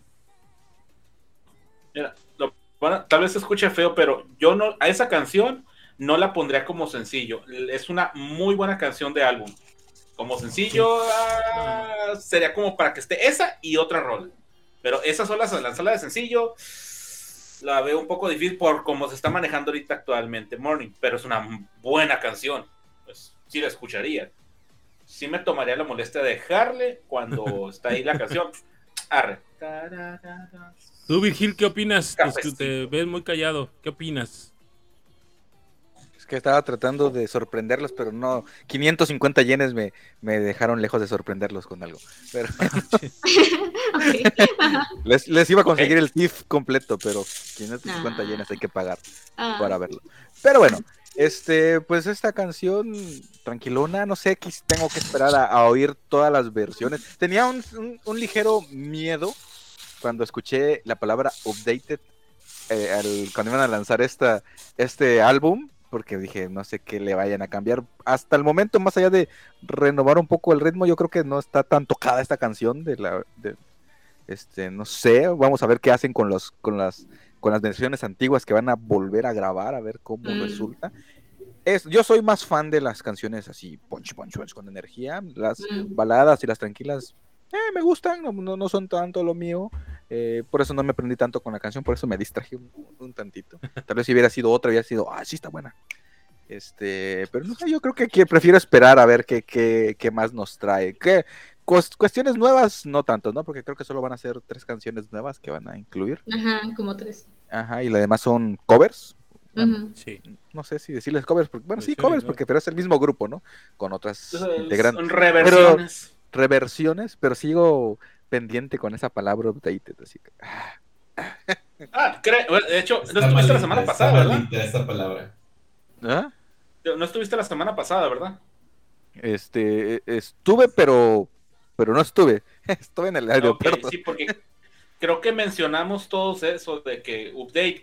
Mira, lo- bueno, tal vez se escuche feo, pero yo no, a esa canción no la pondría como sencillo. Es una muy buena canción de álbum. Como sencillo, ah, sería como para que esté esa y otra rola. Pero esa sola, lanzarla de sencillo, la veo un poco difícil por cómo se está manejando ahorita actualmente Morning. Pero es una buena canción. Pues sí la escucharía. Sí me tomaría la molestia de dejarle cuando está ahí la canción. Arre. Tú, Virgil, ¿qué opinas? Te, Cafecito. te ves muy callado, ¿qué opinas? Es que estaba tratando de sorprenderlos, pero no. quinientos cincuenta yenes me, me dejaron lejos de sorprenderlos con algo. Pero Ok. Ajá. les, les iba a conseguir el T I F completo, pero quinientos cincuenta Ah. yenes hay que pagar Ah. para verlo. Pero bueno, este, pues esta canción tranquilona, no sé, quis- tengo que esperar a, a oír todas las versiones. Tenía un, un- un ligero miedo cuando escuché la palabra updated eh, al- cuando iban a lanzar esta, este álbum, porque dije, no sé qué le vayan a cambiar. Hasta el momento, más allá de renovar un poco el ritmo, yo creo que no está tan tocada esta canción de la, de, este, no sé, vamos a ver qué hacen con los, con las, con las versiones antiguas que van a volver a grabar, a ver cómo Mm. resulta. Es, yo soy más fan de las canciones así, punch, punch, punch, con energía, las Mm. baladas y las tranquilas. Eh, me gustan, no, no, no son tanto lo mío, eh, por eso no me prendí tanto con la canción, por eso me distraje un, un tantito. Tal vez si hubiera sido otra, hubiera sido, ah, sí está buena. Este, pero no sé, yo creo que, que prefiero esperar a ver qué, qué, qué más nos trae. ¿Qué? Cues- cuestiones nuevas, no tanto, ¿no? Porque creo que solo van a ser tres canciones nuevas que van a incluir. Ajá, como tres. Ajá, y las demás son covers. Ujú. Sí. No sé si decirles covers, porque, bueno, sí, Versiones, covers, ¿no? porque pero es el mismo grupo, ¿no? Con otras integrantes. Son reversiones. Reversiones, pero sigo pendiente con esa palabra updated, así que... ah. Ah, cre- bueno, de hecho, no Está estuviste malita, la semana está pasada, ¿verdad? malita esa palabra. ¿Ah? No estuviste la semana pasada, ¿verdad? Este, estuve, pero, pero no estuve. Estuve en el Ok, aeropuerto. sí, porque creo que mencionamos todos eso de que update.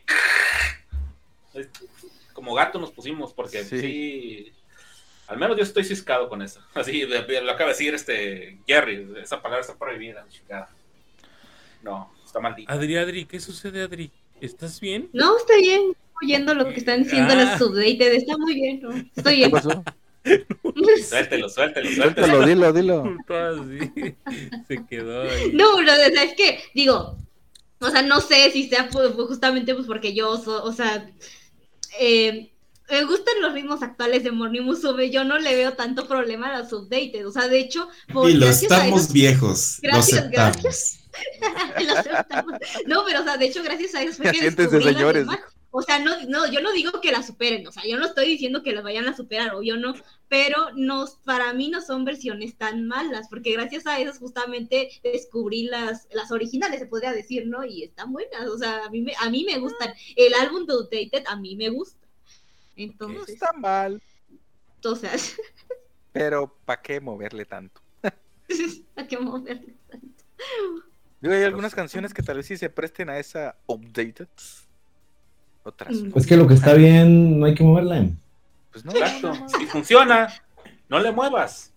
Como gato nos pusimos, porque Sí. sí. Al menos yo estoy ciscado con eso. Así lo acaba de decir este Jerry. Esa palabra está prohibida, chingada. No, está maldita. Adri, Adri, ¿qué sucede, Adri? ¿Estás bien? No, está bien. Oyendo lo que están diciendo Ah. las updated. Está muy bien, ¿no? Estoy ¿Qué bien. pasó? Suéltelo, suéltelo, Suéltalo, suéltelo. dilo, dilo. Todo así. Se quedó ahí. No, pero, o sea, es que, digo, o sea, no sé si sea pues, justamente pues porque yo, so- o sea, eh, me gustan los ritmos actuales de Morning Musume, yo no le veo tanto problema a los updated, o sea, de hecho, por, Y lo gracias a estamos esos- viejos. Gracias, lo aceptamos. gracias. Lo aceptamos. No, pero o sea, de hecho, gracias a eso fue que Siéntense, descubrí las señores. demás. O sea, no, no, yo no digo que las superen, o sea, yo no estoy diciendo que las vayan a superar, o yo no, pero no, para mí no son versiones tan malas, porque gracias a esas justamente descubrí las, las originales, se podría decir, ¿no? Y están buenas, o sea, a mí me, a mí me gustan. El álbum de Outdated a mí me gusta. No Entonces, está mal, entonces, pero ¿para qué moverle tanto? ¿a qué moverle? Digo, hay algunas canciones que tal vez sí se presten a esa updated. Otras Mm. no. Pues que lo que está bien, no hay que moverla. Pues no. Exacto. Si funciona, no le muevas.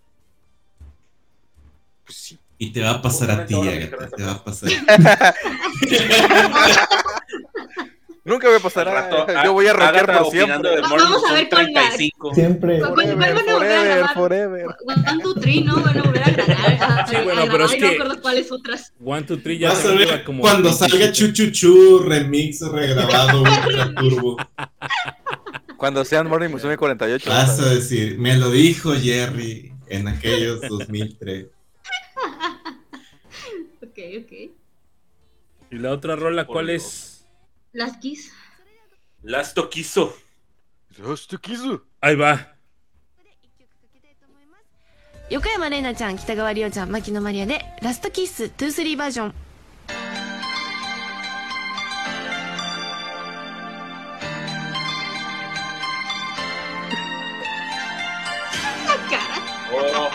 Pues sí. Y te va a pasar a ti, Justamente ahora me Agatha, dijeron te va a esa pasar. Nunca me pasará. Al rato, Yo voy a rockear Agatha por opinando siempre. de Va- Morning vamos a son ver cuál la- treinta y cinco. Siempre. ¿Cuál- cuál Forever, van a volver a forever, grabar? forever. One, two, three, ¿no? Van a volver a grabar. Sí, bueno, pero es Ay, que- no me acuerdo cuáles otras. One, two, three ya Vas a se lleva ver como cuando salga veintisiete. Chuchuchu, remix, regrabado, ultra turbo. Cuando sean Morning Musume cuarenta y ocho. Vas a decir, me lo dijo Jerry en aquellos dos mil tres. Ok, ok. ¿Y la otra rola Por cuál Dios. es? Las Kiss. Las toquizo. Hostikizu. Ahí va. 横山玲奈ちゃん、北川里央ちゃん、牧野マリアでラストキッスにさんバージョン。 La cara. Oh,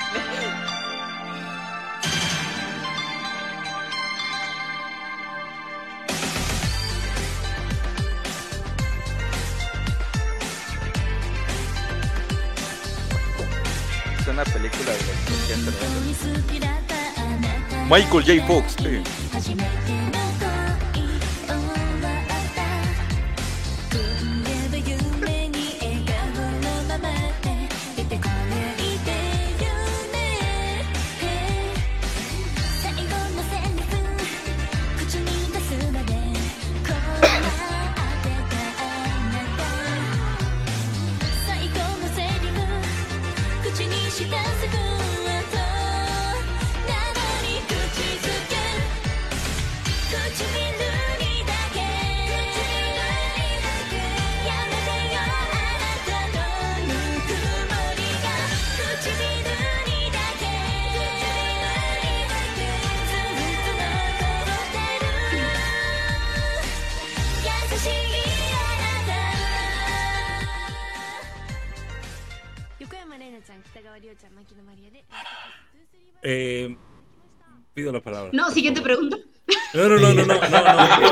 Es una película de los ochenta, noventa. Michael J. Fox. eh. Eh, pido la palabra. No, siguiente pregunta. No, no, no, no, no, no, no.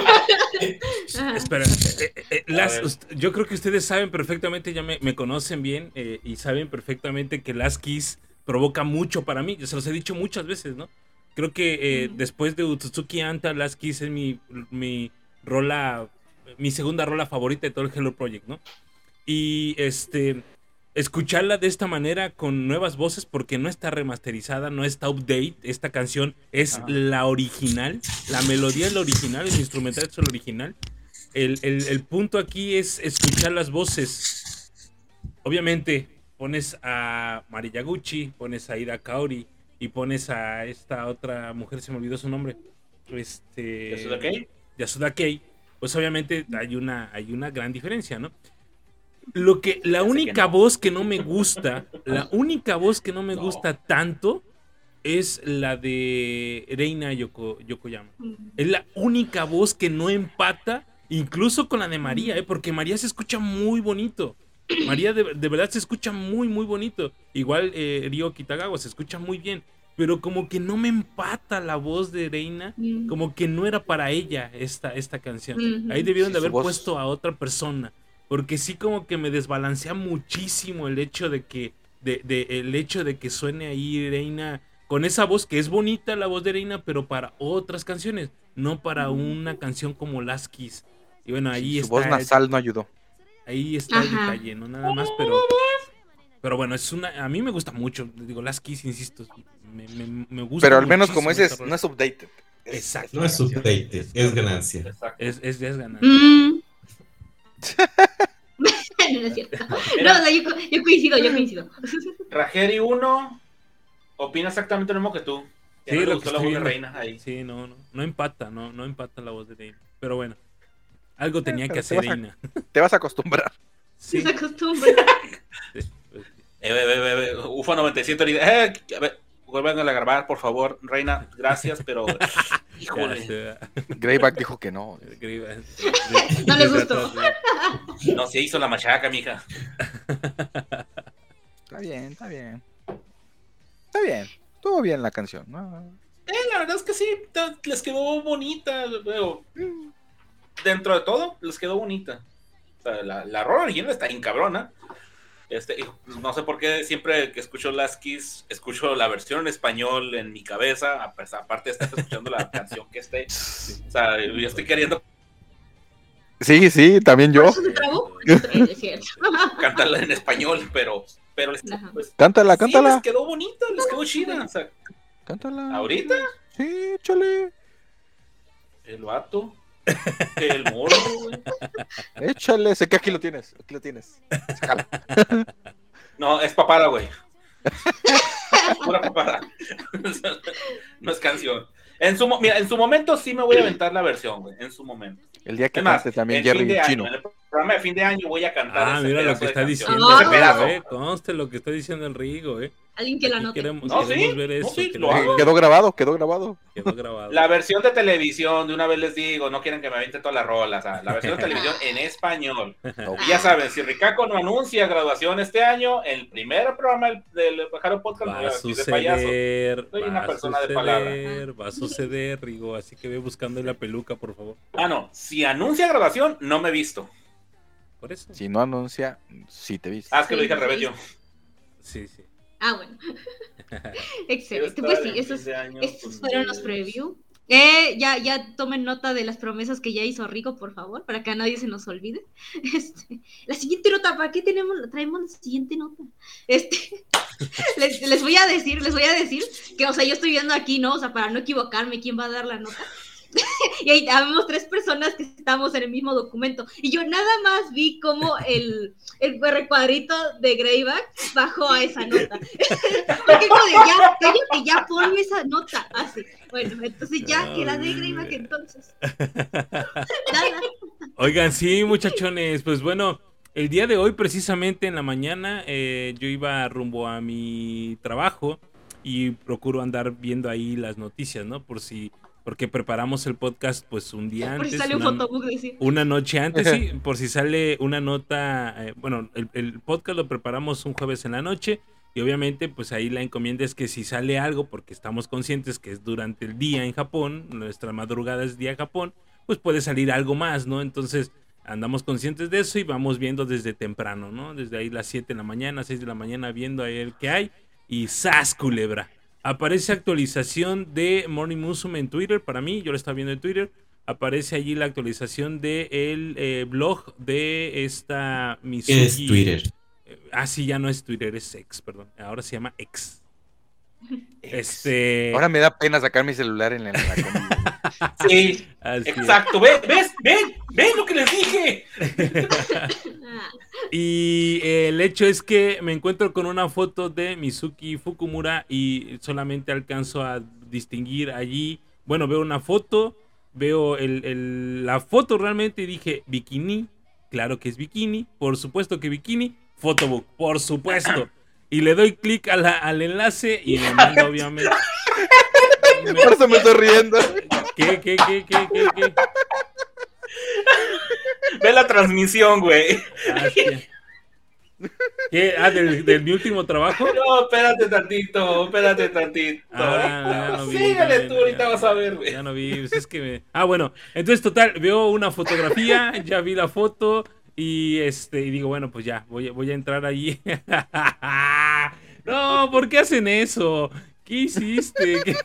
Ajá. Espera, eh, eh, eh, las- A ver. ust- yo creo que ustedes saben perfectamente, ya me, me conocen bien eh, y saben perfectamente que Last Kiss provoca mucho para mí. Yo se los he dicho muchas veces, ¿no? Creo que eh, después de Utsutsuki Anta, Last Kiss es mi, mi rola, mi segunda rola favorita de todo el Hello Project, ¿no? Y este, escucharla de esta manera con nuevas voces porque no está remasterizada, no está update. Esta canción es Ajá. la original, la melodía es la original, el instrumental es el original. El, el- el punto aquí es escuchar las voces. Obviamente pones a Mari Yaguchi, pones a Ida Kaori y pones a esta otra mujer, se me olvidó su nombre. Este, ¿Yasuda Kei? Yasuda Kei. Pues obviamente hay una, hay una gran diferencia, ¿no? Lo que, la Parece única que no. voz que no me gusta, la única voz que no me No. gusta tanto es la de Reina Yoko, Yokoyama. Es la única voz que no empata, incluso con la de María, ¿eh? Porque María se escucha muy bonito. María de, de verdad se escucha muy, muy bonito. Igual eh, Ryo Kitagawa se escucha muy bien. Pero como que no me empata la voz de Reina. Mm. Como que no era para ella esta, esta canción. Ujú. Ahí debieron Sí, de su haber voz. puesto a otra persona. Porque sí como que me desbalancea muchísimo el hecho de que... De, de- el hecho de que suene ahí Reina con esa voz que es bonita la voz de Reina, pero para otras canciones, no para una canción como Last Kiss. Y bueno, ahí Su está, voz nasal no ayudó. ahí está el Ajá. detalle, no nada más, pero Pero bueno, es una, a mí me gusta mucho. Digo, Last Kiss, insisto, me, me, me gusta. Pero al menos como muchísimo ese esta es, no es updated. Es- Exacto. No es updated, es ganancia. Exacto. Es, es, es ganancia. Mm. No es cierto. No, Mira. o sea, yo, co- yo coincido, yo coincido. Rajeri uno opina exactamente lo mismo que tú. Que Sí, no le lo gustó que la estoy voz de viendo. Reina ahí. Sí, no, no, no empata, no, no empata la voz de Dane. Pero bueno, algo tenía que pero te hacer vas a- Eina. Te vas a acostumbrar. Sí. Sí, Se acostumbra. sí, pues, Eh, eh, eh, eh, U F O noventa y siete ahorita. Eh, a ver, vuelvan a grabar, por favor, Reina. Gracias, pero. ya Híjole. se- Greyback dijo que no. No le gustó. No se hizo la machaca, mija. Está bien, está bien. Está bien. Estuvo bien la canción, ¿no? Eh, la verdad es que sí, ta- les quedó bonita. Veo. Dentro de todo, les quedó bonita. O sea, la, la rola original está bien cabrona. Este, y, pues, no sé por qué siempre que escucho Last Kiss, escucho la versión en español en mi cabeza, a pesar- aparte de estar escuchando la canción que esté. O sea, yo estoy queriendo Sí, sí, también yo. ¿Por eso se trabó? Es cierto. cantarla en español, pero, pero les, Ajá. pues, Cántala, sí, cántala. les quedó bonita, les quedó chida. O sea, Cántala. ahorita Sí, échale. el vato, el morro, güey. Échale. Sé que aquí lo tienes. Aquí lo tienes. Sácalo. No, es papada, güey. Pura papada. No es canción. En su, mo- mira, en su momento sí me voy a aventar la versión, güey. En su momento. El día que Es más, cante también en fin Jerry de año, Chino. en el programa de fin de año voy a cantar Ah, ese mira lo pedazo que de está canción. diciendo Ah. Ese el pedazo. Rigo, eh. Conste lo que está diciendo el Rigo, eh. Alguien que la Aquí note. queremos, No, queremos sí, ver no, eso. sí, queremos lo ver hago. eso. Quedó grabado, quedó grabado. Quedó grabado. La versión de televisión, de una vez les digo, no quieren que me aviente todas las rolas. ah, La versión de televisión en español. Y ya saben, si Ricaco no anuncia graduación este año, el primer programa del, del Pajaro Podcast me voy Va a a vestir de payaso. suceder, Soy va una a persona de palabra. suceder, va a suceder, Rigo. Así que ve buscando la peluca, por favor. Ah, no, si anuncia graduación, no me he visto. Por eso. Si no anuncia, sí te viste. Ah, es que lo Sí, dije al revés sí. yo. Sí, sí. Ah, bueno. Quiero Excelente. estar Pues sí, en esos, fin de año estos con fueron los ustedes. preview. Eh, ya, ya tomen nota de las promesas que ya hizo Rico, por favor, para que a nadie se nos olvide. Este, la siguiente nota, ¿para qué tenemos? Traemos la siguiente nota. Este, les, les voy a decir, les voy a decir que, o sea, yo estoy viendo aquí, ¿no? O sea, para no equivocarme, quién va a dar la nota. Y ahí habemos tres personas que estamos en el mismo documento. Y yo nada más vi cómo el, el recuadrito de Greyback bajó a esa nota. Porque como de ya, cállate, ya ponme esa nota. Así. Bueno, entonces ya que la de Greyback entonces. Nada. Oigan, sí, muchachones, pues bueno, el día de hoy precisamente en la mañana eh, yo iba rumbo a mi trabajo y procuro andar viendo ahí las noticias, ¿no? Por si, porque preparamos el podcast pues un día Por antes, si sale un una, fotobook, decía. una noche antes, sí, por si sale una nota, eh, bueno, el, el podcast lo preparamos un jueves en la noche y obviamente pues ahí la encomienda es que si sale algo, porque estamos conscientes que es durante el día en Japón, nuestra madrugada es día en Japón, pues puede salir algo más, ¿no? Entonces andamos conscientes de eso y vamos viendo desde temprano, ¿no? Desde ahí las siete de la mañana, seis de la mañana viendo ahí el que hay y ¡zas, culebra! Aparece actualización de Morning Musume en Twitter, para mí, yo lo estaba viendo en Twitter, aparece allí la actualización del de eh, blog de esta Mizuki. ¿Qué es Twitter? Eh, ah, sí, ya no es Twitter, es X, perdón, ahora se llama X. Este... Ahora me da pena sacar mi celular en la, en la comida. Sí, Así es. exacto. ¿Ves? ¿Ves? ¿Ven? ¿Ven lo que les dije? Ah, Y eh, el hecho es que me encuentro con una foto de Mizuki Fukumura y solamente alcanzo a distinguir allí, bueno, veo una foto, veo el, el- la foto realmente y dije, bikini, claro que es bikini, por supuesto que bikini, photobook, por supuesto. Y le doy clic a la- al enlace y me manda obviamente... Por eso me estoy riendo. ¿Qué, qué, qué, qué, qué, qué? Ve la transmisión, güey. Ah, ¿qué? ¿Qué? Ah, ¿del, del mi último trabajo? No, espérate tantito, espérate tantito. Ah, ya no vi, Sígale ya, tú, ya, ahorita ya, vas a ver, güey. Ya no vi, pues es que me... Ah, bueno, entonces total, veo una fotografía, ya vi la foto y este y digo, bueno, pues ya, voy, a- voy a entrar ahí. No, ¿por qué hacen eso? ¿Qué hiciste? ¿Qué,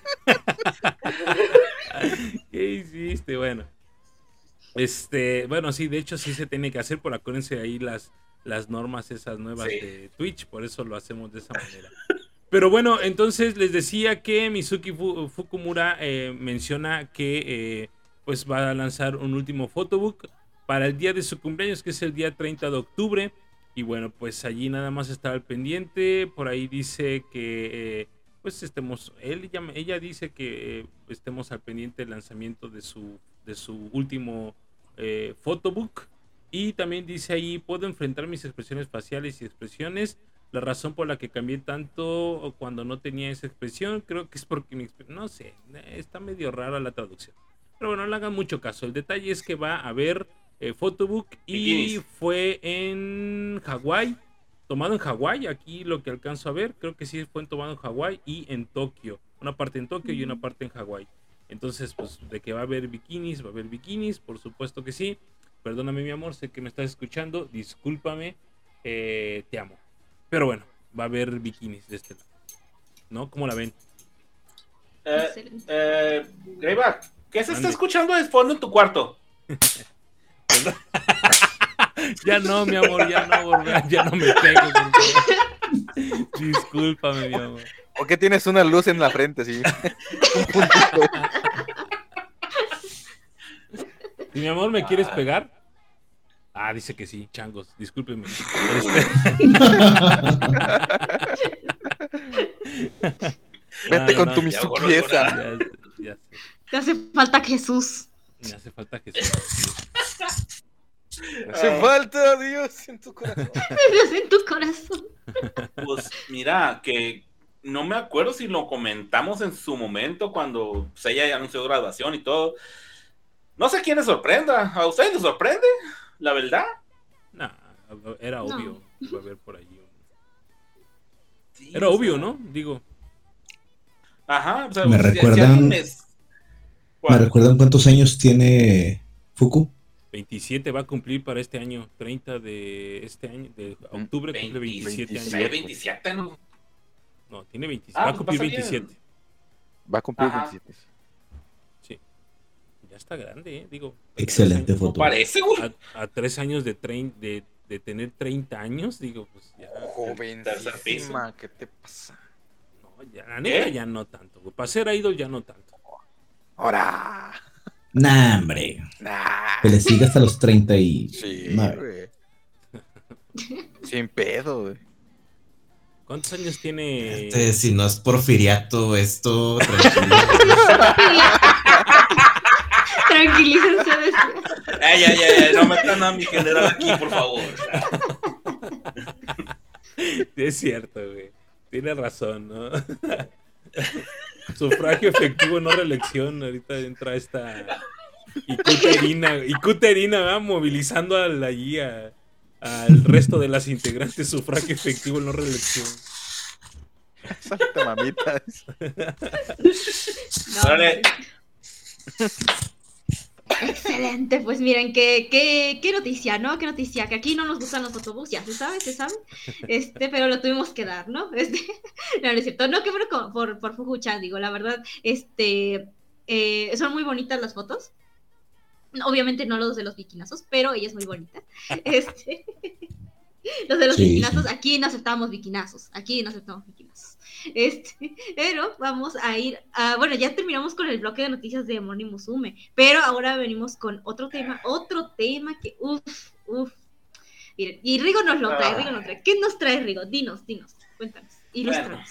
¿Qué hiciste? Bueno. Este, bueno, sí, de hecho sí se tiene que hacer, por acuérdense ahí las, las normas esas nuevas Sí. de Twitch, por eso lo hacemos de esa manera. Pero bueno, entonces les decía que Mizuki Fu- Fukumura eh, menciona que eh, pues va a lanzar un último photobook para el día de su cumpleaños, que es el día treinta de octubre. Y bueno, pues allí nada más está al pendiente. Por ahí dice que eh, pues estemos, él, ella, ella dice que eh, estemos al pendiente del lanzamiento de su, de su último eh, photobook. Y también dice ahí, puedo enfrentar mis expresiones faciales y expresiones. La razón por la que cambié tanto cuando no tenía esa expresión, creo que es porque mi exp- no sé, está medio rara la traducción. Pero bueno, no le hagan mucho caso. El detalle es que va a haber eh, photobook y Bikinis. fue en Hawái, tomado en Hawái, aquí lo que alcanzo a ver, creo que sí fue tomado en Hawái y en Tokio. Una parte en Tokio y una parte en Hawái. Entonces, pues, de que va a haber bikinis, va a haber bikinis, por supuesto que sí. Perdóname, mi amor, sé que me estás escuchando, discúlpame, eh, te amo. Pero bueno, va a haber bikinis de este lado. ¿No? ¿Cómo la ven? Eh, Excelente. eh, Greyback, ¿qué se Mande. está escuchando de fondo en tu cuarto? Ya no, mi amor, ya no, volver, ya no me pegues. por favor. Discúlpame, mi amor. ¿Por qué tienes una luz en la frente, sí? Un puntito. Si mi amor, ¿me quieres pegar? Ah, dice que sí, changos, discúlpeme. Vete con tu ya, Mizuki gordo, esa. ya, ya sé. Te hace falta Jesús. Me hace falta que sí. Hace falta Dios en tu corazón. Dios en tu corazón. Pues mira, que no me acuerdo si lo comentamos en su momento cuando pues, ella anunció graduación y todo. No sé quién les sorprenda. ¿A ustedes les sorprende? La verdad. Nah, era No. obvio. Iba a haber por allí. Sí, Era o obvio, sea, ¿no? Digo, Ajá. O sea, Me si- si recuerdan- alguien me- ¿Me ¿Cuál? recuerdan cuántos años tiene Fuku? veintisiete va a cumplir para este año, treinta de este año, de octubre cumple veintisiete años. veintisiete, ¿no? No, tiene veintisiete, Ah, va a pues cumplir pasa bien. veintisiete. Va a cumplir Ajá. veintisiete. Sí. Ya está grande, ¿eh? Digo. a Excelente tres años- foto. Parece, güey. A, a tres años de, trein- de, de tener treinta años, digo, pues ya. Jovencísima, ¿qué te pasa? No, ya, la neta ¿Qué? ya no tanto, güey. Para ser idol ya no tanto. ¡Ahora! Nah, hombre. Nah. Que le siga hasta los treinta y Sí, nueve. güey. Sin pedo, güey. ¿Cuántos años tiene? Este, si no es porfiriato, esto, tranquilo. Tranquilícense. Ay, ay, ay, ay, no metan a mi general aquí, por favor. Es cierto, güey. Tiene razón, ¿no? Sufragio efectivo, no reelección. Ahorita entra esta Icuterina, Icuterina, va movilizando a la allí a- al resto de las integrantes. Sufragio efectivo, no reelección. Santa mamita. No, Órale. excelente, pues miren, qué, qué, qué noticia, ¿no? Qué noticia, que aquí no nos gustan los autobús, ya se sabe, se sabe, este, pero lo tuvimos que dar, ¿no? Este, no, no es cierto, no, qué bueno con- por, por Fuku-chan, digo, la verdad, este, eh, son muy bonitas las fotos, obviamente no los de los bikinazos, pero ella es muy bonita, este, los de los Sí, bikinazos, sí. aquí no aceptamos bikinazos, aquí no aceptamos bikinazos. Este, pero vamos a ir a, bueno, ya terminamos con el bloque de noticias de Moni Musume, pero ahora venimos con otro tema, otro tema que, uff, uff. Miren, y Rigo nos lo trae, Rigo nos trae. ¿Qué nos trae Rigo? Dinos, dinos, cuéntanos, ilústranos.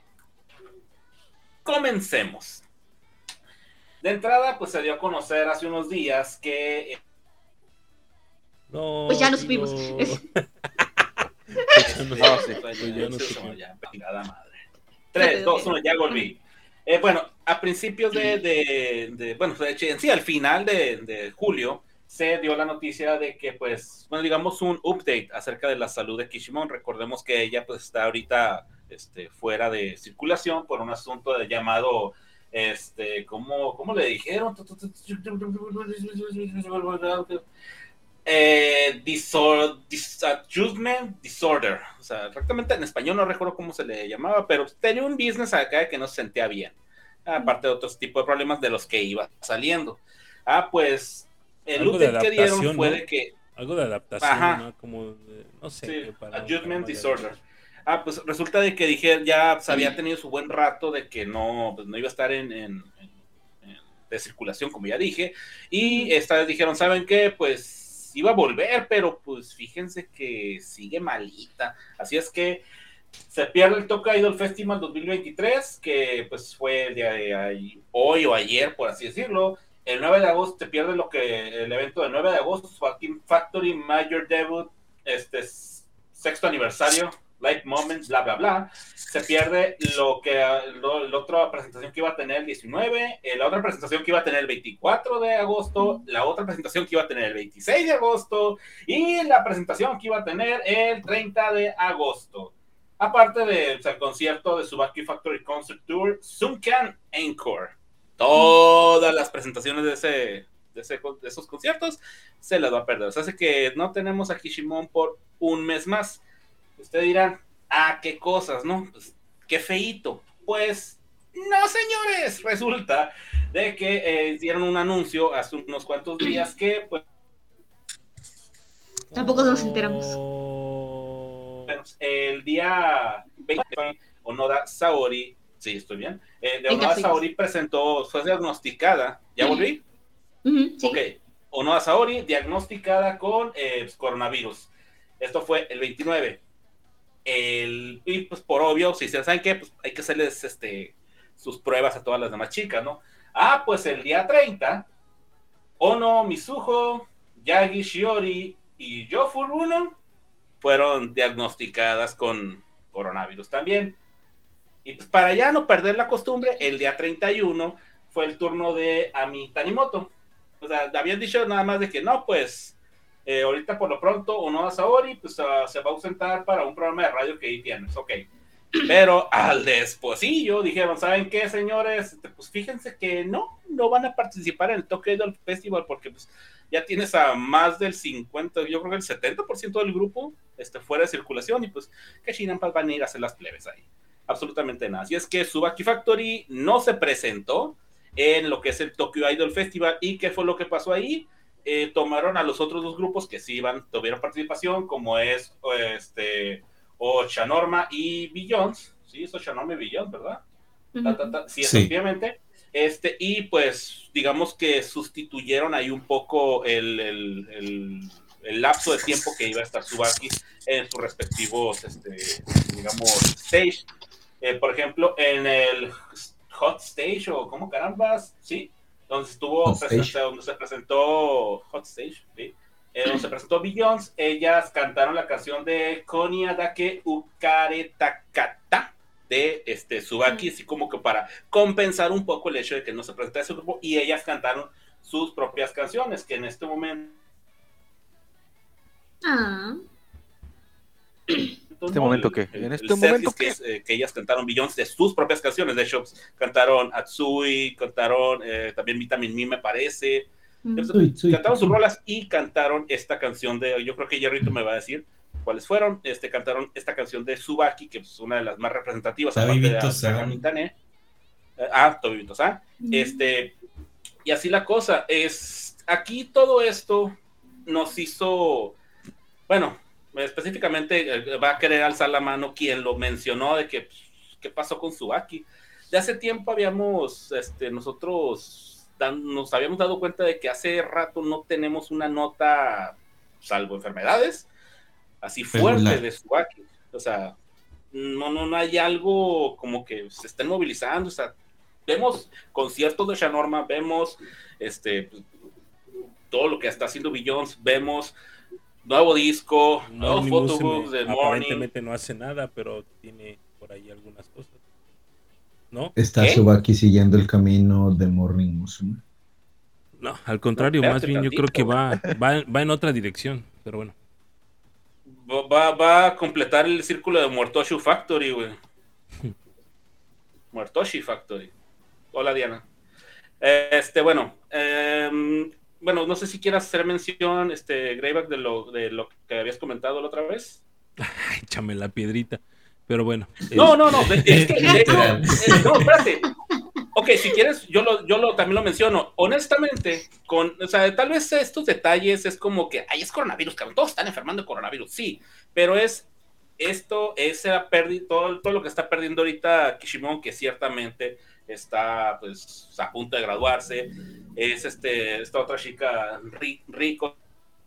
Comencemos. De entrada, pues se dio a conocer hace unos días que eh, No, Pues ya nos digo- supimos. Pues ya nos- No, sí. pues ya nos Eso, supimos. ya, chingada madre. tres, dos, uno, ya volví. Eh, bueno, a principios de, de, de- bueno, de hecho, en sí, al final de, de julio, se dio la noticia de que, pues, bueno, digamos, un update acerca de la salud de Kishimon. Recordemos que ella, pues, está ahorita este, fuera de circulación por un asunto de llamado, este, ¿cómo, cómo le dijeron? Eh, disor- disadjustment disorder. O sea, exactamente en español no recuerdo cómo se le llamaba, pero tenía un business acá que no se sentía bien. Aparte de otros tipos de problemas de los que iba saliendo. Ah, pues el Algo de update que dieron adaptación, fue ¿no? de que. Algo de adaptación, Ajá. ¿no? Como, de, no sé. Sí, qué palabra, Adjustment para Disorder. Ah, pues resulta de que dije, ya pues, había tenido su buen rato de que no, pues, no iba a estar en, en, en, en de circulación, como ya dije, y esta vez dijeron, ¿saben qué? Pues iba a volver, pero pues fíjense que sigue malita, así es que se pierde el Tokyo Idol Festival dos mil veintitrés, que pues fue el día de ahí, hoy o ayer, por así decirlo. El nueve de agosto se pierde lo que el evento del nueve de agosto, Fucking Factory Major Debut, este sexto aniversario, Live Moments, bla, bla, bla. Se pierde lo que lo, la otra presentación que iba a tener el diecinueve, eh, la otra presentación que iba a tener el veinticuatro de agosto, la otra presentación que iba a tener el veintiséis de agosto y la presentación que iba a tener el treinta de agosto. Aparte del o sea, concierto de Tsubaki Factory Concert Tour, Sunkan Encore. Todas las presentaciones de, ese, de, ese, de esos conciertos se las va a perder. O sea, hace que no tenemos a Kishimon por un mes más. Ustedes dirán, ah, qué cosas, ¿no? Pues, qué feíto. Pues, no, señores. Resulta de que eh, dieron un anuncio hace unos cuantos días que, pues, tampoco nos enteramos. El día veinte, Onoda Saori, sí, estoy bien, eh, de Onoda Saori presentó, fue diagnosticada, ¿ya volví? Uh-huh, sí. Ok, Onoda Saori diagnosticada con eh, coronavirus. Esto fue el veintinueve. El, y pues por obvio, si se saben que pues, hay que hacerles este, sus pruebas a todas las demás chicas, ¿no? Ah, pues el día treinta, Ono, Mizuho, Yagi, Shiori y Yofu Runo fueron diagnosticadas con coronavirus también. Y pues para ya no perder la costumbre, el día treinta y uno fue el turno de Ami Tanimoto. O sea, habían dicho nada más de que no, pues eh, ahorita por lo pronto Onoda Saori pues, uh, se va a ausentar para un programa de radio que ahí tienes, ok. Pero al despuesillo dijeron, ¿saben qué, señores? Pues fíjense que no, no van a participar en el Tokyo Idol Festival porque pues ya tienes a más del cincuenta, yo creo que el setenta por ciento del grupo este, fuera de circulación y pues que Shinampas van a ir a hacer las plebes ahí. Absolutamente nada. Así es que Tsubaki Factory no se presentó en lo que es el Tokyo Idol Festival. ¿Y qué fue lo que pasó ahí? Eh, tomaron a los otros dos grupos que sí iban, tuvieron participación, como es este, Ochanorma y Billions. Sí, es Ochanorma y Billions, ¿verdad? Uh-huh. Ta, ta, ta. Sí, sí, efectivamente. Este, y pues, digamos que sustituyeron ahí un poco el, el, el, el lapso de tiempo que iba a estar Tsubaki en sus respectivos, este, digamos, stage. Eh, por ejemplo, en el Hot Stage, o ¿cómo carambas? Sí, donde estuvo, presenta, donde se presentó Hot Stage, ¿sí? Eh, donde se presentó Billions, ellas cantaron la canción de Konya Dake Ukare Takata de este, Tsubaki, así como que para compensar un poco el hecho de que no se presentara ese grupo, y ellas cantaron sus propias canciones, que en este momento... Ah... ¿Este momento qué? El, ¿En este el momento qué? Que, es, eh, que ellas cantaron Billions de sus propias canciones, de hecho, cantaron Atsui, cantaron eh, también Vitamin Me, me parece, mm. Entonces, sí, cantaron sí, sus sí. rolas y cantaron esta canción de, yo creo que Jerrito me va a decir cuáles fueron, este, cantaron esta canción de Tsubaki, que es una de las más representativas, aparte de la Mintane. Ah, Tobibito-san. Mm. Este, y así la cosa, es, aquí todo esto nos hizo, bueno, específicamente va a querer alzar la mano quien lo mencionó de que pues, qué pasó con Tsubaki. De hace tiempo habíamos, este, nosotros dan, nos habíamos dado cuenta de que hace rato no tenemos una nota, salvo enfermedades, así fuerte Regular. de Tsubaki. O sea, no, no, no hay algo como que se estén movilizando. O sea, vemos conciertos de Shanorma, vemos este, todo lo que está haciendo Billions, vemos nuevo disco, nuevo photobook de Morning. Aparentemente no hace nada, pero tiene por ahí algunas cosas. ¿No? Está Tsubaki siguiendo el camino de Morning Musume. No, al contrario, no, más bien yo creo que va, va, va en otra dirección, pero bueno. Va, va a completar el círculo de Muertoshi Factory, güey. Muertoshi Factory. Hola, Diana. Este, bueno, eh, bueno, no sé si quieras hacer mención, este, Greyback, de lo, de lo que habías comentado la otra vez. Ay, échame la piedrita. Pero bueno. No, es... no, no. Es que, de hecho, es, no, espérate. Ok, ok, si quieres, yo lo, yo lo también lo menciono. Honestamente, con, o sea, tal vez estos detalles es como que, ay, es coronavirus, cabrón, todos están enfermando de coronavirus, sí, pero es esto, esa pérdida, todo, todo lo que está perdiendo ahorita Kishimon, que ciertamente está, pues, a punto de graduarse, es este, esta otra chica, Rico,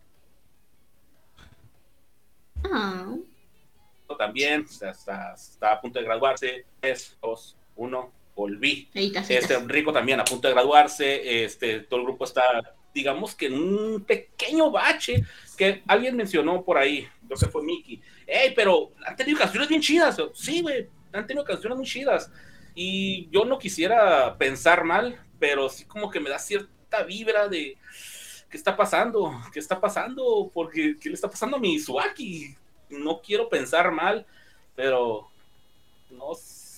Ah. también, o sea, está, está a punto de graduarse, tres, dos, uno, volví. Ahí está, ahí Este, está. Rico también a punto de graduarse, este, todo el grupo está, digamos que en un pequeño bache, que alguien mencionó por ahí, creo que fue Mickey, hey, pero han tenido canciones bien chidas, sí, güey, han tenido canciones muy chidas, y yo no quisiera pensar mal, pero sí como que me da cierta vibra de, ¿qué está pasando? ¿Qué está pasando? Porque, ¿qué le está pasando a mi Tsubaki? No quiero pensar mal, pero no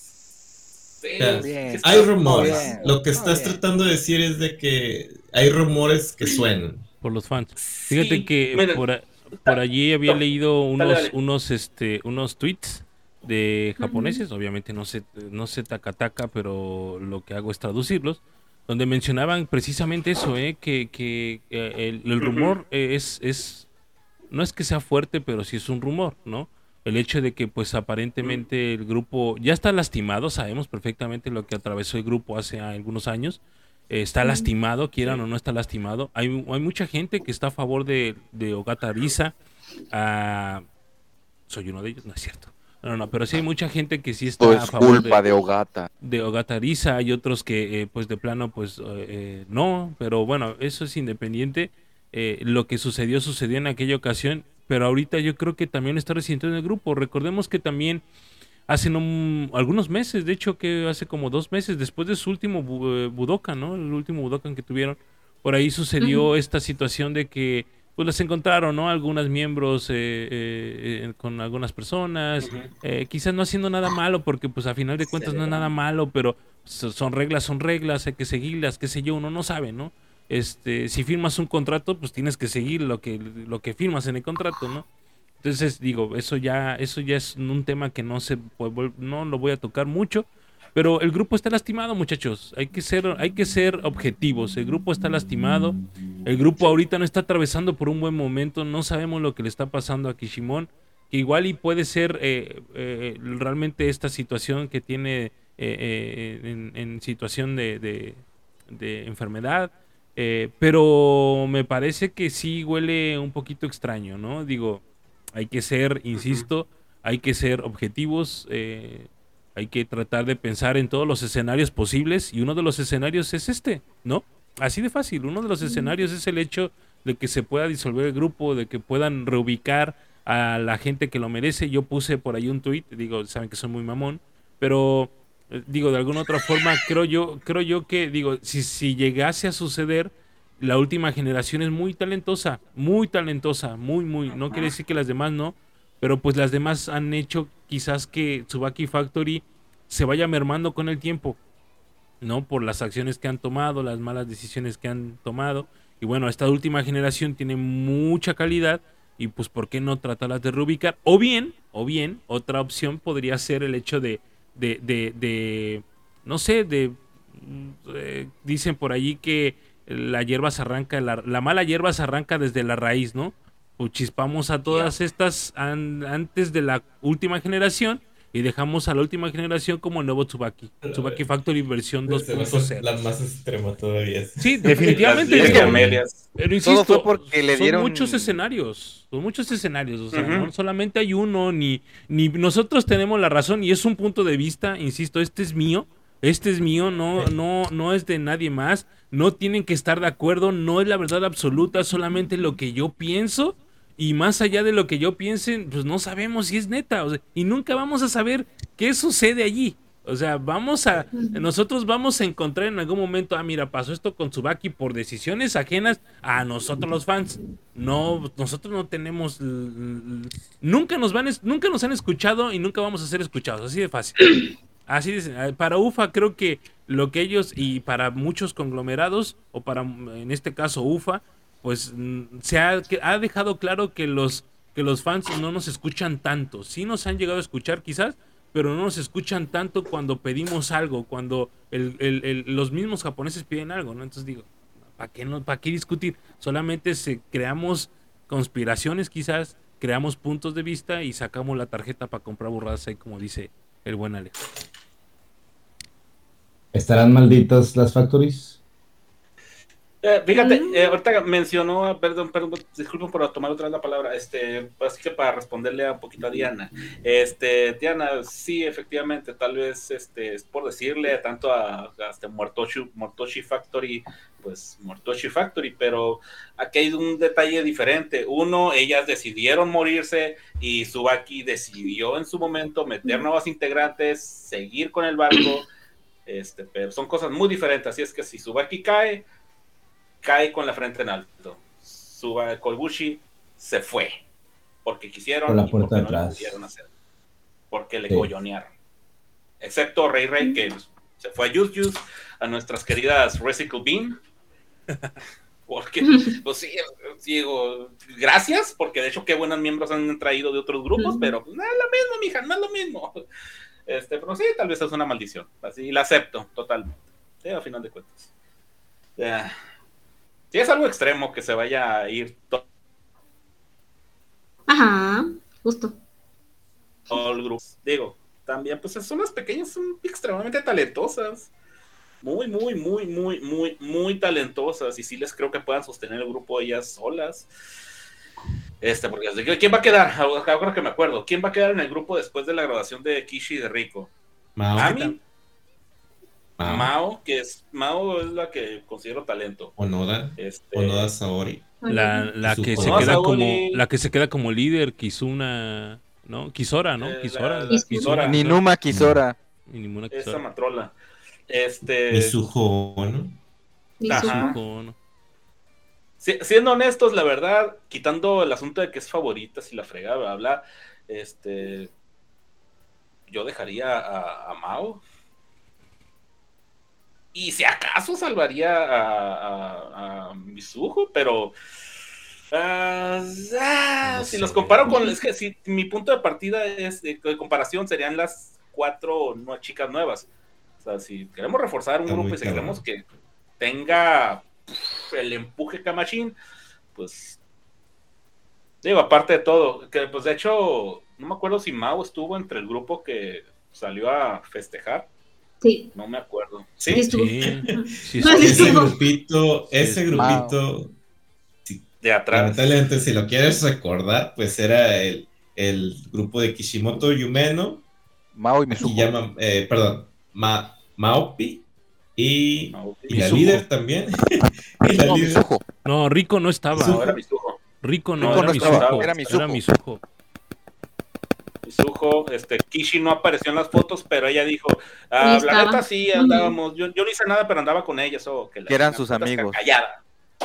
sé. Ya, ¿Qué está hay rumores. pasando? Lo que estás tratando de decir es de que hay rumores que suenan. Por los fans. Fíjate Sí, que miren, por, a- por allí había no, leído unos, dale, dale. unos, este, unos tweets de japoneses, obviamente no sé, no sé takataka, pero lo que hago es traducirlos, donde mencionaban precisamente eso, ¿eh? que, que eh, el, el rumor eh, es, es, no es que sea fuerte, pero sí es un rumor, ¿no? El hecho de que pues aparentemente el grupo ya está lastimado, sabemos perfectamente lo que atravesó el grupo hace algunos años, eh, está lastimado, quieran o no está lastimado. Hay, hay mucha gente que está a favor de, de Ogata Risa, ah, soy uno de ellos, no es cierto. No, no, pero sí hay mucha gente que sí está Esto a es favor culpa de, de Ogata. de Ogata Risa, hay otros que eh, pues de plano pues eh, eh, no, pero bueno, eso es independiente. Eh, lo que sucedió sucedió en aquella ocasión, pero ahorita yo creo que también está resintiendo en el grupo. Recordemos que también hace no, algunos meses, de hecho que hace como dos meses después de su último bu- eh, Budokan, ¿no? El último Budokan que tuvieron, por ahí sucedió Ujú. esta situación de que pues las encontraron, ¿no? Algunas miembros eh, eh, eh, con algunas personas, Ujú. eh, quizás no haciendo nada malo, porque pues a final de cuentas no es nada malo, pero so- son reglas, son reglas, hay que seguirlas, qué sé yo, uno no sabe, ¿no? Este, si firmas un contrato, pues tienes que seguir lo que, lo que firmas en el contrato, ¿no? Entonces, digo, eso ya, eso ya es un tema que no se puede vol- no lo voy a tocar mucho, pero el grupo está lastimado, muchachos. Hay que ser, hay que ser objetivos. El grupo está lastimado. El grupo ahorita no está atravesando por un buen momento. No sabemos lo que le está pasando a Kishimon. Que igual y puede ser eh, eh, realmente esta situación que tiene eh, eh, en, en situación de, de- de enfermedad. Eh, pero me parece que sí huele un poquito extraño, ¿no? Digo, hay que ser, insisto, hay que ser objetivos. eh, hay que tratar de pensar en todos los escenarios posibles y uno de los escenarios es este, ¿no? Así de fácil. Uno de los escenarios es el hecho de que se pueda disolver el grupo, de que puedan reubicar a la gente que lo merece. Yo puse por ahí un tweet, digo, saben que soy muy mamón, pero eh, digo, de alguna otra forma, creo yo, creo yo que, digo, si, si llegase a suceder, la última generación es muy talentosa, muy talentosa, muy, muy, no quiere decir que las demás no, pero pues las demás han hecho quizás que Tsubaki Factory se vaya mermando con el tiempo, ¿no? Por las acciones que han tomado, las malas decisiones que han tomado. Y bueno, esta última generación tiene mucha calidad y pues ¿por qué no tratarlas de reubicar? O bien, o bien, otra opción podría ser el hecho de, de, de, de no sé, de, mm, eh, dicen por allí que la hierba se arranca, la, la mala hierba se arranca desde la raíz, ¿no? Pues chispamos a todas estas an- antes de la última generación y dejamos a la última generación como el nuevo Tsubaki. Tsubaki Factory versión dos Se va a punto hacer cero. la más extrema todavía. Sí, definitivamente. Las digo, medias. pero insisto, Todo fue porque le son dieron- muchos escenarios, son muchos escenarios, o sea, Ujú. no solamente hay uno, ni, ni nosotros tenemos la razón, y es un punto de vista, insisto, este es mío, este es mío, no, no, no es de nadie más, no tienen que estar de acuerdo, no es la verdad absoluta, solamente lo que yo pienso, y más allá de lo que yo piense, pues no sabemos si es neta, o sea, y nunca vamos a saber qué sucede allí. O sea, vamos a, nosotros vamos a encontrar en algún momento, ah, mira, pasó esto con Tsubaki por decisiones ajenas a nosotros los fans. No, nosotros no tenemos, l- l- nunca nos van, es- nunca nos han escuchado y nunca vamos a ser escuchados, así de fácil. Así de, para U F A creo que lo que ellos y para muchos conglomerados o para en este caso U F A, pues mm, se ha, que ha dejado claro que los que los fans no nos escuchan tanto. Sí nos han llegado a escuchar quizás, pero no nos escuchan tanto cuando pedimos algo, cuando el, el, el, los mismos japoneses piden algo, ¿no? Entonces digo, ¿para qué, no, ¿para qué discutir? Solamente se, creamos conspiraciones quizás, creamos puntos de vista y sacamos la tarjeta para comprar burradas ahí, como dice el buen Alex. ¿Estarán malditas las factories? Eh, fíjate, eh, ahorita mencionó, perdón, perdón, disculpen por tomar otra vez la palabra, este, así que para responderle un poquito a Diana, este, Diana, sí, efectivamente, tal vez, este, es por decirle tanto a, a este Mortoshi, Mortoshi Factory, pues, Mortoshi Factory, pero aquí hay un detalle diferente. Uno, ellas decidieron morirse y Tsubaki decidió en su momento meter nuevas integrantes, seguir con el barco, este, pero son cosas muy diferentes, así es que si Tsubaki cae, cae con la frente en alto. Suba Koibushi se fue porque quisieron por la y puerta porque atrás. no lo pudieron hacer, porque le Sí. coyonearon, excepto Rey Rey, que se fue a Yus Yus, a nuestras queridas Recycle Bean, porque pues sí, digo, gracias, porque de hecho qué buenos miembros han traído de otros grupos, pero pues, no es lo mismo, mija, no es lo mismo, este, pero sí, tal vez es una maldición, así la acepto totalmente, sí, a final de cuentas. Yeah. Si es algo extremo que se vaya a ir to- Ajá, justo. todo el grupo, digo, también pues son las pequeñas, son extremadamente talentosas, muy, muy, muy, muy, muy, muy talentosas, y sí les creo que puedan sostener el grupo ellas solas. Este, porque ¿quién va a quedar? Ahora que me acuerdo, ¿quién va a quedar en el grupo después de la graduación de Kishi y de Rico? Mao. Ami, Mao. Mao, que es Mao es la que considero talento. Onoda. Este, Onoda Saori. La, la que se Onoda queda Saori. como la que se queda como líder, Kizuna, ¿no? Kisora, ¿no? Eh, Kisora, la- la- la Kisora. Ninuma Kisora. Y ninguna esa Kisora. matrola. Este. Mizuho, ¿no? Ajá. Mizuho, ¿no? Si- siendo honestos, la verdad, quitando el asunto de que es favorita, si la fregada, bla, bla, este, yo dejaría a, a Mao. Y si acaso salvaría a, a, a Mizuho, pero ah, ah, No si sé. los comparo con, es que si mi punto de partida es de, de comparación serían las cuatro no, chicas nuevas. O sea, si queremos reforzar un Está grupo muy y si queremos cabrón. que tenga pff, el empuje Kamachin, pues digo, aparte de todo, que pues de hecho, no me acuerdo si Mao estuvo entre el grupo que salió a festejar, Sí. no me acuerdo. Sí, ¿Sí? estuvo. Sí, sí, No, sí. Ese estuvo. grupito, ese Sí, grupito, si- De atrás. lamentablemente si lo quieres recordar, pues era el, el grupo de Kishimoto Yumeno, Mao y aquí Mizuho. llaman, eh, perdón, Ma, Maopi y, Mao, y la Mizuho. líder también. y la No, líder. Mizuho. No, Rico no estaba. No, era Mizuho. Rico no, No, era no Mizuho. estaba, era Mizuho. Era Mizuho. Mizuho, este, Kishi no apareció en las fotos, pero ella dijo, ah, Sí, la estaba. neta sí andábamos, yo, yo no hice nada, pero andaba con ellas, o que, la- Que eran la sus puta está amigos. Callada.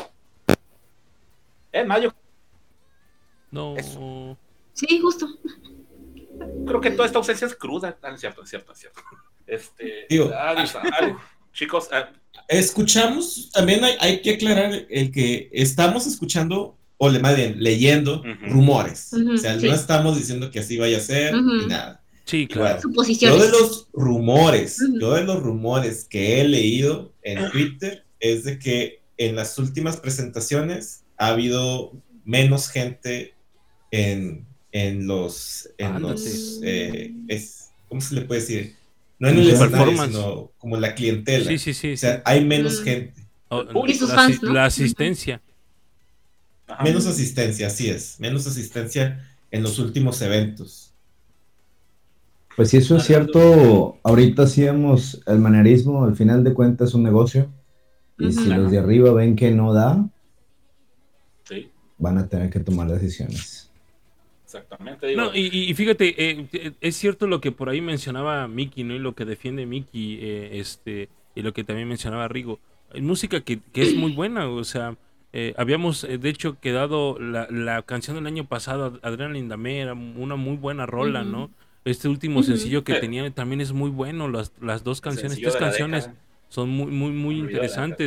Es más, yo No. Eso. Sí, justo. creo que toda esta ausencia es cruda. Ah, es cierto, es cierto, es cierto. Este, Digo, ah, Dios, ah, chicos, ah, Escuchamos, también hay, hay que aclarar el que estamos escuchando, o le, más bien, leyendo Ujú. rumores. Ujú, O sea, sí. no estamos diciendo que así vaya a ser, Ujú. ni nada. Sí, Igual, claro. yo Suposiciones. de los rumores, Ujú. yo de los rumores que he leído en Twitter es de que en las últimas presentaciones ha habido menos gente en, en los, en Ándate. los eh, es, ¿cómo se le puede decir? No en En el su escenario, performance. sino como la clientela. Sí, sí, sí. O sí. sea, hay menos Mm. gente, Oh, Y sus la, fans, asi- ¿no? la asistencia. ajá. menos asistencia, así es, menos asistencia en los últimos eventos. Pues si eso es cierto, ahorita hacíamos el manerismo, al final de cuentas es un negocio. Y Ujú. si los de arriba ven que no da, Sí, van a tener que tomar decisiones. exactamente. Digo, No, y, y fíjate, eh, eh, es cierto lo que por ahí mencionaba Miki, ¿no? Y lo que defiende Miki, eh, este, y lo que también mencionaba Rigo. Hay música que, que es muy buena, o sea, eh, habíamos eh, de hecho quedado la, la canción del año pasado, Adrenaline Dame, era una muy buena rola, Ujú. ¿no? Este último Ujú. sencillo que Sí. tenía también es muy bueno, las, las dos el canciones, sencillo tres de la canciones década. son muy, muy, muy Me olvidó de la interesantes.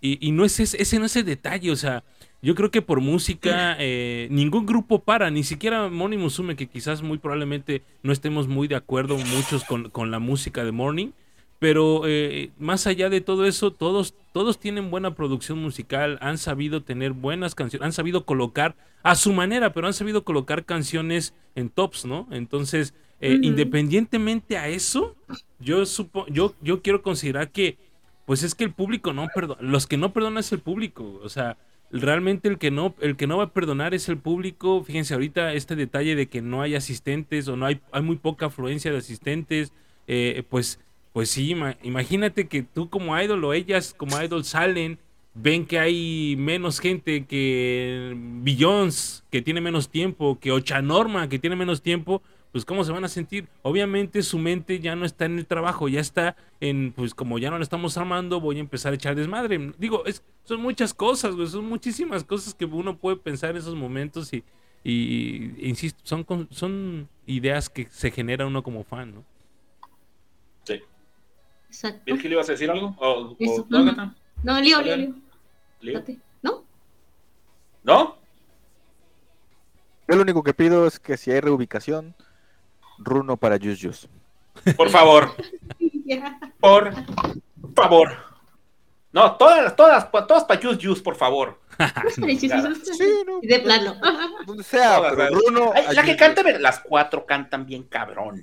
y, y no es ese, ese no es el detalle, o sea, yo creo que por música eh, ningún grupo para, ni siquiera Morning Musume, que quizás muy probablemente no estemos muy de acuerdo muchos con, con la música de Morning, pero eh, más allá de todo eso, todos, todos tienen buena producción musical, han sabido tener buenas canciones, han sabido colocar a su manera, pero han sabido colocar canciones en tops, ¿no? Entonces, eh, uh-huh. independientemente a eso, yo, supo, yo, yo quiero considerar que, pues es que el público no perdona, los que no perdonan es el público, o sea, realmente el que no el que no va a perdonar es el público. Fíjense ahorita este detalle de que no hay asistentes o no hay hay muy poca afluencia de asistentes, eh, pues pues sí, ima, imagínate que tú como idol o ellas como idol salen, ven que hay menos gente, que Beyoncé que tiene menos tiempo, que Ochanorma que tiene menos tiempo, pues cómo se van a sentir. Obviamente su mente ya no está en el trabajo, ya está en, pues como ya no lo estamos armando, voy a empezar a echar desmadre. Digo, es, son muchas cosas, güey, son muchísimas cosas que uno puede pensar en esos momentos y, y, y insisto, son, son ideas que se genera uno como fan, ¿no? Sí. Exacto. ¿Virgil ibas a decir algo? ¿O, o, no, no, no, Leo, Leo, Leo. ¿Leo? ¿No? ¿No? Yo lo único que pido es que si hay reubicación, Runo para Jus Jus. Por favor. Por favor. No, todas, todas, todas para Jus Jus, por favor. Sí, no, de plano. Donde sea, todas, pero Runo. Ay, la que canta, las cuatro cantan bien cabrón.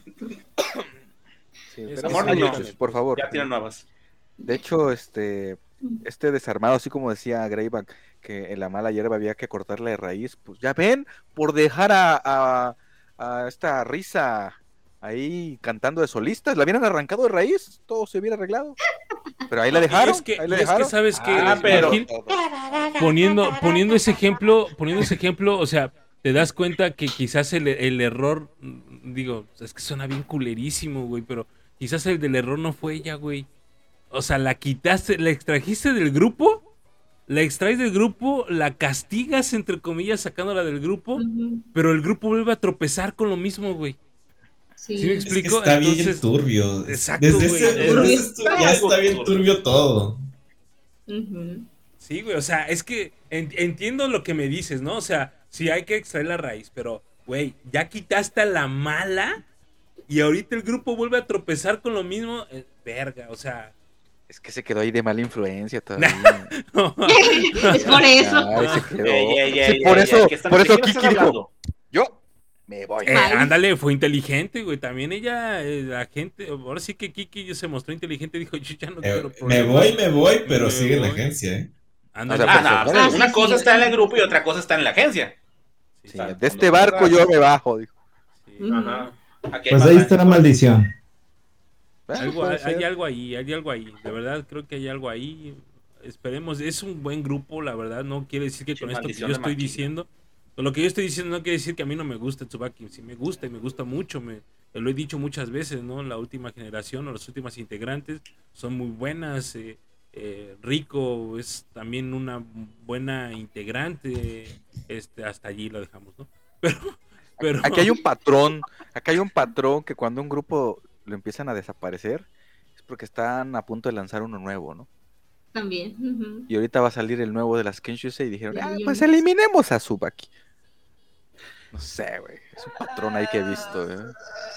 Sí, pero amor, no, por favor. Ya tienen nuevas. De hecho, este, este desarmado, así como decía Greyback, que en la mala hierba había que cortarla de raíz, pues ya ven, por dejar a, a, a esta Risa ahí cantando de solistas, la hubieran arrancado de raíz, todo se hubiera arreglado. Pero ahí la dejaron. Es que, ahí la es dejaron. que sabes que ah, pero... poniendo, poniendo ese ejemplo, poniendo ese ejemplo, o sea, te das cuenta que quizás el, el error, digo, es que suena bien culerísimo, güey, pero quizás el del error no fue ella, güey. O sea, la quitaste, la extrajiste del grupo, la extraes del grupo, la castigas, entre comillas, sacándola del grupo, uh-huh. pero el grupo vuelve a tropezar con lo mismo, güey. Sí. ¿Sí me explico? Es que está Entonces, bien turbio. Exacto, desde güey. ese, desde ese ya está bien turbio todo. Uh-huh. Sí, güey, o sea, es que en, entiendo lo que me dices, ¿no? O sea, sí hay que extraer la raíz, pero, güey, ya quitaste a la mala y ahorita el grupo vuelve a tropezar con lo mismo. Eh, verga, o sea... Es que se quedó ahí de mala influencia todavía. no. Es por eso. Ay, se quedó. Ey, ey, ey, sí, ey, por ey, eso, ey, están, por eso ¿de Kiki dijo, yo me voy. Eh, ándale, fue inteligente, güey. También ella, eh, la gente, ahora sí que Kiki se mostró inteligente, dijo, yo ya no eh, quiero problemas. Me voy, me voy, pero me sigue voy. En la agencia, ¿eh? Ándale. O sea, ah, no, ah, una sí, cosa sí, está sí. en el grupo y otra cosa está en la agencia. Sí, sí, de este barco yo me bajo, dijo. Sí. Ajá. Pues ahí está la maldición. Algo, hay, hay algo ahí, hay algo ahí, de verdad creo que hay algo ahí, esperemos, es un buen grupo, la verdad, no quiere decir que sí, con esto que yo estoy máquina. diciendo, lo que yo estoy diciendo no quiere decir que a mí no me guste Tsubaki, sí me gusta y me gusta mucho, me, lo he dicho muchas veces, ¿no? La última generación o las últimas integrantes son muy buenas, eh, eh, Rico es también una buena integrante, este, hasta allí lo dejamos, ¿no? Pero, pero... Aquí hay un patrón, acá hay un patrón que cuando un grupo lo empiezan a desaparecer es porque están a punto de lanzar uno nuevo, ¿no? También. Uh-huh. Y ahorita va a salir el nuevo de las Kenshusei y dijeron, ah, pues eliminemos a Tsubaki. No sé, güey, es un patrón ahí que he visto, ¿eh?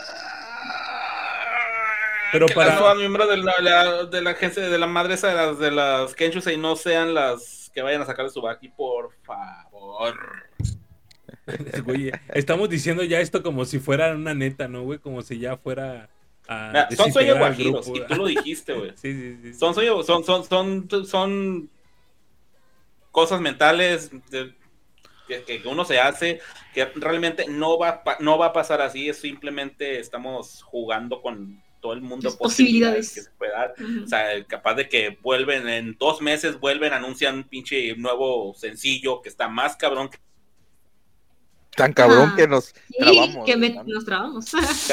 Pero que para los miembros de la, la, de la agencia de la madre esa de las, de las Kenshusei no sean las que vayan a sacar de Tsubaki, por favor. Güey, estamos diciendo ya esto como si fuera una neta, ¿no, güey? Como si ya fuera a Mira, son sueños guajiros, y tú lo dijiste, güey. Sí, sí, sí. Son sueños, son, son, son, son cosas mentales de, que, que uno se hace, que realmente no va, no va a pasar así, es simplemente estamos jugando con todo el mundo de posibilidades, posibilidades que se puede dar. Uh-huh. O sea, capaz de que vuelven en dos meses, vuelven, anuncian un pinche nuevo sencillo que está más cabrón que tan cabrón ah, que nos sí, trabamos. Que me, nos trabamos.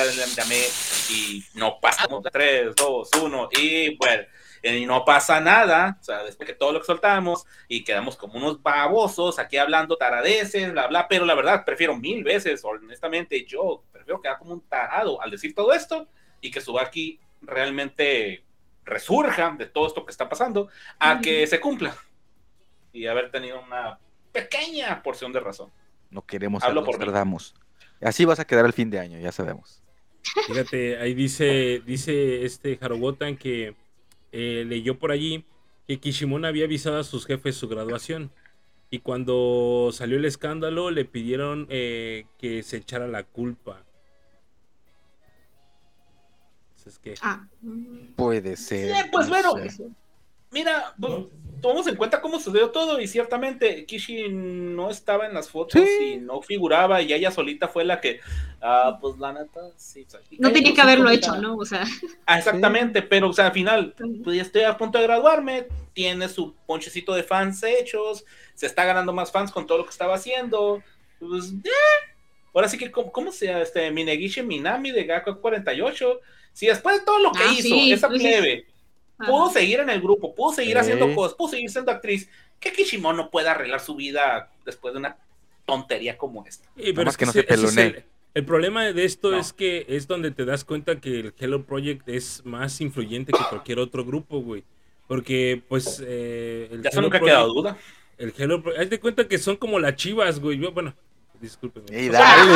Y no pasa tres, dos, uno y bueno, y no pasa nada, o sea, después que todo lo que soltamos y quedamos como unos babosos aquí hablando taradeces, bla, bla, pero la verdad prefiero mil veces, honestamente, yo prefiero quedar como un tarado al decir todo esto y que Tsubaki realmente resurja de todo esto que está pasando a que se cumpla y haber tenido una pequeña porción de razón. No queremos Hablo que por nos mí. perdamos. Así vas a quedar el fin de año, ya sabemos. Fíjate, ahí dice, dice este Harobotan que eh, leyó por allí que Kishimono había avisado a sus jefes su graduación. Y cuando salió el escándalo, le pidieron eh, que se echara la culpa. Entonces, ¿qué? Ah. Puede ser. Sí, pues no bueno, sé. mira, pues, tomamos en cuenta cómo sucedió todo y ciertamente Kishi no estaba en las fotos Sí. y no figuraba y ella solita fue la que, ah, pues la neta, sí. O sea, y No cállate, tenía que sí, haberlo como hecho, está. ¿no? O sea, Ah, exactamente, pero o sea, al final, Ujú. pues ya estoy a punto de graduarme, tiene su ponchecito de fans hechos, se está ganando más fans con todo lo que estaba haciendo, pues, eh. Ahora sí que, ¿cómo, cómo se llama? Este, Minegishi Minami de Gakko cuarenta y ocho, si después de todo lo que Ah, hizo, sí, esa pues, plebe, ajá. pudo seguir en el grupo, pudo seguir Sí. haciendo cosas, pudo seguir siendo actriz, que Kishimono pueda arreglar su vida después de una tontería como esta. Sí, Nada más es que no ese- se ese es pelonee. el, el problema de esto No. es que es donde te das cuenta que el Hello Project es más influyente que cualquier otro grupo, güey. Porque, pues, eh, el De eso Hello nunca ha Project- quedado duda. El Hello Project, haz de cuenta que son como las Chivas, güey. Yo, bueno, discúlpenme. Y dale.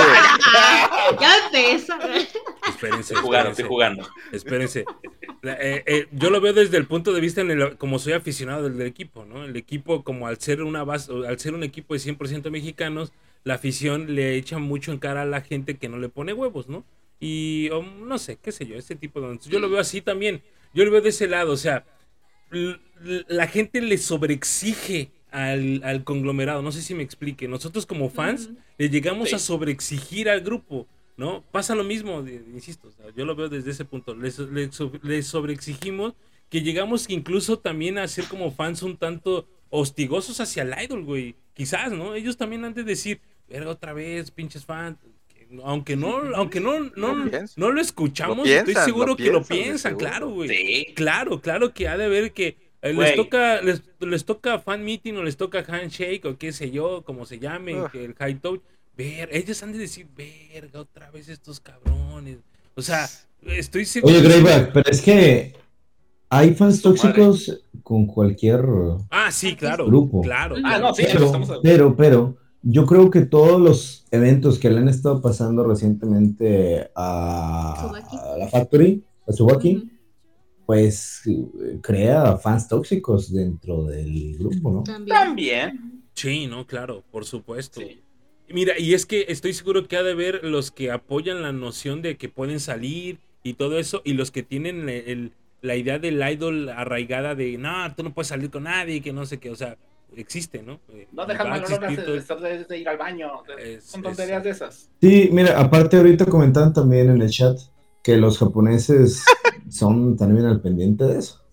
Ya empieza. Espérense, Estoy jugando, espérense. estoy jugando. Espérense. La- eh, eh, yo lo veo desde el punto de vista en el, como soy aficionado del, del equipo, ¿no? El equipo, como al ser una base, al ser un equipo de cien por ciento mexicanos, la afición le echa mucho en cara a la gente que no le pone huevos, ¿no? Y o, no sé, qué sé yo, ese tipo de... Yo lo veo así también. Yo lo veo de ese lado, o sea, l- l- la gente le sobreexige al, al conglomerado, no sé si me explique. Nosotros como fans Ujú. le llegamos Sí. a sobreexigir al grupo, ¿no? Pasa lo mismo, de- insisto, o sea, yo lo veo desde ese punto. Les, les, so- les sobreexigimos que llegamos incluso también a ser como fans un tanto hostigosos hacia el idol, güey. Quizás, ¿no? Ellos también han de decir, verga, otra vez, pinches fans. Que no- Aunque no, aunque no, no, Lo piensan. no lo escuchamos, Lo piensan, estoy seguro lo que lo piensan, de piensan, seguro. claro, güey. Sí. Claro, claro que ha de haber que eh, les Güey. toca, les, les toca fan meeting o les toca handshake o qué sé yo, como se llame, Ugh. que el high touch. Ver, ellos han de decir, verga, otra vez estos cabrones. O sea, estoy seguro. Oye, Greyback, pero es que hay fans Su madre. tóxicos con cualquier Ah, sí, claro. Grupo. Claro. Ah, claro. no, sí, pero, estamos de- pero, pero, yo creo que todos los eventos que le han estado pasando recientemente a, Tsubaki. a la Factory, a Tsubaki, Ujú. pues eh, crea fans tóxicos dentro del grupo, ¿no? También. También. Sí, no, claro, por supuesto. Sí. Mira, y es que estoy seguro que ha de haber los que apoyan la noción de que pueden salir y todo eso, y los que tienen el- el- la idea del idol arraigada de, no, tú no puedes salir con nadie, que no sé qué, o sea, existe, ¿no? Eh, No y dejan va a mal existir olor todo el- estar de, de ir al baño. de- Es- Son tonterías es- de esas. Sí, mira, aparte ahorita comentan también en el chat que los japoneses son también al pendiente de eso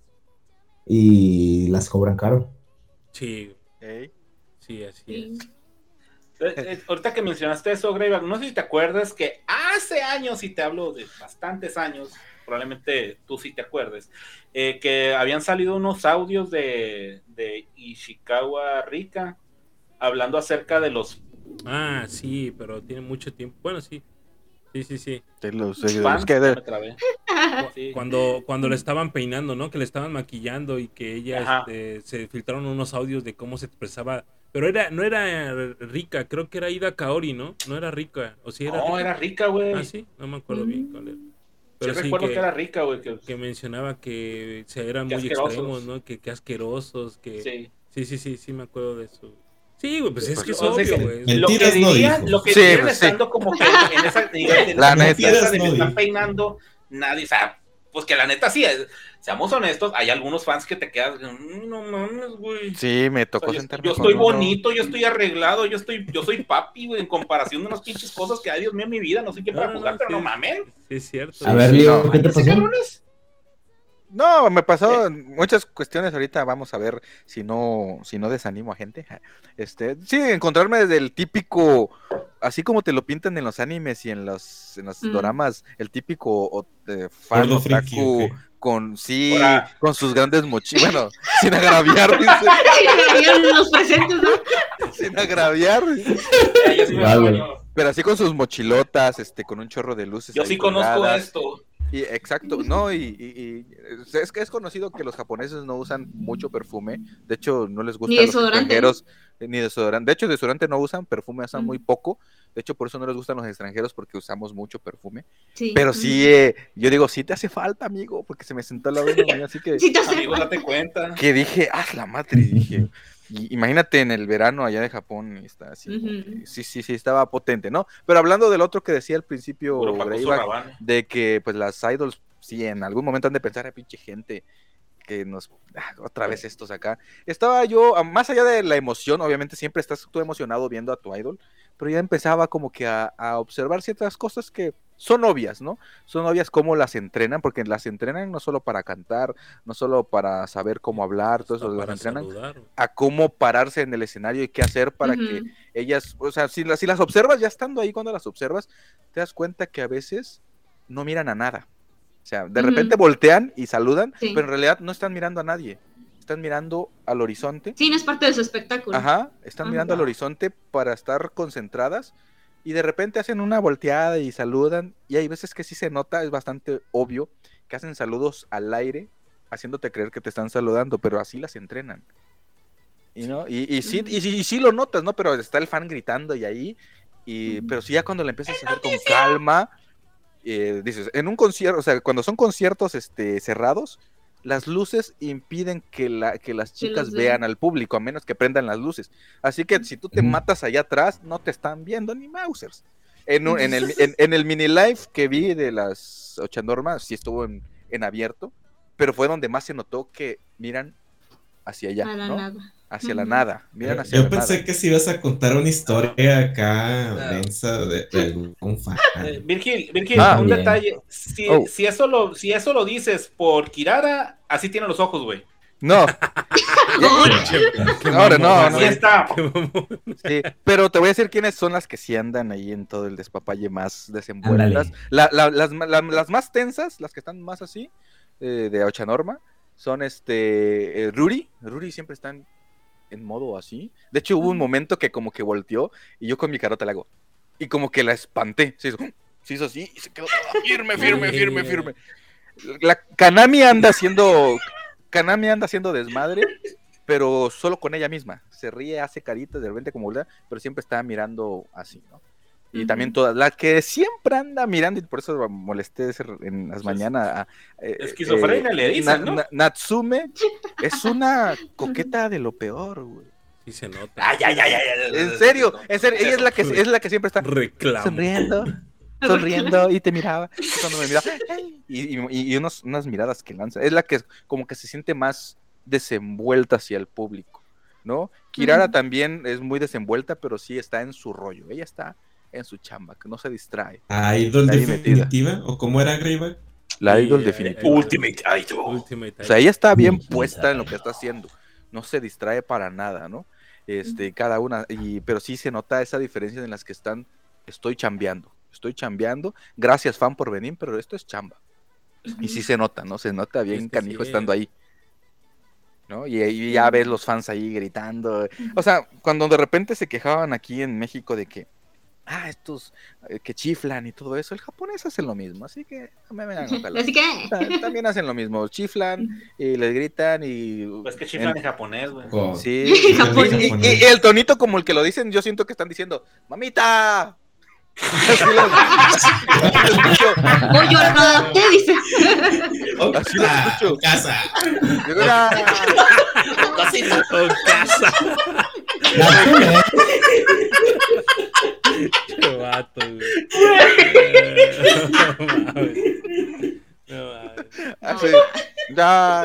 y las cobran caro. Sí, Ey. sí, así Sí. es. Eh, eh, ahorita que mencionaste eso, Greyback, no sé si te acuerdas que hace años, y te hablo de bastantes años, probablemente tú sí te acuerdes, eh, que habían salido unos audios de, de Ishikawa Rika hablando acerca de los Ah, sí, pero tiene mucho tiempo. Bueno, sí. Sí, sí, sí. De los, de los fans. que Ya de- me trabé. Sí. Cuando, cuando le estaban peinando, ¿no? Que le estaban maquillando y que ella Ajá. este, se filtraron unos audios de cómo se expresaba. Pero era, no era Rika, creo que era Ida Kaori, ¿no? No era Rika. O sí era No, Rika. era rica, güey. Ah, sí, no me acuerdo bien cuál era. Pero Yo sí recuerdo que, que era rica, güey. Que, que mencionaba que se eran Qué muy asquerosos. extremos, ¿no? Que, que asquerosos, que... sí. Sí, sí, sí, sí, me acuerdo de eso. Sí, güey, pues es Pues, que es o sea obvio, que- güey. el- Lo que Mentiras no dirían, dijo. lo que Sí, dirían pues, sí. estando como que en esa, en La esa neta. confianza de No me están dijo. peinando, nadie, o sea, pues que la neta sí, es, seamos honestos, hay algunos fans que te quedan, "Mm, no mames, güey. Sí, me O tocó sea, yo, sentarme yo con estoy uno. bonito, yo estoy arreglado, yo estoy, yo soy papi, güey, en comparación de unas pinches cosas que, ay Dios mío, en mi vida, no sé quién No, para no, jugar, no, pero sí. no mames. Sí, es cierto. A ver, sí, Leo, no, ¿qué te Váyanse, pasó? cabrones. No, me pasó muchas cuestiones ahorita, vamos a ver si no, si no desanimo a gente. Este, sí, encontrarme desde el típico, así como te lo pintan en los animes y en los, en los Mm. doramas, el típico o- eh, fan Gordo friki, otaku ¿o qué? con sí, Ahora. con sus grandes mochilas, bueno, sin agraviar, dice, Habían los presentes, ¿no? sin agraviar, Ya, yo sí me Vale. baño. pero así con sus mochilotas, este, con un chorro de luces. Yo ahí sí conozco colgadas. esto. Y, exacto, no, y, y, y es que es conocido que los japoneses no usan mucho perfume, de hecho no les gusta Ni a los desodorante, extranjeros, ¿no? Ni desodorante, de hecho desodorante no usan, perfume usan Mm. muy poco, de hecho por eso no les gustan los extranjeros porque usamos mucho perfume, Sí. pero sí, eh, yo digo, sí te hace falta, amigo, porque se me sentó al lado de uno mío, así que, Sí te hace Amigo, falta. date cuenta. que dije, ah, la madre, dije, y, imagínate en el verano allá de Japón, está así, como Ujú. que sí, sí, sí, estaba potente, ¿no? Pero hablando del otro que decía al principio, Puro Paco Greyback, Rabanne. de que pues las idols sí en algún momento han de pensar a pinche gente que nos ah, otra vez estos acá. Estaba yo, ah, más allá de la emoción, obviamente siempre estás tú emocionado viendo a tu idol, pero ya empezaba como que a, a observar ciertas cosas que son obvias, ¿no? Son obvias cómo las entrenan, porque las entrenan no solo para cantar, no solo para saber cómo hablar, todo eso, Hasta las para entrenan saludar. a cómo pararse en el escenario y qué hacer para Ujú. que ellas, o sea, si las, si las observas, ya estando ahí cuando las observas, te das cuenta que a veces no miran a nada. O sea, de Ujú. repente voltean y saludan, Sí. pero en realidad no están mirando a nadie. Están mirando al horizonte. Sí, no es parte de su espectáculo. Ajá, están Ajá. mirando al horizonte para estar concentradas y de repente hacen una volteada y saludan y hay veces que sí se nota, es bastante obvio, que hacen saludos al aire haciéndote creer que te están saludando, pero así las entrenan. Y, ¿no? y, y, sí, y, sí- y sí lo notas, ¿no? Pero está el fan gritando y ahí, y, pero sí ya cuando le empiezas a hacer con calma, eh, dices, en un concierto, o sea, cuando son conciertos este, cerrados, las luces impiden que, la, que las Que chicas los vean vean. al público, a menos que prendan las luces. Así que si tú te Ujú. matas allá atrás, no te están viendo ni Mausers. En, un- en, el, en, en el mini live que vi de las Ochanormas, sí estuvo en, en abierto, pero fue donde más se notó que miran hacia allá, A la ¿no? nada. Hacia la Ujú. nada, miran hacia Yo la pensé nada. que si ibas a contar una historia acá Ah. densa de, de algún fan. Eh, Virgil, Virgil, Ah. un Bien. detalle. Si, Oh. si, eso lo, si eso lo dices por Kirara, así tiene los ojos, güey. No, Qué ahora no, mamón, no. Así está. qué mamón. sí, pero te voy a decir quiénes son las que sí andan ahí en todo el despapalle más desenvueltas. Ándale. La- la- las, ma- la- las más tensas, las que están más así, eh, de Ochanorma, son este eh, Ruri. Ruri siempre están en modo así. De hecho, hubo un momento que como que volteó y yo con mi carota le hago. Y como que la espanté. Se hizo, se hizo así y se quedó toda firme, firme, firme, firme. La Kanami anda haciendo. Kanami anda haciendo desmadre, pero solo con ella misma. Se ríe, hace caritas de repente como voltea, pero siempre está mirando así, ¿no? Y Ujú. también todas, la que siempre anda mirando, y por eso molesté ese- en las Pues, mañanas. a- eh, esquizofrenia le dicen, ¿no? Na- Natsume es una coqueta de lo peor, güey. Sí se nota. Ay, ay, ay, ay, ay, En serio, en serio, ella es la que, Eso. es la que siempre está Reclamo. sonriendo, sonriendo y te miraba. Y cuando me miraba, ¡ay! y, y- y unos- unas miradas que lanza. Es la que como que se siente más desenvuelta hacia el público, ¿no? Kirara Ujú. también es muy desenvuelta, pero sí está en su rollo. Ella está en su chamba, que no se distrae. ¿Idol Ahí definitiva? ¿O cómo era Greyback? La Sí, idol ahí- definitiva. ahí- Ultimate Idol. Ultimate O sea, ella está bien Ultimate puesta en lo Idol. que está haciendo. No se distrae para nada, ¿no? Este, cada una, y, pero sí se nota esa diferencia en las que están, estoy chambeando, estoy chambeando, gracias fan por venir, pero esto es chamba. Y sí se nota, ¿no? Se nota bien Es que canijo sí. estando ahí. ¿No? Y ahí ya ves los fans ahí gritando. O sea, cuando de repente se quejaban aquí en México de que, ah, estos eh, que chiflan y todo eso, el japonés hace lo mismo, así que no me vengan a jalar. Así que. Ta- También hacen lo mismo, chiflan y les gritan y... Pues que chiflan en- en japonés, güey. Oh, Sí, En japonés. y, y- y el tonito como el que lo dicen, yo siento que están diciendo, ¡mamita! Así lo, así lo escucho, O yo lo adapté, dice. así lo Ah, escucho. casa. Digo, "Ah". O casa. Natsume, Qué vato, güey. No mames. No mames. Así, ya,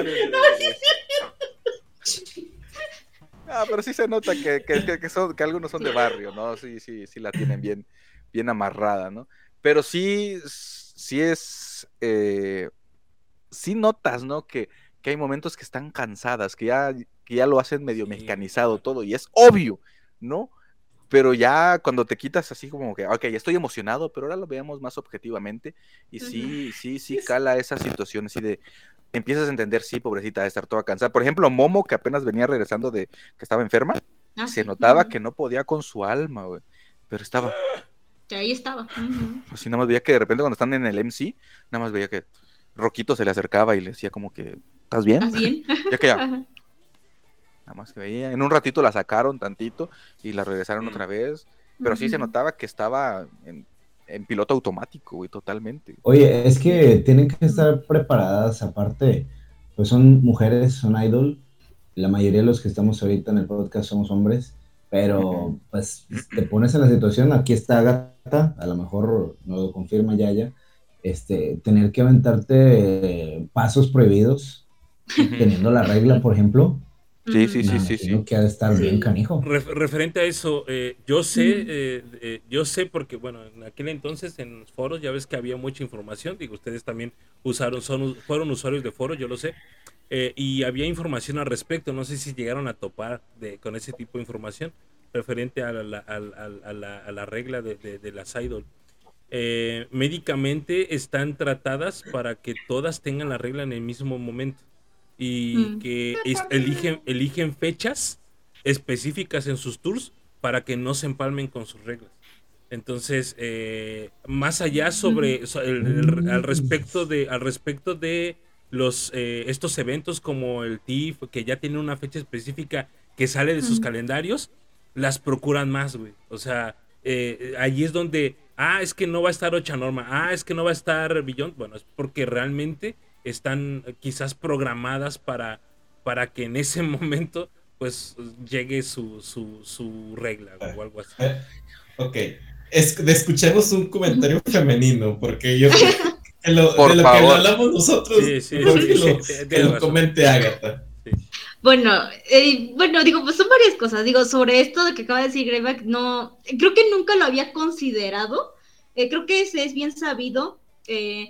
Ah, pero sí se nota que, que, que- que son, que algunos son de barrio, ¿no? Sí, sí, sí la tienen bien, bien amarrada, ¿no? Pero sí, sí es, eh, sí notas, ¿no? Que, que hay momentos que están cansadas, que ya, que ya lo hacen medio Sí. mecanizado todo, y es obvio, ¿no? Pero ya cuando te quitas así como que, ok, estoy emocionado, pero ahora lo veamos más objetivamente, y sí, sí, sí cala esa situación así de, empiezas a entender, sí, pobrecita, de estar toda cansada. Por ejemplo, Momo, que apenas venía regresando de que estaba enferma, Ah, se sí. notaba Ujú. que no podía con su alma, güey, pero estaba, Que ahí estaba. Uh-huh. Así nada más veía que de repente cuando están en el M C, nada más veía que Roquito se le acercaba y le decía como que, ¿estás bien? ¿Estás bien? Ya que ya, nada más que veía, en un ratito la sacaron tantito y la regresaron mm. otra vez, pero uh-huh. sí se notaba que estaba en, en piloto automático, güey, totalmente. Oye, es que tienen que estar preparadas, aparte, pues son mujeres, son idol, la mayoría de los que estamos ahorita en el podcast somos hombres, pero pues te pones en la situación, aquí está Agatha, a lo mejor nos lo confirma Yaya, este, tener que aventarte eh, pasos prohibidos, teniendo la regla, por ejemplo. Sí, sí, sí, sí, sí. Que ha de estar sí. bien canijo. Re- referente a eso, eh, yo sé, eh, eh, yo sé porque, bueno, en aquel entonces en los foros ya ves que había mucha información, digo, ustedes también usaron, son, fueron usuarios de foros, yo lo sé, eh, y había información al respecto, no sé si llegaron a topar de, con ese tipo de información referente a la, a, a, a la, a la regla de, de, de las idol. Eh, médicamente están tratadas para que todas tengan la regla en el mismo momento. Y mm. que es, eligen, eligen fechas específicas en sus tours para que no se empalmen con sus reglas. Entonces, eh, más allá sobre el, el, al respecto de al respecto de los eh, estos eventos como el T I F, que ya tienen una fecha específica que sale de sus mm. calendarios, las procuran más, güey. O sea, eh, allí es donde, ah, es que no va a estar Ocha Norma, ah, es que no va a estar Beyond. Bueno, es porque realmente están quizás programadas para, para que en ese momento pues llegue su, su, su regla o algo así. Eh, ok, es, escuchemos un comentario femenino, porque yo creo que lo, Por de lo favor. que hablamos nosotros, sí, sí, mejor sí, que sí, lo, sí, que lo comente Agatha. Sí. Bueno, eh, bueno, digo, pues son varias cosas. Digo, sobre esto de que acaba de decir Greyback, no, creo que nunca lo había considerado. Eh, creo que ese es bien sabido eh,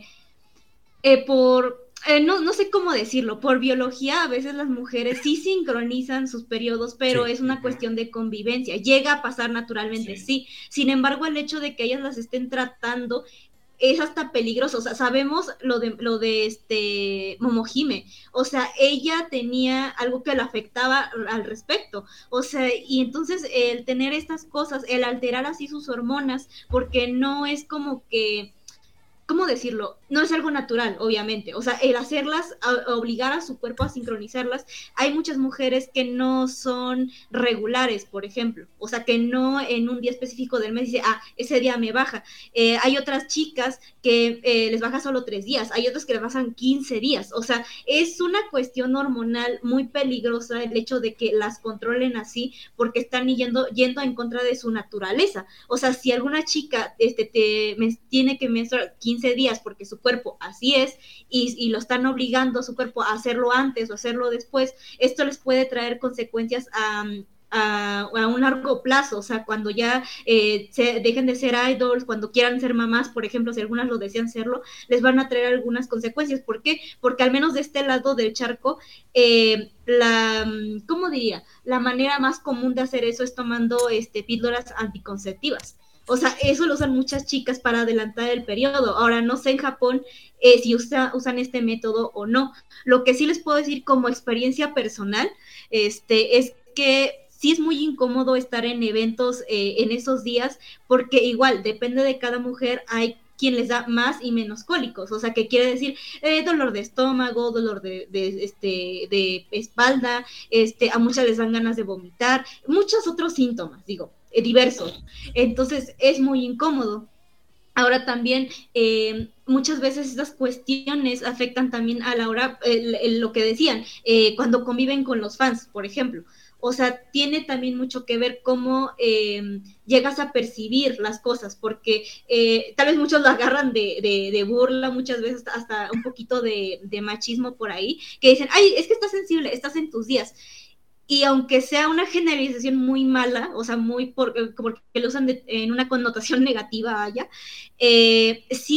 eh, por... Eh, no, no sé cómo decirlo, por biología a veces las mujeres sí sincronizan sus periodos, pero sí. es una cuestión de convivencia, llega a pasar naturalmente, sí. sí, sin embargo el hecho de que ellas las estén tratando es hasta peligroso, o sea, sabemos lo de, lo de este Momohime, o sea, ella tenía algo que la afectaba al respecto, o sea, y entonces el tener estas cosas, el alterar así sus hormonas, porque no es como que, ¿cómo decirlo? No es algo natural, obviamente. O sea, el hacerlas, a, obligar a su cuerpo a sincronizarlas, hay muchas mujeres que no son regulares, por ejemplo. O sea, que no en un día específico del mes dice, ah, ese día me baja. Eh, hay otras chicas que eh, les baja solo tres días, hay otras que les bajan quince días. O sea, es una cuestión hormonal muy peligrosa el hecho de que las controlen así, porque están yendo, yendo en contra de su naturaleza. O sea, si alguna chica este, te, me, tiene que menstruar quince días porque su cuerpo así es y, y lo están obligando a su cuerpo a hacerlo antes o hacerlo después, esto les puede traer consecuencias a, a, a un largo plazo, o sea, cuando ya eh, se dejen de ser idols, cuando quieran ser mamás, por ejemplo, si algunas lo desean serlo, les van a traer algunas consecuencias. ¿Por qué? Porque al menos de este lado del charco, eh, la, ¿cómo diría? La manera más común de hacer eso es tomando este, píldoras anticonceptivas. O sea, eso lo usan muchas chicas para adelantar el periodo. Ahora, no sé en Japón eh, si usa, usan este método o no. Lo que sí les puedo decir como experiencia personal este, es que sí es muy incómodo estar en eventos eh, en esos días, porque igual, depende de cada mujer, hay quien les da más y menos cólicos, o sea, que quiere decir eh, dolor de estómago, dolor de, de, este, de espalda, este, a muchas les dan ganas de vomitar, muchos otros síntomas, digo, eh, diversos. Entonces, es muy incómodo. Ahora también, eh, muchas veces estas cuestiones afectan también a la hora, eh, lo que decían, eh, cuando conviven con los fans, por ejemplo. O sea, tiene también mucho que ver cómo eh, llegas a percibir las cosas, porque eh, tal vez muchos lo agarran de, de, de burla, muchas veces hasta un poquito de, de machismo por ahí, que dicen, ay, es que estás sensible, estás en tus días. Y aunque sea una generalización muy mala, o sea, muy por, porque lo usan de, en una connotación negativa allá, eh, sí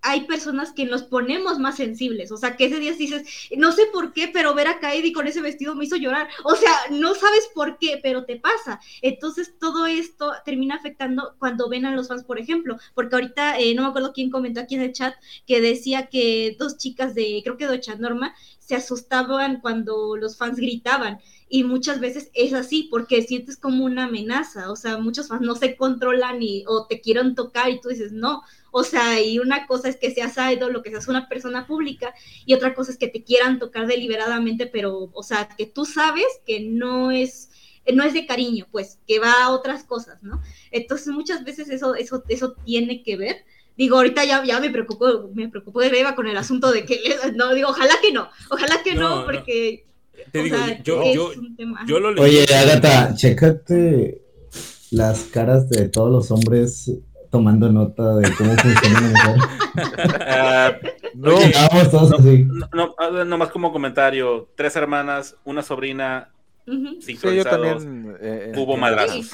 hay personas que nos ponemos más sensibles, o sea, que ese día dices, no sé por qué, pero ver a Kaidi con ese vestido me hizo llorar, o sea, no sabes por qué, pero te pasa. Entonces todo esto termina afectando cuando ven a los fans, por ejemplo, porque ahorita, eh, no me acuerdo quién comentó aquí en el chat, que decía que dos chicas de, creo que de Ochanorma, se asustaban cuando los fans gritaban, y muchas veces es así, porque sientes como una amenaza, o sea, muchos fans no se controlan y, o te quieren tocar y tú dices, no, o sea, y una cosa es que seas idol, o que seas una persona pública, y otra cosa es que te quieran tocar deliberadamente, pero, o sea, que tú sabes que no es, no es de cariño, pues, que va a otras cosas, ¿no? Entonces, muchas veces eso, eso, eso tiene que ver. Digo, ahorita ya, ya me preocupó, me preocupó de Eva con el asunto de que, no, digo, ojalá que no, ojalá que no, No, porque... Te o digo, sea, yo, es yo, un tema. yo lo leí. Oye, Agatha, chécate las caras de todos los hombres tomando nota de cómo funciona la mujer. Uh, No, oye, vamos todos no, así. no, no, nomás como comentario, tres hermanas, una sobrina, Uh-huh. sincronizados, Sí, yo también, eh, hubo eh, madrazos.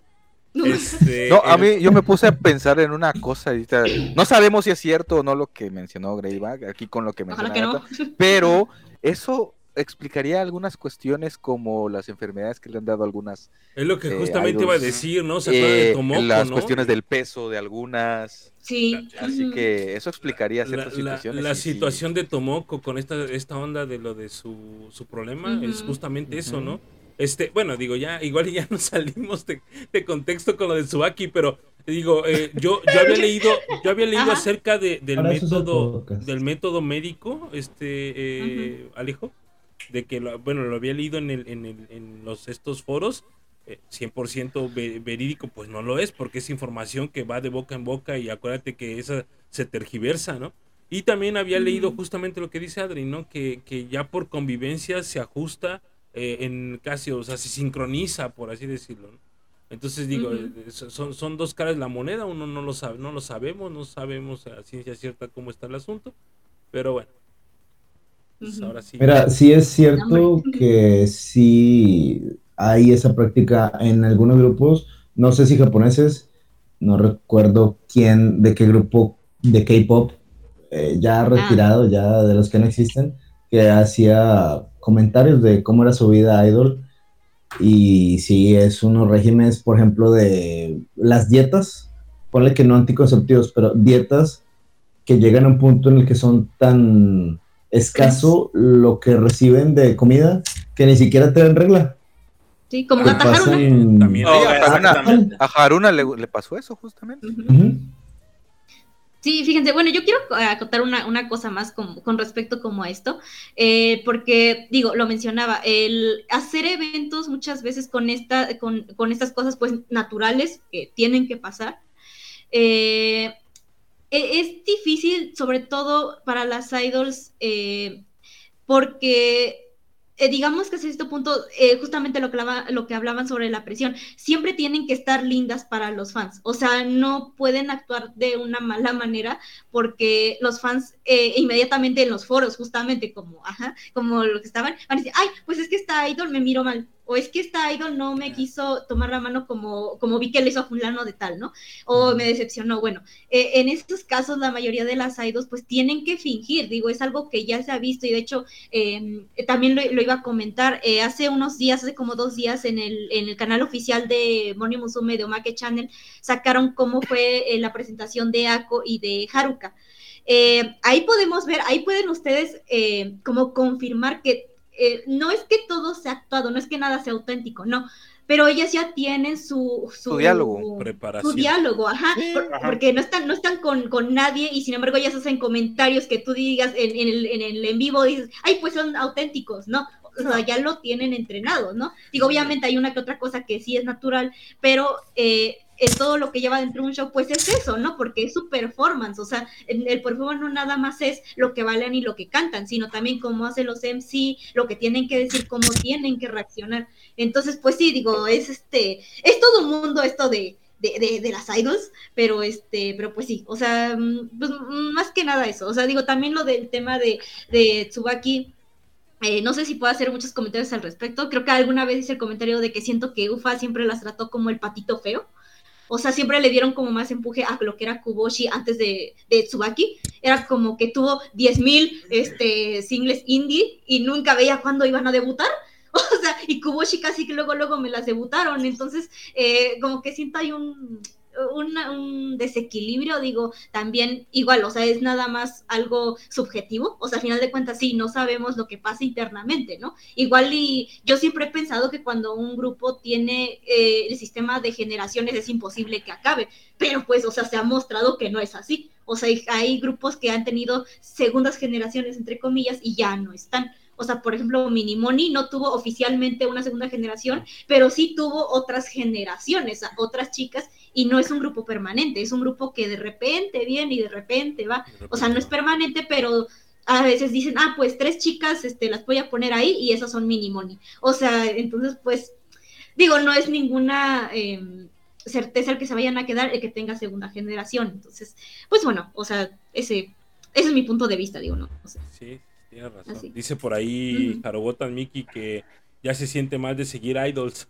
Este, No, a el- mí yo me puse a pensar en una cosa, ahorita, no sabemos si es cierto o no lo que mencionó Greyback, aquí con lo que mencionó Ojalá que no. Agatha, pero eso explicaría algunas cuestiones como las enfermedades que le han dado a algunas, es lo que eh, justamente idols, iba a decir, ¿no? ¿Se acuerdan de eh, Tomoko, las no? cuestiones del peso de algunas, Sí. así Uh-huh. que eso explicaría La, ciertas la- situaciones. la y sí. situación de Tomoko con esta, esta onda de lo de su, su problema Ujú. es justamente eso, Ujú. ¿no? Este, bueno, digo, ya, igual ya nos salimos de, de contexto con lo de Tsubaki, pero digo, eh, yo, yo había leído, yo había leído Ajá. acerca de, del Para eso es el método, podcast. del método médico, este, eh, Alejo, de que lo, bueno, lo había leído en el, en el, en los estos foros, eh, cien por ciento ve- verídico, pues no lo es, porque es información que va de boca en boca y acuérdate que esa se tergiversa, ¿no? Y también había leído Ujú. justamente lo que dice Adri, ¿no? Que, que ya por convivencia se ajusta eh, en casi, o sea, se sincroniza, por así decirlo, ¿no? Entonces digo, Ujú. eh, son, son dos caras de la moneda, uno no lo sabe, no lo sabemos, no sabemos a ciencia cierta cómo está el asunto, pero bueno, pues Ujú. ahora sí. Mira, sí es Hambre. cierto que sí hay esa práctica en algunos grupos, no sé si japoneses, no recuerdo quién, de qué grupo de K-pop, eh, ya retirado, ya de los que no existen, que hacía comentarios de cómo era su vida idol. Y sí, es unos regímenes, por ejemplo, de las dietas, ponle que no anticonceptivos, pero dietas que llegan a un punto en el que son tan escaso lo que reciben de comida que ni siquiera te dan regla. Sí, como Que Gata Haruna. pasan... También. Oh, Sí, a Haruna, exactamente. a Haruna le, le pasó eso justamente. Ujú. Ujú. Sí, fíjense, bueno, yo quiero eh, acotar una, una cosa más con, con respecto como a esto, eh, porque, digo, lo mencionaba, el hacer eventos muchas veces con, esta, con, con estas cosas pues naturales que tienen que pasar, eh, e- es difícil, sobre todo para las idols, eh, porque eh, digamos que hasta este punto, eh, justamente lo que, hablaba, lo que hablaban sobre la presión, siempre tienen que estar lindas para los fans, o sea, no pueden actuar de una mala manera porque los fans eh, inmediatamente en los foros, justamente como, ajá, como lo que estaban, van a decir, ay, pues es que esta idol me miró mal, o es que esta idol no me quiso tomar la mano como, como vi que le hizo a fulano de tal, ¿no? O me decepcionó, bueno, eh, en estos casos la mayoría de las idols pues tienen que fingir, digo, es algo que ya se ha visto y de hecho eh, también lo, lo iba a comentar, eh, hace unos días, hace como dos días en el, en el canal oficial de Moni Musume de Omake Channel sacaron cómo fue eh, la presentación de Ako y de Haruka. Eh, ahí podemos ver, ahí pueden ustedes eh, como confirmar que eh, no es que todo sea actuado, no es que nada sea auténtico, no, pero ellas ya tienen su, su, Su diálogo. Preparación. Su diálogo, ajá, Sí, por, ajá. porque no están, no están con, con nadie y sin embargo ellas hacen comentarios que tú digas en, en, el, en el en vivo, dices, ay, pues son auténticos, ¿no? O sea, ya lo tienen entrenado, ¿no? Digo, obviamente hay una que otra cosa que sí es natural, pero eh, es todo lo que lleva dentro de un show, pues es eso, ¿no? Porque es su performance, o sea, el performance no nada más es lo que bailan y lo que cantan, sino también cómo hacen los M C, lo que tienen que decir, cómo tienen que reaccionar. Entonces, pues sí, digo, es este, es todo un mundo esto de, de, de, de las idols, pero este, pero pues sí, o sea, pues más que nada eso, o sea, digo, también lo del tema de, de Tsubaki. Eh, no sé si puedo hacer muchos comentarios al respecto. Creo que alguna vez hice el comentario de que siento que Ufa siempre las trató como el patito feo. O sea, siempre le dieron como más empuje a lo que era Kuboshi antes de, de Tsubaki. Era como que tuvo diez mil este, singles indie y nunca veía cuándo iban a debutar. O sea, y Kuboshi casi que luego, luego me las debutaron. Entonces, eh, como que siento hay un... Una, un desequilibrio, digo, también igual, o sea, es nada más algo subjetivo, o sea, al final de cuentas sí, no sabemos lo que pasa internamente, ¿no? Igual y yo siempre he pensado que cuando un grupo tiene eh, el sistema de generaciones es imposible que acabe, pero pues, o sea, se ha mostrado que no es así, o sea, hay, hay grupos que han tenido segundas generaciones, entre comillas, y ya no están. O sea, por ejemplo, Minimoni no tuvo oficialmente una segunda generación, pero sí tuvo otras generaciones, otras chicas, y no es un grupo permanente, es un grupo que de repente viene y de repente va. O sea, no es permanente, pero a veces dicen, ah, pues tres chicas este, las voy a poner ahí y esas son Minimoni. O sea, entonces, pues, digo, no es ninguna eh, certeza el que se vayan a quedar el que tenga segunda generación. Entonces, pues bueno, o sea, ese, ese es mi punto de vista, digo, ¿no? O sea, sí. Tienes razón. Así. Dice por ahí Uh-huh. Harobotan Miki que ya se siente mal de seguir idols.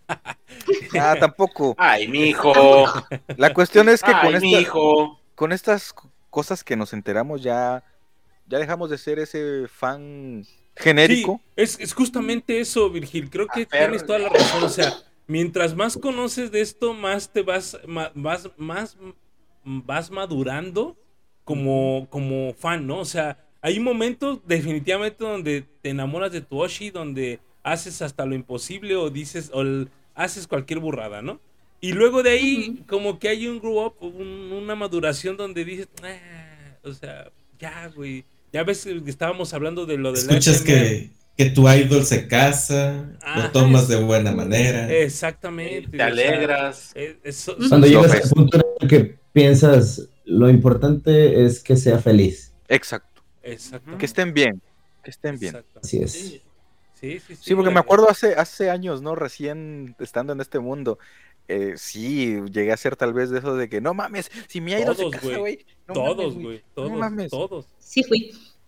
Ah, tampoco. Ay, mijo. La cuestión es que Ay, con, esta, mijo. con estas cosas que nos enteramos ya, ya dejamos de ser ese fan genérico. Sí, es, es justamente eso, Virgil. Creo que A ver. tienes toda la razón. O sea, mientras más conoces de esto, más te vas, ma- vas, más vas madurando como, como fan, ¿no? O sea, hay momentos definitivamente donde te enamoras de tu Oshi, donde haces hasta lo imposible o dices, o l- haces cualquier burrada, ¿no? Y luego de ahí, Ujú. como que hay un grow up, un- una maduración donde dices, "Ah", o sea, ya, güey. Ya ves que estábamos hablando de lo de la Escuchas S M R. que, que tu idol se casa, Ajá, lo tomas es- de buena manera. Exactamente. Te o sea, alegras. es- es- so- Ujú. Cuando Lo llegas ves. al punto en el que piensas, lo importante es que sea feliz. Exacto. Exactamente. Que estén bien. Que estén bien. Exactamente. Así es. Sí. Sí, sí, sí. Sí, porque la- me acuerdo hace, hace años, ¿no? Recién estando en este mundo. Eh, sí, llegué a ser tal vez de eso de que no mames, si mi idol se Todos, casa, güey. güey. No Todos, mames, güey. No Todos, mames. todos. Sí fui.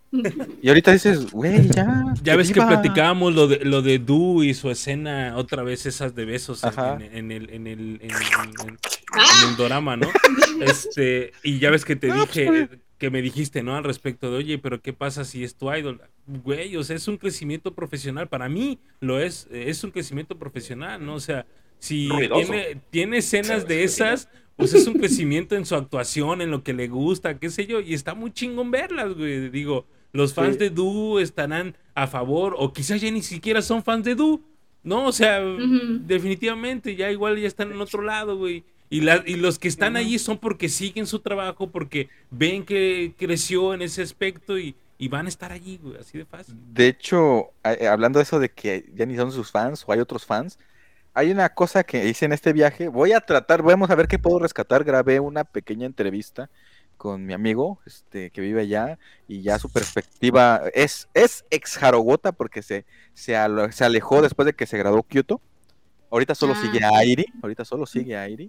Y ahorita dices, güey, ya. Ya ves que viva. platicábamos lo de lo de Du y su escena, otra vez esas de besos en, Ajá. en- en el en el en, en- en- ¡Ah! en el dorama, ¿no? Este, y ya ves que te No, pues, dije, eh, que me dijiste, ¿no? Al respecto de, oye, pero ¿qué pasa si es tu idol? Güey, o sea, es un crecimiento profesional. Para mí lo es, eh, es un crecimiento profesional, ¿no? O sea, si Ruidoso. tiene, tiene escenas de esas, pues es un crecimiento en su actuación, en lo que le gusta, qué sé yo, y está muy chingón verlas, güey. Digo, los fans Sí. de Du estarán a favor, o quizás ya ni siquiera son fans de Du, ¿no? O sea, Ujú. definitivamente, ya igual ya están en otro lado, güey. Y, la, y los que están Ujú. allí son porque siguen su trabajo, porque ven que creció en ese aspecto y, y van a estar allí, güey, así de fácil. De hecho, a- eh, hablando de eso de que ya ni son sus fans o hay otros fans, hay una cosa que hice en este viaje. Voy a tratar, vamos a ver qué puedo rescatar. Grabé una pequeña entrevista con mi amigo, este, que vive allá, y ya su perspectiva es, es ex Harogota porque se, se, alo- se alejó después de que se graduó Kyoto. Ahorita solo Ah, sigue a Airi, ahorita solo sigue a Airi.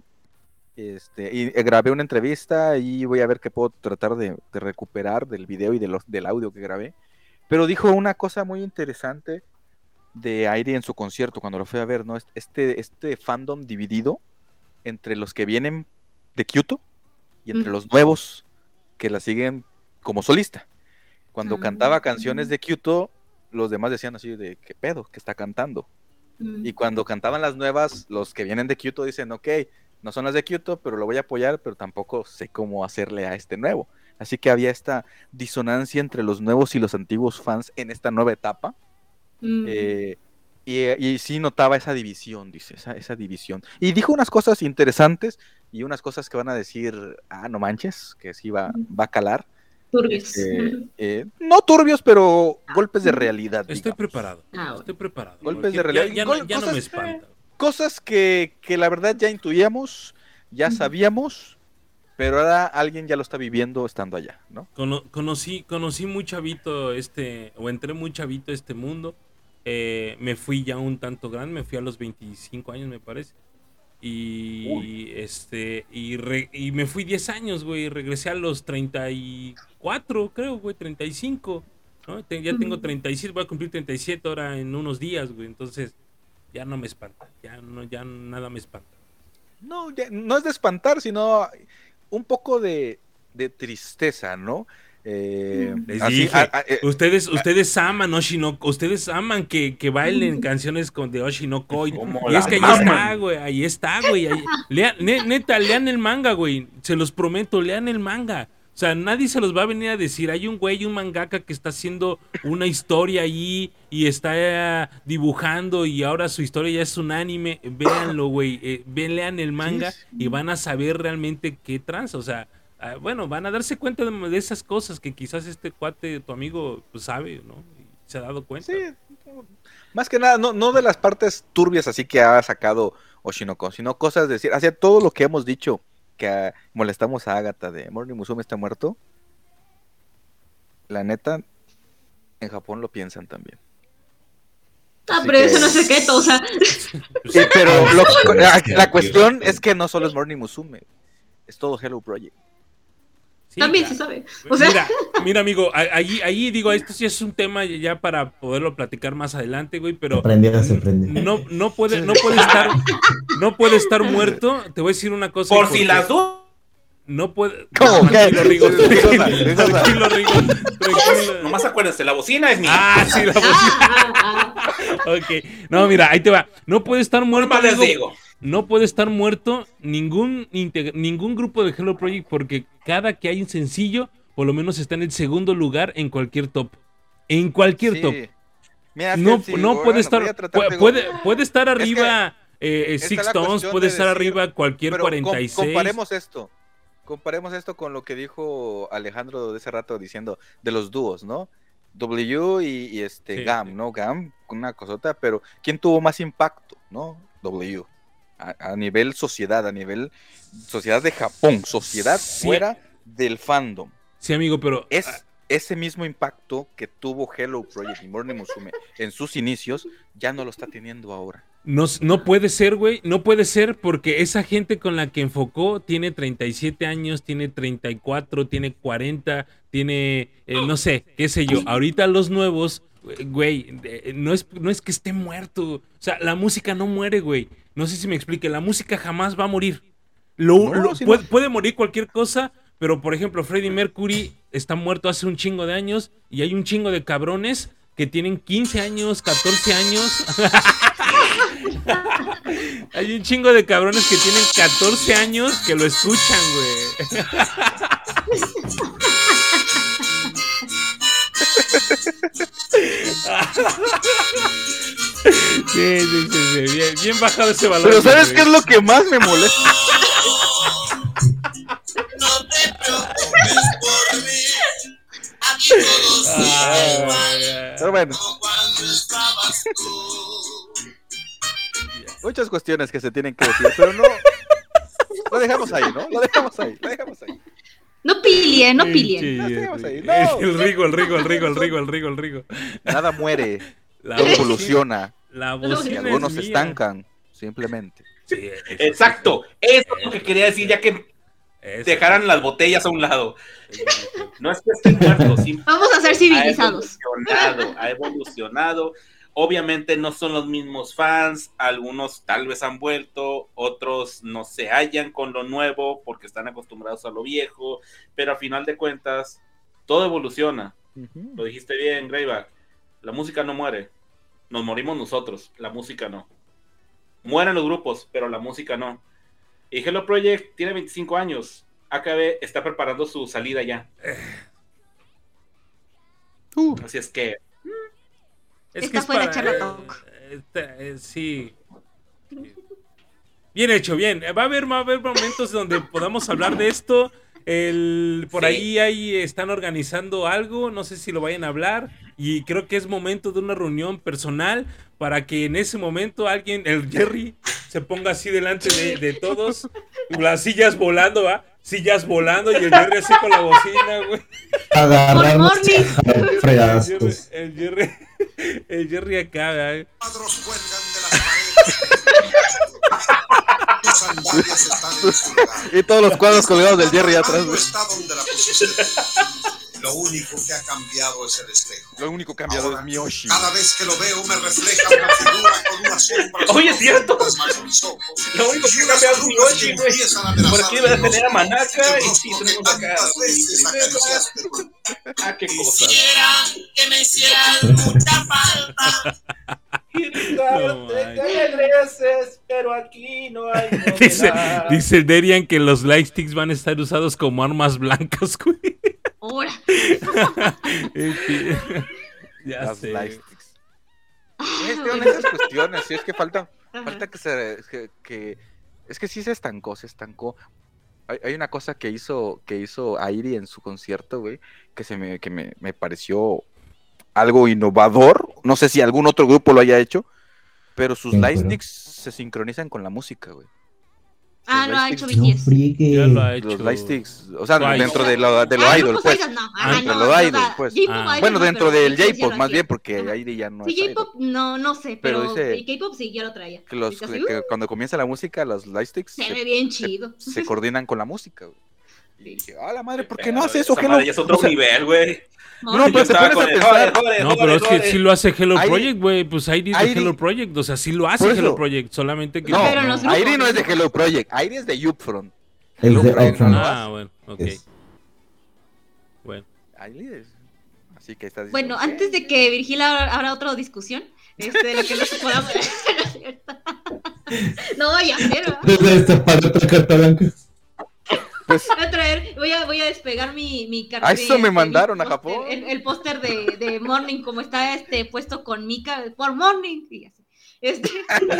Este, y eh, grabé una entrevista y voy a ver qué puedo tratar de, de recuperar del video y de los, del audio que grabé. Pero dijo una cosa muy interesante de Airi en su concierto cuando lo fui a ver, ¿no? Este, este fandom dividido entre los que vienen de Kyoto y entre Mm. los nuevos que la siguen como solista. Cuando Ah. cantaba canciones de Kyoto, los demás decían así de, ¿qué pedo? ¿Qué está cantando? Mm. Y cuando cantaban las nuevas, los que vienen de Kyoto dicen, ok, no son las de Kyoto, pero lo voy a apoyar, pero tampoco sé cómo hacerle a este nuevo. Así que había esta disonancia entre los nuevos y los antiguos fans en esta nueva etapa. Mm. Eh, y, y sí notaba esa división, dice, esa, esa división. Y dijo unas cosas interesantes y unas cosas que van a decir, ah, no manches, que sí va, va a calar. Turbios. Este, eh, no turbios, pero golpes de realidad. Estoy digamos. preparado, Ah, bueno. estoy preparado. Golpes porque de realidad. Ya, ya Gol- no, ya no cosas- me espanta. Cosas que, que la verdad ya intuíamos, ya Ujú. sabíamos, pero ahora alguien ya lo está viviendo estando allá, ¿no? Cono- conocí, conocí muy chavito este, o entré muy chavito a este mundo. Eh, me fui ya un tanto grande, me fui a los veinticinco años, me parece. Y este, y, re- y me fui diez años, güey. Regresé a los treinta y cuatro, creo, güey, treinta y cinco. ¿No? Te- ya tengo Ujú. treinta y seis, voy a cumplir treinta y siete ahora en unos días, güey. Entonces, ya no me espanta. Ya no, ya nada me espanta. no, ya, no es de espantar, sino un poco de, de tristeza, ¿no? Eh, Les así, dije, a- a- eh, ustedes, ustedes aman Oshinoko, ustedes aman que, que bailen canciones con de Oshinoko. Y, Como y es la que ahí maman. está, güey, ahí está, güey. ahí- lean- ne- neta, lean el manga, güey. Se los prometo, lean el manga. O sea, nadie se los va a venir a decir. Hay un güey, un mangaka que está haciendo una historia ahí y está eh, dibujando y ahora su historia ya es un anime. Véanlo, güey. Eh, ve- lean el manga y van a saber realmente qué tranza. O sea, ah, bueno, van a darse cuenta de, de esas cosas que quizás este cuate, tu amigo, pues sabe, ¿no? Y se ha dado cuenta. sí, más que nada, no, no de las partes turbias así que ha sacado Oshinoko, sino cosas de decir, hacia todo lo que hemos dicho, que ah, molestamos a Agatha de Morning Musume está muerto. La neta, en Japón lo piensan también. Ah, Así pero que- eso no es secreto, o sea. Sí, pero lo- la, la cuestión es que no solo es Morning Musume, es todo Hello Project. Sí, También claro. se sabe. O sea, Mira, mira, amigo, a- ahí, ahí digo, esto sí es un tema ya para poderlo platicar más adelante, güey, pero Aprendió, se aprendió. no, no puede, no puede estar, no puede estar muerto. Te voy a decir una cosa. Por porque si las dudas. no puede. ¿Cómo? Tranquilo, ¿Qué? Rigo, Rigosa, tranquilo, Rigosa. tranquilo, Rigo, tranquilo. Nomás acuérdense, la bocina es mía. Ah, sí, la bocina. ah, ah, ah. Ok. No, mira, ahí te va. No puede estar muerto. Más les amigo. digo. No puede estar muerto ningún, integ- ningún grupo de Hello Project porque cada que hay un sencillo, por lo menos está en el segundo lugar en cualquier top. En cualquier Sí. top. Mira, No, sí, no bueno, puede estar. voy a tratar Puede, de- puede, puede estar arriba eh, eh, está Six la Tones, cuestión puede de estar decir, arriba cualquier pero cuarenta y com- seis. comparemos esto. Comparemos esto con lo que dijo Alejandro de ese rato diciendo de los dúos, ¿no? W y, y este Sí, Gam, sí. ¿no? Gam, una cosota, pero ¿quién tuvo más impacto, no? W. A, a nivel sociedad, a nivel sociedad de Japón, sociedad Sí. fuera del fandom. Sí, amigo, pero. Es ese mismo impacto que tuvo Hello Project y Morning Musume en sus inicios, ya no lo está teniendo ahora. No, no puede ser, güey. No puede ser porque esa gente con la que enfocó tiene treinta y siete años, tiene treinta y cuatro, tiene cuarenta, tiene, eh, no sé, qué sé yo. Ahorita los nuevos, güey, eh, no es, no es que esté muerto. O sea, la música no muere, güey. No sé si me explique. La música jamás va a morir. Lo, No, lo- si puede, no. puede morir cualquier cosa, pero por ejemplo, Freddie Mercury está muerto hace un chingo de años y hay un chingo de cabrones que tienen quince años, catorce años. Hay un chingo de cabrones que tienen catorce años que lo escuchan, güey. Sí, sí, sí, sí, bien, bien bajado ese valor. Pero ¿sabes qué es lo que más me molesta? Pero bueno. Muchas cuestiones que se tienen que decir, pero no. Lo dejamos ahí, ¿no? Lo dejamos ahí, lo dejamos ahí. No pilien, no pilien. Sí, No, dejamos ahí. el, No. el Rigo, el Rigo, el Rigo, el Rigo, el Rigo, el Rigo. Nada muere, La todo bocina- evoluciona. La Y bocina algunos es se mía. estancan, simplemente. Sí, eso sí, Exacto. Eso es lo que quería decir, ya que eso dejaran las botellas a un lado. No es que estén muertos, simplemente Vamos a ser civilizados. Ha evolucionado, ha evolucionado. Obviamente no son los mismos fans, algunos tal vez han vuelto, otros no se hallan con lo nuevo porque están acostumbrados a lo viejo, pero a final de cuentas todo evoluciona. Lo dijiste bien, Greyback. La música no muere, nos morimos nosotros, la música no. Mueren los grupos, pero la música no. Y Hello Project tiene veinticinco años. A K B está preparando su salida ya. Uh. Así es que Es Esta es fue la para- charla eh, talk. esta- eh, sí. Bien hecho, bien. Va a haber, va a haber momentos donde podamos hablar de esto. El, por Sí. ahí, ahí están organizando algo, no sé si lo vayan a hablar. Y creo que es momento de una reunión personal para que en ese momento alguien, el Jerry, se ponga así delante de, de todos. Las sillas volando, ¿va? Sillas volando y el Jerry así con la bocina, güey. Agarrarnos Good morning. a El Jerry, fregazos. el Jerry, el Jerry acá, ¿verdad? Cuadros cuelgan de las paredes. Tus sandalias están en su lugar. Y todos los cuadros colgados del Jerry atrás, Algo güey. está donde la pusiste. Lo único que ha cambiado es el espejo. Lo único cambiado Ahora, es Miyoshi. Cada vez que lo veo me refleja una figura con una sombra Oye, es cierto. Lo único que cambia es Yoshi, güey. Por aquí va a tener a Manaka y sí, tenemos acá. Ah, qué cosas. Que me hicieran mucha falta. No, regreses, pero aquí no hay dice, dice Derian que los lightsticks van a estar usados como armas blancas, güey. Ahora. Ya Las sé. lightsticks. Es que son esas cuestiones, sí, es que falta, falta que se, que, que, es que sí se estancó, se estancó. Hay, hay una cosa que hizo, que hizo Airi en su concierto, güey, que se me, que me, me pareció algo innovador. No sé si algún otro grupo lo haya hecho, pero sus Sí, lightsticks se sincronizan con la música, güey. Ah, Los lo ha lightsticks- hecho B T S. friegue. Ya lo ha hecho. Los lightsticks, o sea, Twice. dentro de lo, de lo Ah, idol, grupos pues. idols no. Ah, Ah, Dentro no, de lo o sea, idol, pues. J-pop Ah. idol Bueno, no, dentro pero del B T S ya J-pop, lo más hacía. bien, porque Ajá. Airi ya no Sí, es idol. J-pop no, no sé, Pero pero, dice- el K-pop sí, ya lo traía. Que, los, Dice que, así, que uh, cuando comienza la música, los lightsticks se se, ve bien se- chido. se coordinan con la música, güey. Y Sí. dije, ah, la madre, ¿por qué Pero no hace eso? esa ¿Qué madre no? ya es otro O sea, nivel, güey. No, Yo pero te estaba pones con a el, pensar. joder, joder, No, joder, pero es que joder. sí lo hace Hello Airi- Project, güey. Pues Airi es de Airi- Hello Project. O sea, sí lo hace Por eso- Hello Project. Solamente que. No, Pero en los grupos, Airi no es de ¿no? Hello Project, Airi es de Upfront. Es de Hello Project Upfront. no lo Ah, hace. bueno, ok. Es- Bueno. Airi es. Así que estás Bueno, diciendo, antes de que Virgilia abra, abra otra discusión, este, de lo que no se podamos. No es cierto. No, ya sé, ¿verdad? Desde esta para otra carta blanca. pues, Voy a traer, voy a, voy a despegar mi, mi A eso me este, mandaron mi a póster, Japón. El, el póster de, de Morning, como está este puesto con Mika, por Morning, y así. Este.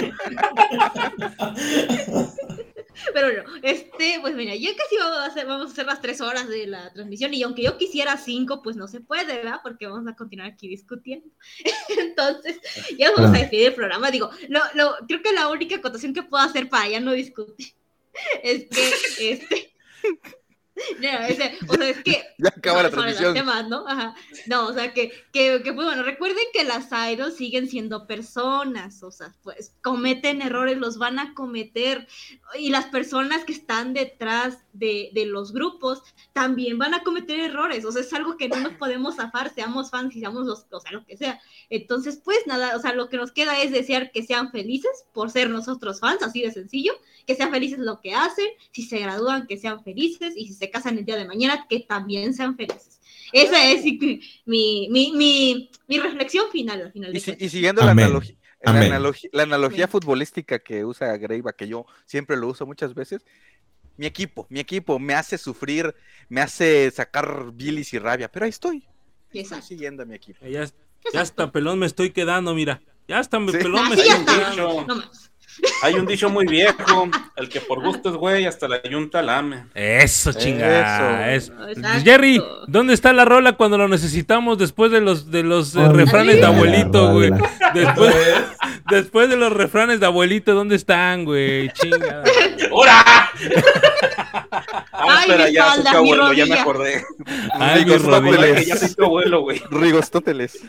Pero no, este, pues mira, ya casi vamos a hacer, vamos a hacer las tres horas de la transmisión, y aunque yo quisiera cinco, pues no se puede, ¿verdad? Porque vamos a continuar aquí discutiendo. Entonces, ya vamos a despedir el programa. Digo, lo, lo, creo que la única acotación que puedo hacer para ya no discutir es que este. No, ese, o sea, es que ya acaba la no, sobre los transmisión. temas, ¿no? Ajá. No, o sea, que, que, que, pues bueno, recuerden que las idols siguen siendo personas, o sea, pues cometen errores, los van a cometer, y las personas que están detrás de, de los grupos también van a cometer errores, o sea, es algo que no nos podemos zafar, seamos fans y seamos los, o sea, lo que sea. Entonces, pues nada, o sea, lo que nos queda es desear que sean felices por ser nosotros fans, así de sencillo, que sean felices lo que hacen, si se gradúan, que sean felices, y si se casan el día de mañana, que también sean felices. Esa es mi, mi, mi, mi, mi reflexión final al final de Y, si- cuentas. y siguiendo la Amén. analogía, la, Amén. analogía, la analogía Amén. futbolística que usa Greiva, que yo siempre lo uso muchas veces, mi equipo, mi equipo me hace sufrir, me hace sacar bilis y rabia, pero ahí estoy, estoy Exacto. siguiendo a mi equipo. Ya, ya hasta pelón me estoy quedando, mira. Ya hasta me Sí. pelón me Así estoy ya un está. quedando. No más. Hay un dicho muy viejo, el que por gusto es güey, hasta la yunta lame. Eso, chinga. Eso. Eso. Exacto. Jerry, ¿dónde está la rola cuando lo necesitamos después de los de los eh, ¿Dónde refranes de está la abuelito, güey? rola? Después, después de los refranes de abuelito, ¿dónde están, güey? Chinga. ¡Hora! Ah, Ay, espera, mi ya soy espalda, tu mi abuelo, ya me rodilla. acordé. Ay, mi Rigostóteles. rodilla. Que ya soy tu abuelo, güey. Rigostóteles.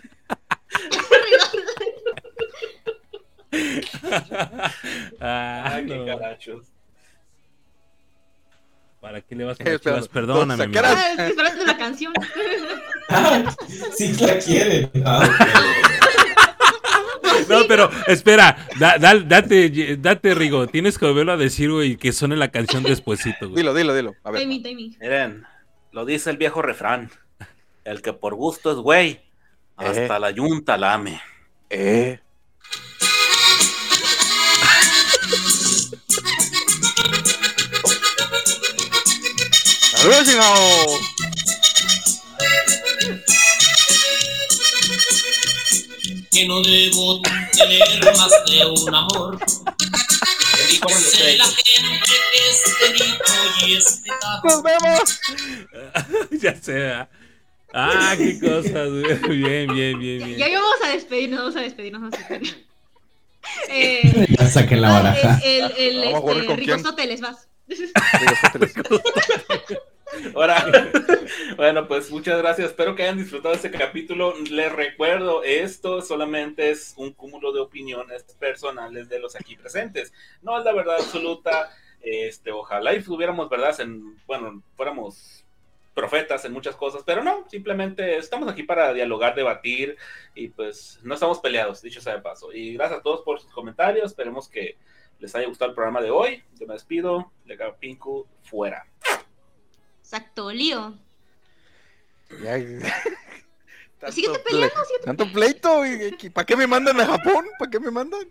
Ah, Ay, qué no. carachos. ¿Para qué le vas a Eh, las chivas? espera, Perdóname, no, amigo. sacarás- Ah, estoy esperando la canción. Ah, sí la quieren. Ah, ok. No, pero espera, da- da- date, date, Rigo. Tienes que volverlo a decir, güey, que suene la canción despuesito, güey. Dilo, dilo, dilo. A ver. Timing, timing. Miren, lo dice el viejo refrán. El que por gusto es güey, hasta Eh. la yunta lame. Eh. ¡Saludos, chingao! Que no debo tener más de un amor. Dice la gente que este rico y este taco. ¡Nos vemos! Ya sé, ¿verdad? Ah, qué cosas, güey. Bien, bien, bien, bien. Ya vamos a despedirnos, vamos a despedirnos. Vamos a despedirnos. Eh, Ya saquen la baraja. el, el, el, Vamos a jugar este, con quién. Rigostoteles, vas. Rigostóteles. Ahora, bueno, pues muchas gracias. Espero que hayan disfrutado este capítulo. Les recuerdo, esto solamente es un cúmulo de opiniones personales de los aquí presentes. No es la verdad absoluta. Este, ojalá y tuviéramos verdad en, bueno, fuéramos profetas en muchas cosas, pero no, simplemente estamos aquí para dialogar, debatir y pues no estamos peleados, dicho sea de paso. Y gracias a todos por sus comentarios, esperemos que les haya gustado el programa de hoy. Yo me despido, Legal Pinku, fuera. Exacto, Lío. Ya, Tanto síguete peleando, ple síguete tanto pleito, ¿para qué me mandan a Japón? ¿Para qué me mandan?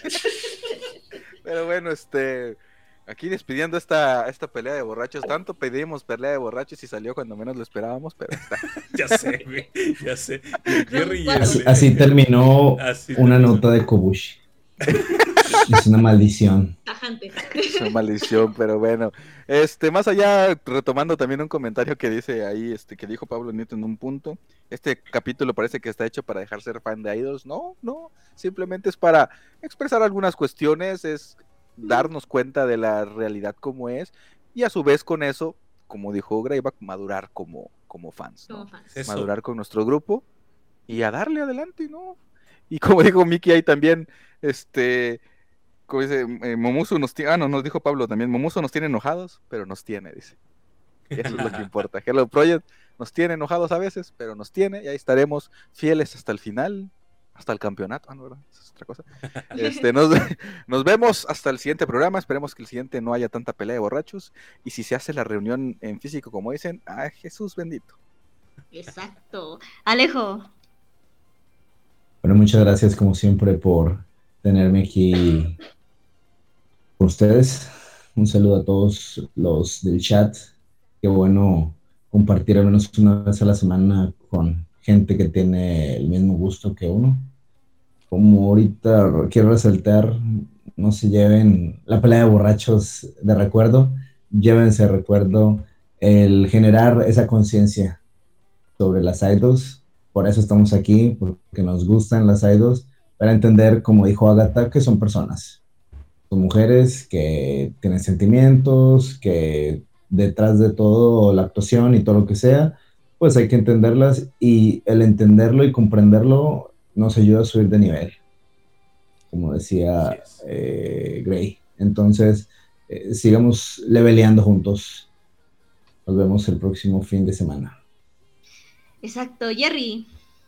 Pero bueno, este, aquí despidiendo esta, esta pelea de borrachos, tanto pedimos pelea de borrachos y salió cuando menos lo esperábamos, pero está. Ya sé, güey, ya sé. Jerry, así, así terminó así una terminó. Nota de Kobushi. Es una maldición. Tajante. Es una maldición, pero bueno. Este, más allá, retomando también un comentario que dice ahí, este, que dijo Pablo Nieto en un punto. Este capítulo parece que está hecho para dejar ser fan de idols. No, no, simplemente es para expresar algunas cuestiones, es darnos cuenta de la realidad como es, y a su vez con eso, como dijo Greyback, madurar como, como fans, ¿no? Como fans. Eso. Madurar con nuestro grupo y a darle adelante, ¿no? Y como dijo Miki ahí también, este, como dice, eh, Momusu nos tiene, ah, no, nos dijo Pablo también, Momusu nos tiene enojados, pero nos tiene, dice. Y eso es lo que importa. Hello Project nos tiene enojados a veces, pero nos tiene, y ahí estaremos fieles hasta el final, hasta el campeonato. Ah, no, ¿verdad? Esa es otra cosa. Este, nos, nos vemos hasta el siguiente programa. Esperemos que el siguiente no haya tanta pelea de borrachos. Y si se hace la reunión en físico, como dicen, ¡ah, Jesús bendito! Exacto. Alejo. Bueno, muchas gracias como siempre por tenerme aquí con ustedes. Un saludo a todos los del chat. Qué bueno compartir al menos una vez a la semana con gente que tiene el mismo gusto que uno. Como ahorita quiero resaltar, no se lleven la pelea de borrachos de recuerdo, llévense de recuerdo el generar esa conciencia sobre las idols. Por eso estamos aquí, porque nos gustan las idols, para entender, como dijo Agatha, que son personas. Son mujeres que tienen sentimientos, que detrás de todo la actuación y todo lo que sea, pues hay que entenderlas, y el entenderlo y comprenderlo nos ayuda a subir de nivel, como decía eh, Gray. Entonces, eh, sigamos leveleando juntos. Nos vemos el próximo fin de semana. Exacto, Jerry.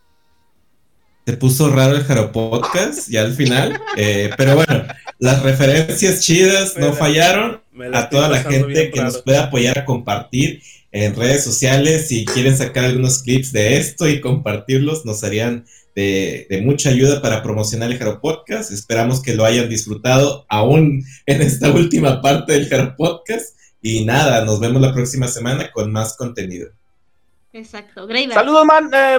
Se puso raro el Jaro Podcast ya al final, eh, pero bueno, las referencias chidas no fallaron. A toda la gente que nos pueda apoyar a compartir en redes sociales, si quieren sacar algunos clips de esto y compartirlos, nos harían de, de mucha ayuda para promocionar el Jaro Podcast. Esperamos que lo hayan disfrutado aún en esta última parte del Jaro Podcast. Y nada, nos vemos la próxima semana con más contenido. Exacto, Greyback. Saludos, man. Eh...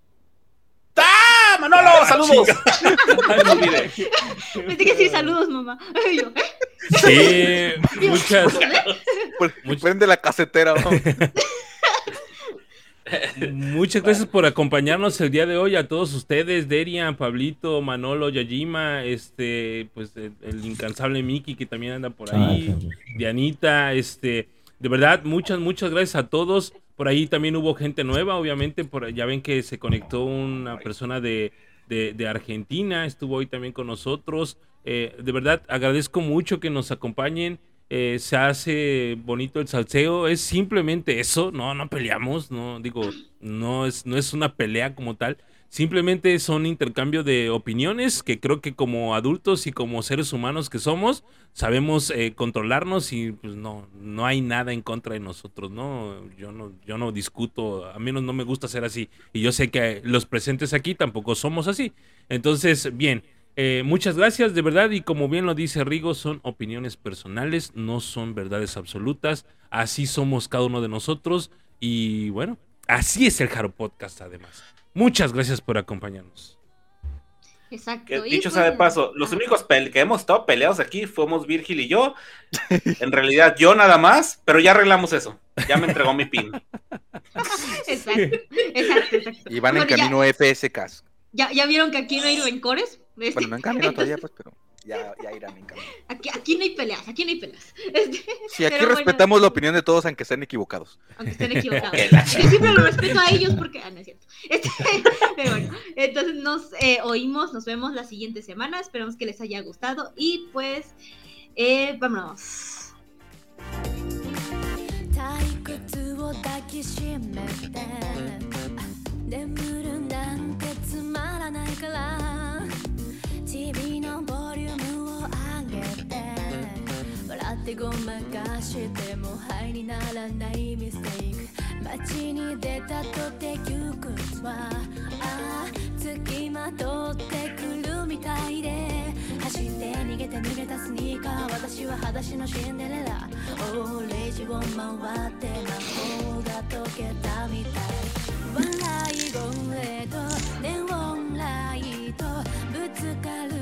¡Ah, Manolo! ¡Ah, ¡saludos! Ay, no olvidé. Me tengo que decir saludos, mamá. Yo, ¿eh? Sí, muchas. Much... Prende la casetera. Muchas gracias por acompañarnos el día de hoy a todos ustedes, Derian, Pablito, Manolo, Yajima, este, pues el, el incansable Miki que también anda por ahí, ah, Dianita, este, de verdad, muchas, muchas gracias a todos. Por ahí también hubo gente nueva, obviamente, por, ya ven que se conectó una persona de, de, de Argentina, estuvo hoy también con nosotros. Eh, de verdad, agradezco mucho que nos acompañen, eh, se hace bonito el salseo, es simplemente eso, no, no peleamos, no digo, no es, no es una pelea como tal, simplemente son intercambio de opiniones que creo que como adultos y como seres humanos que somos, sabemos eh, controlarnos y pues no, no hay nada en contra de nosotros, ¿no? Yo no, yo no discuto, a mí no, no me gusta ser así y yo sé que los presentes aquí tampoco somos así. Entonces, bien, eh, muchas gracias de verdad y como bien lo dice Rigo, son opiniones personales, no son verdades absolutas, así somos cada uno de nosotros y bueno, así es el Jaro Podcast además. Muchas gracias por acompañarnos. Exacto. Que, dicho sea de paso, los únicos que hemos estado peleados aquí fuimos Virgil y yo. En realidad, yo nada más, pero ya arreglamos eso. Ya me entregó mi pin. Exacto, exacto, exacto. Y van bueno, en camino ya, F S K. Ya, ¿Ya vieron que aquí no hay rencores? Bueno, no en camino todavía, pues, pero ya, ya irán en camino. Aquí, aquí no hay peleas, aquí no hay peleas. Este, sí, aquí respetamos bueno, la opinión de todos, aunque estén equivocados. Aunque estén equivocados. Yo siempre lo respeto a ellos porque... Ah, no es cierto. Este, pero bueno, entonces nos eh, oímos, nos vemos la siguiente semana. Esperamos que les haya gustado y pues, eh, vámonos. 抱きしめて眠るなんてつまらないからティーブイ のボリュームを上げて笑ってごまかしても灰にならないミステイク街に出たとて窮屈はああ付きまとってくるみたいで走って逃げて濡れたスニーカー私は裸足のシンデレラオーレージを回って魔法が解けたみたい笑い声とネオンライトぶつかる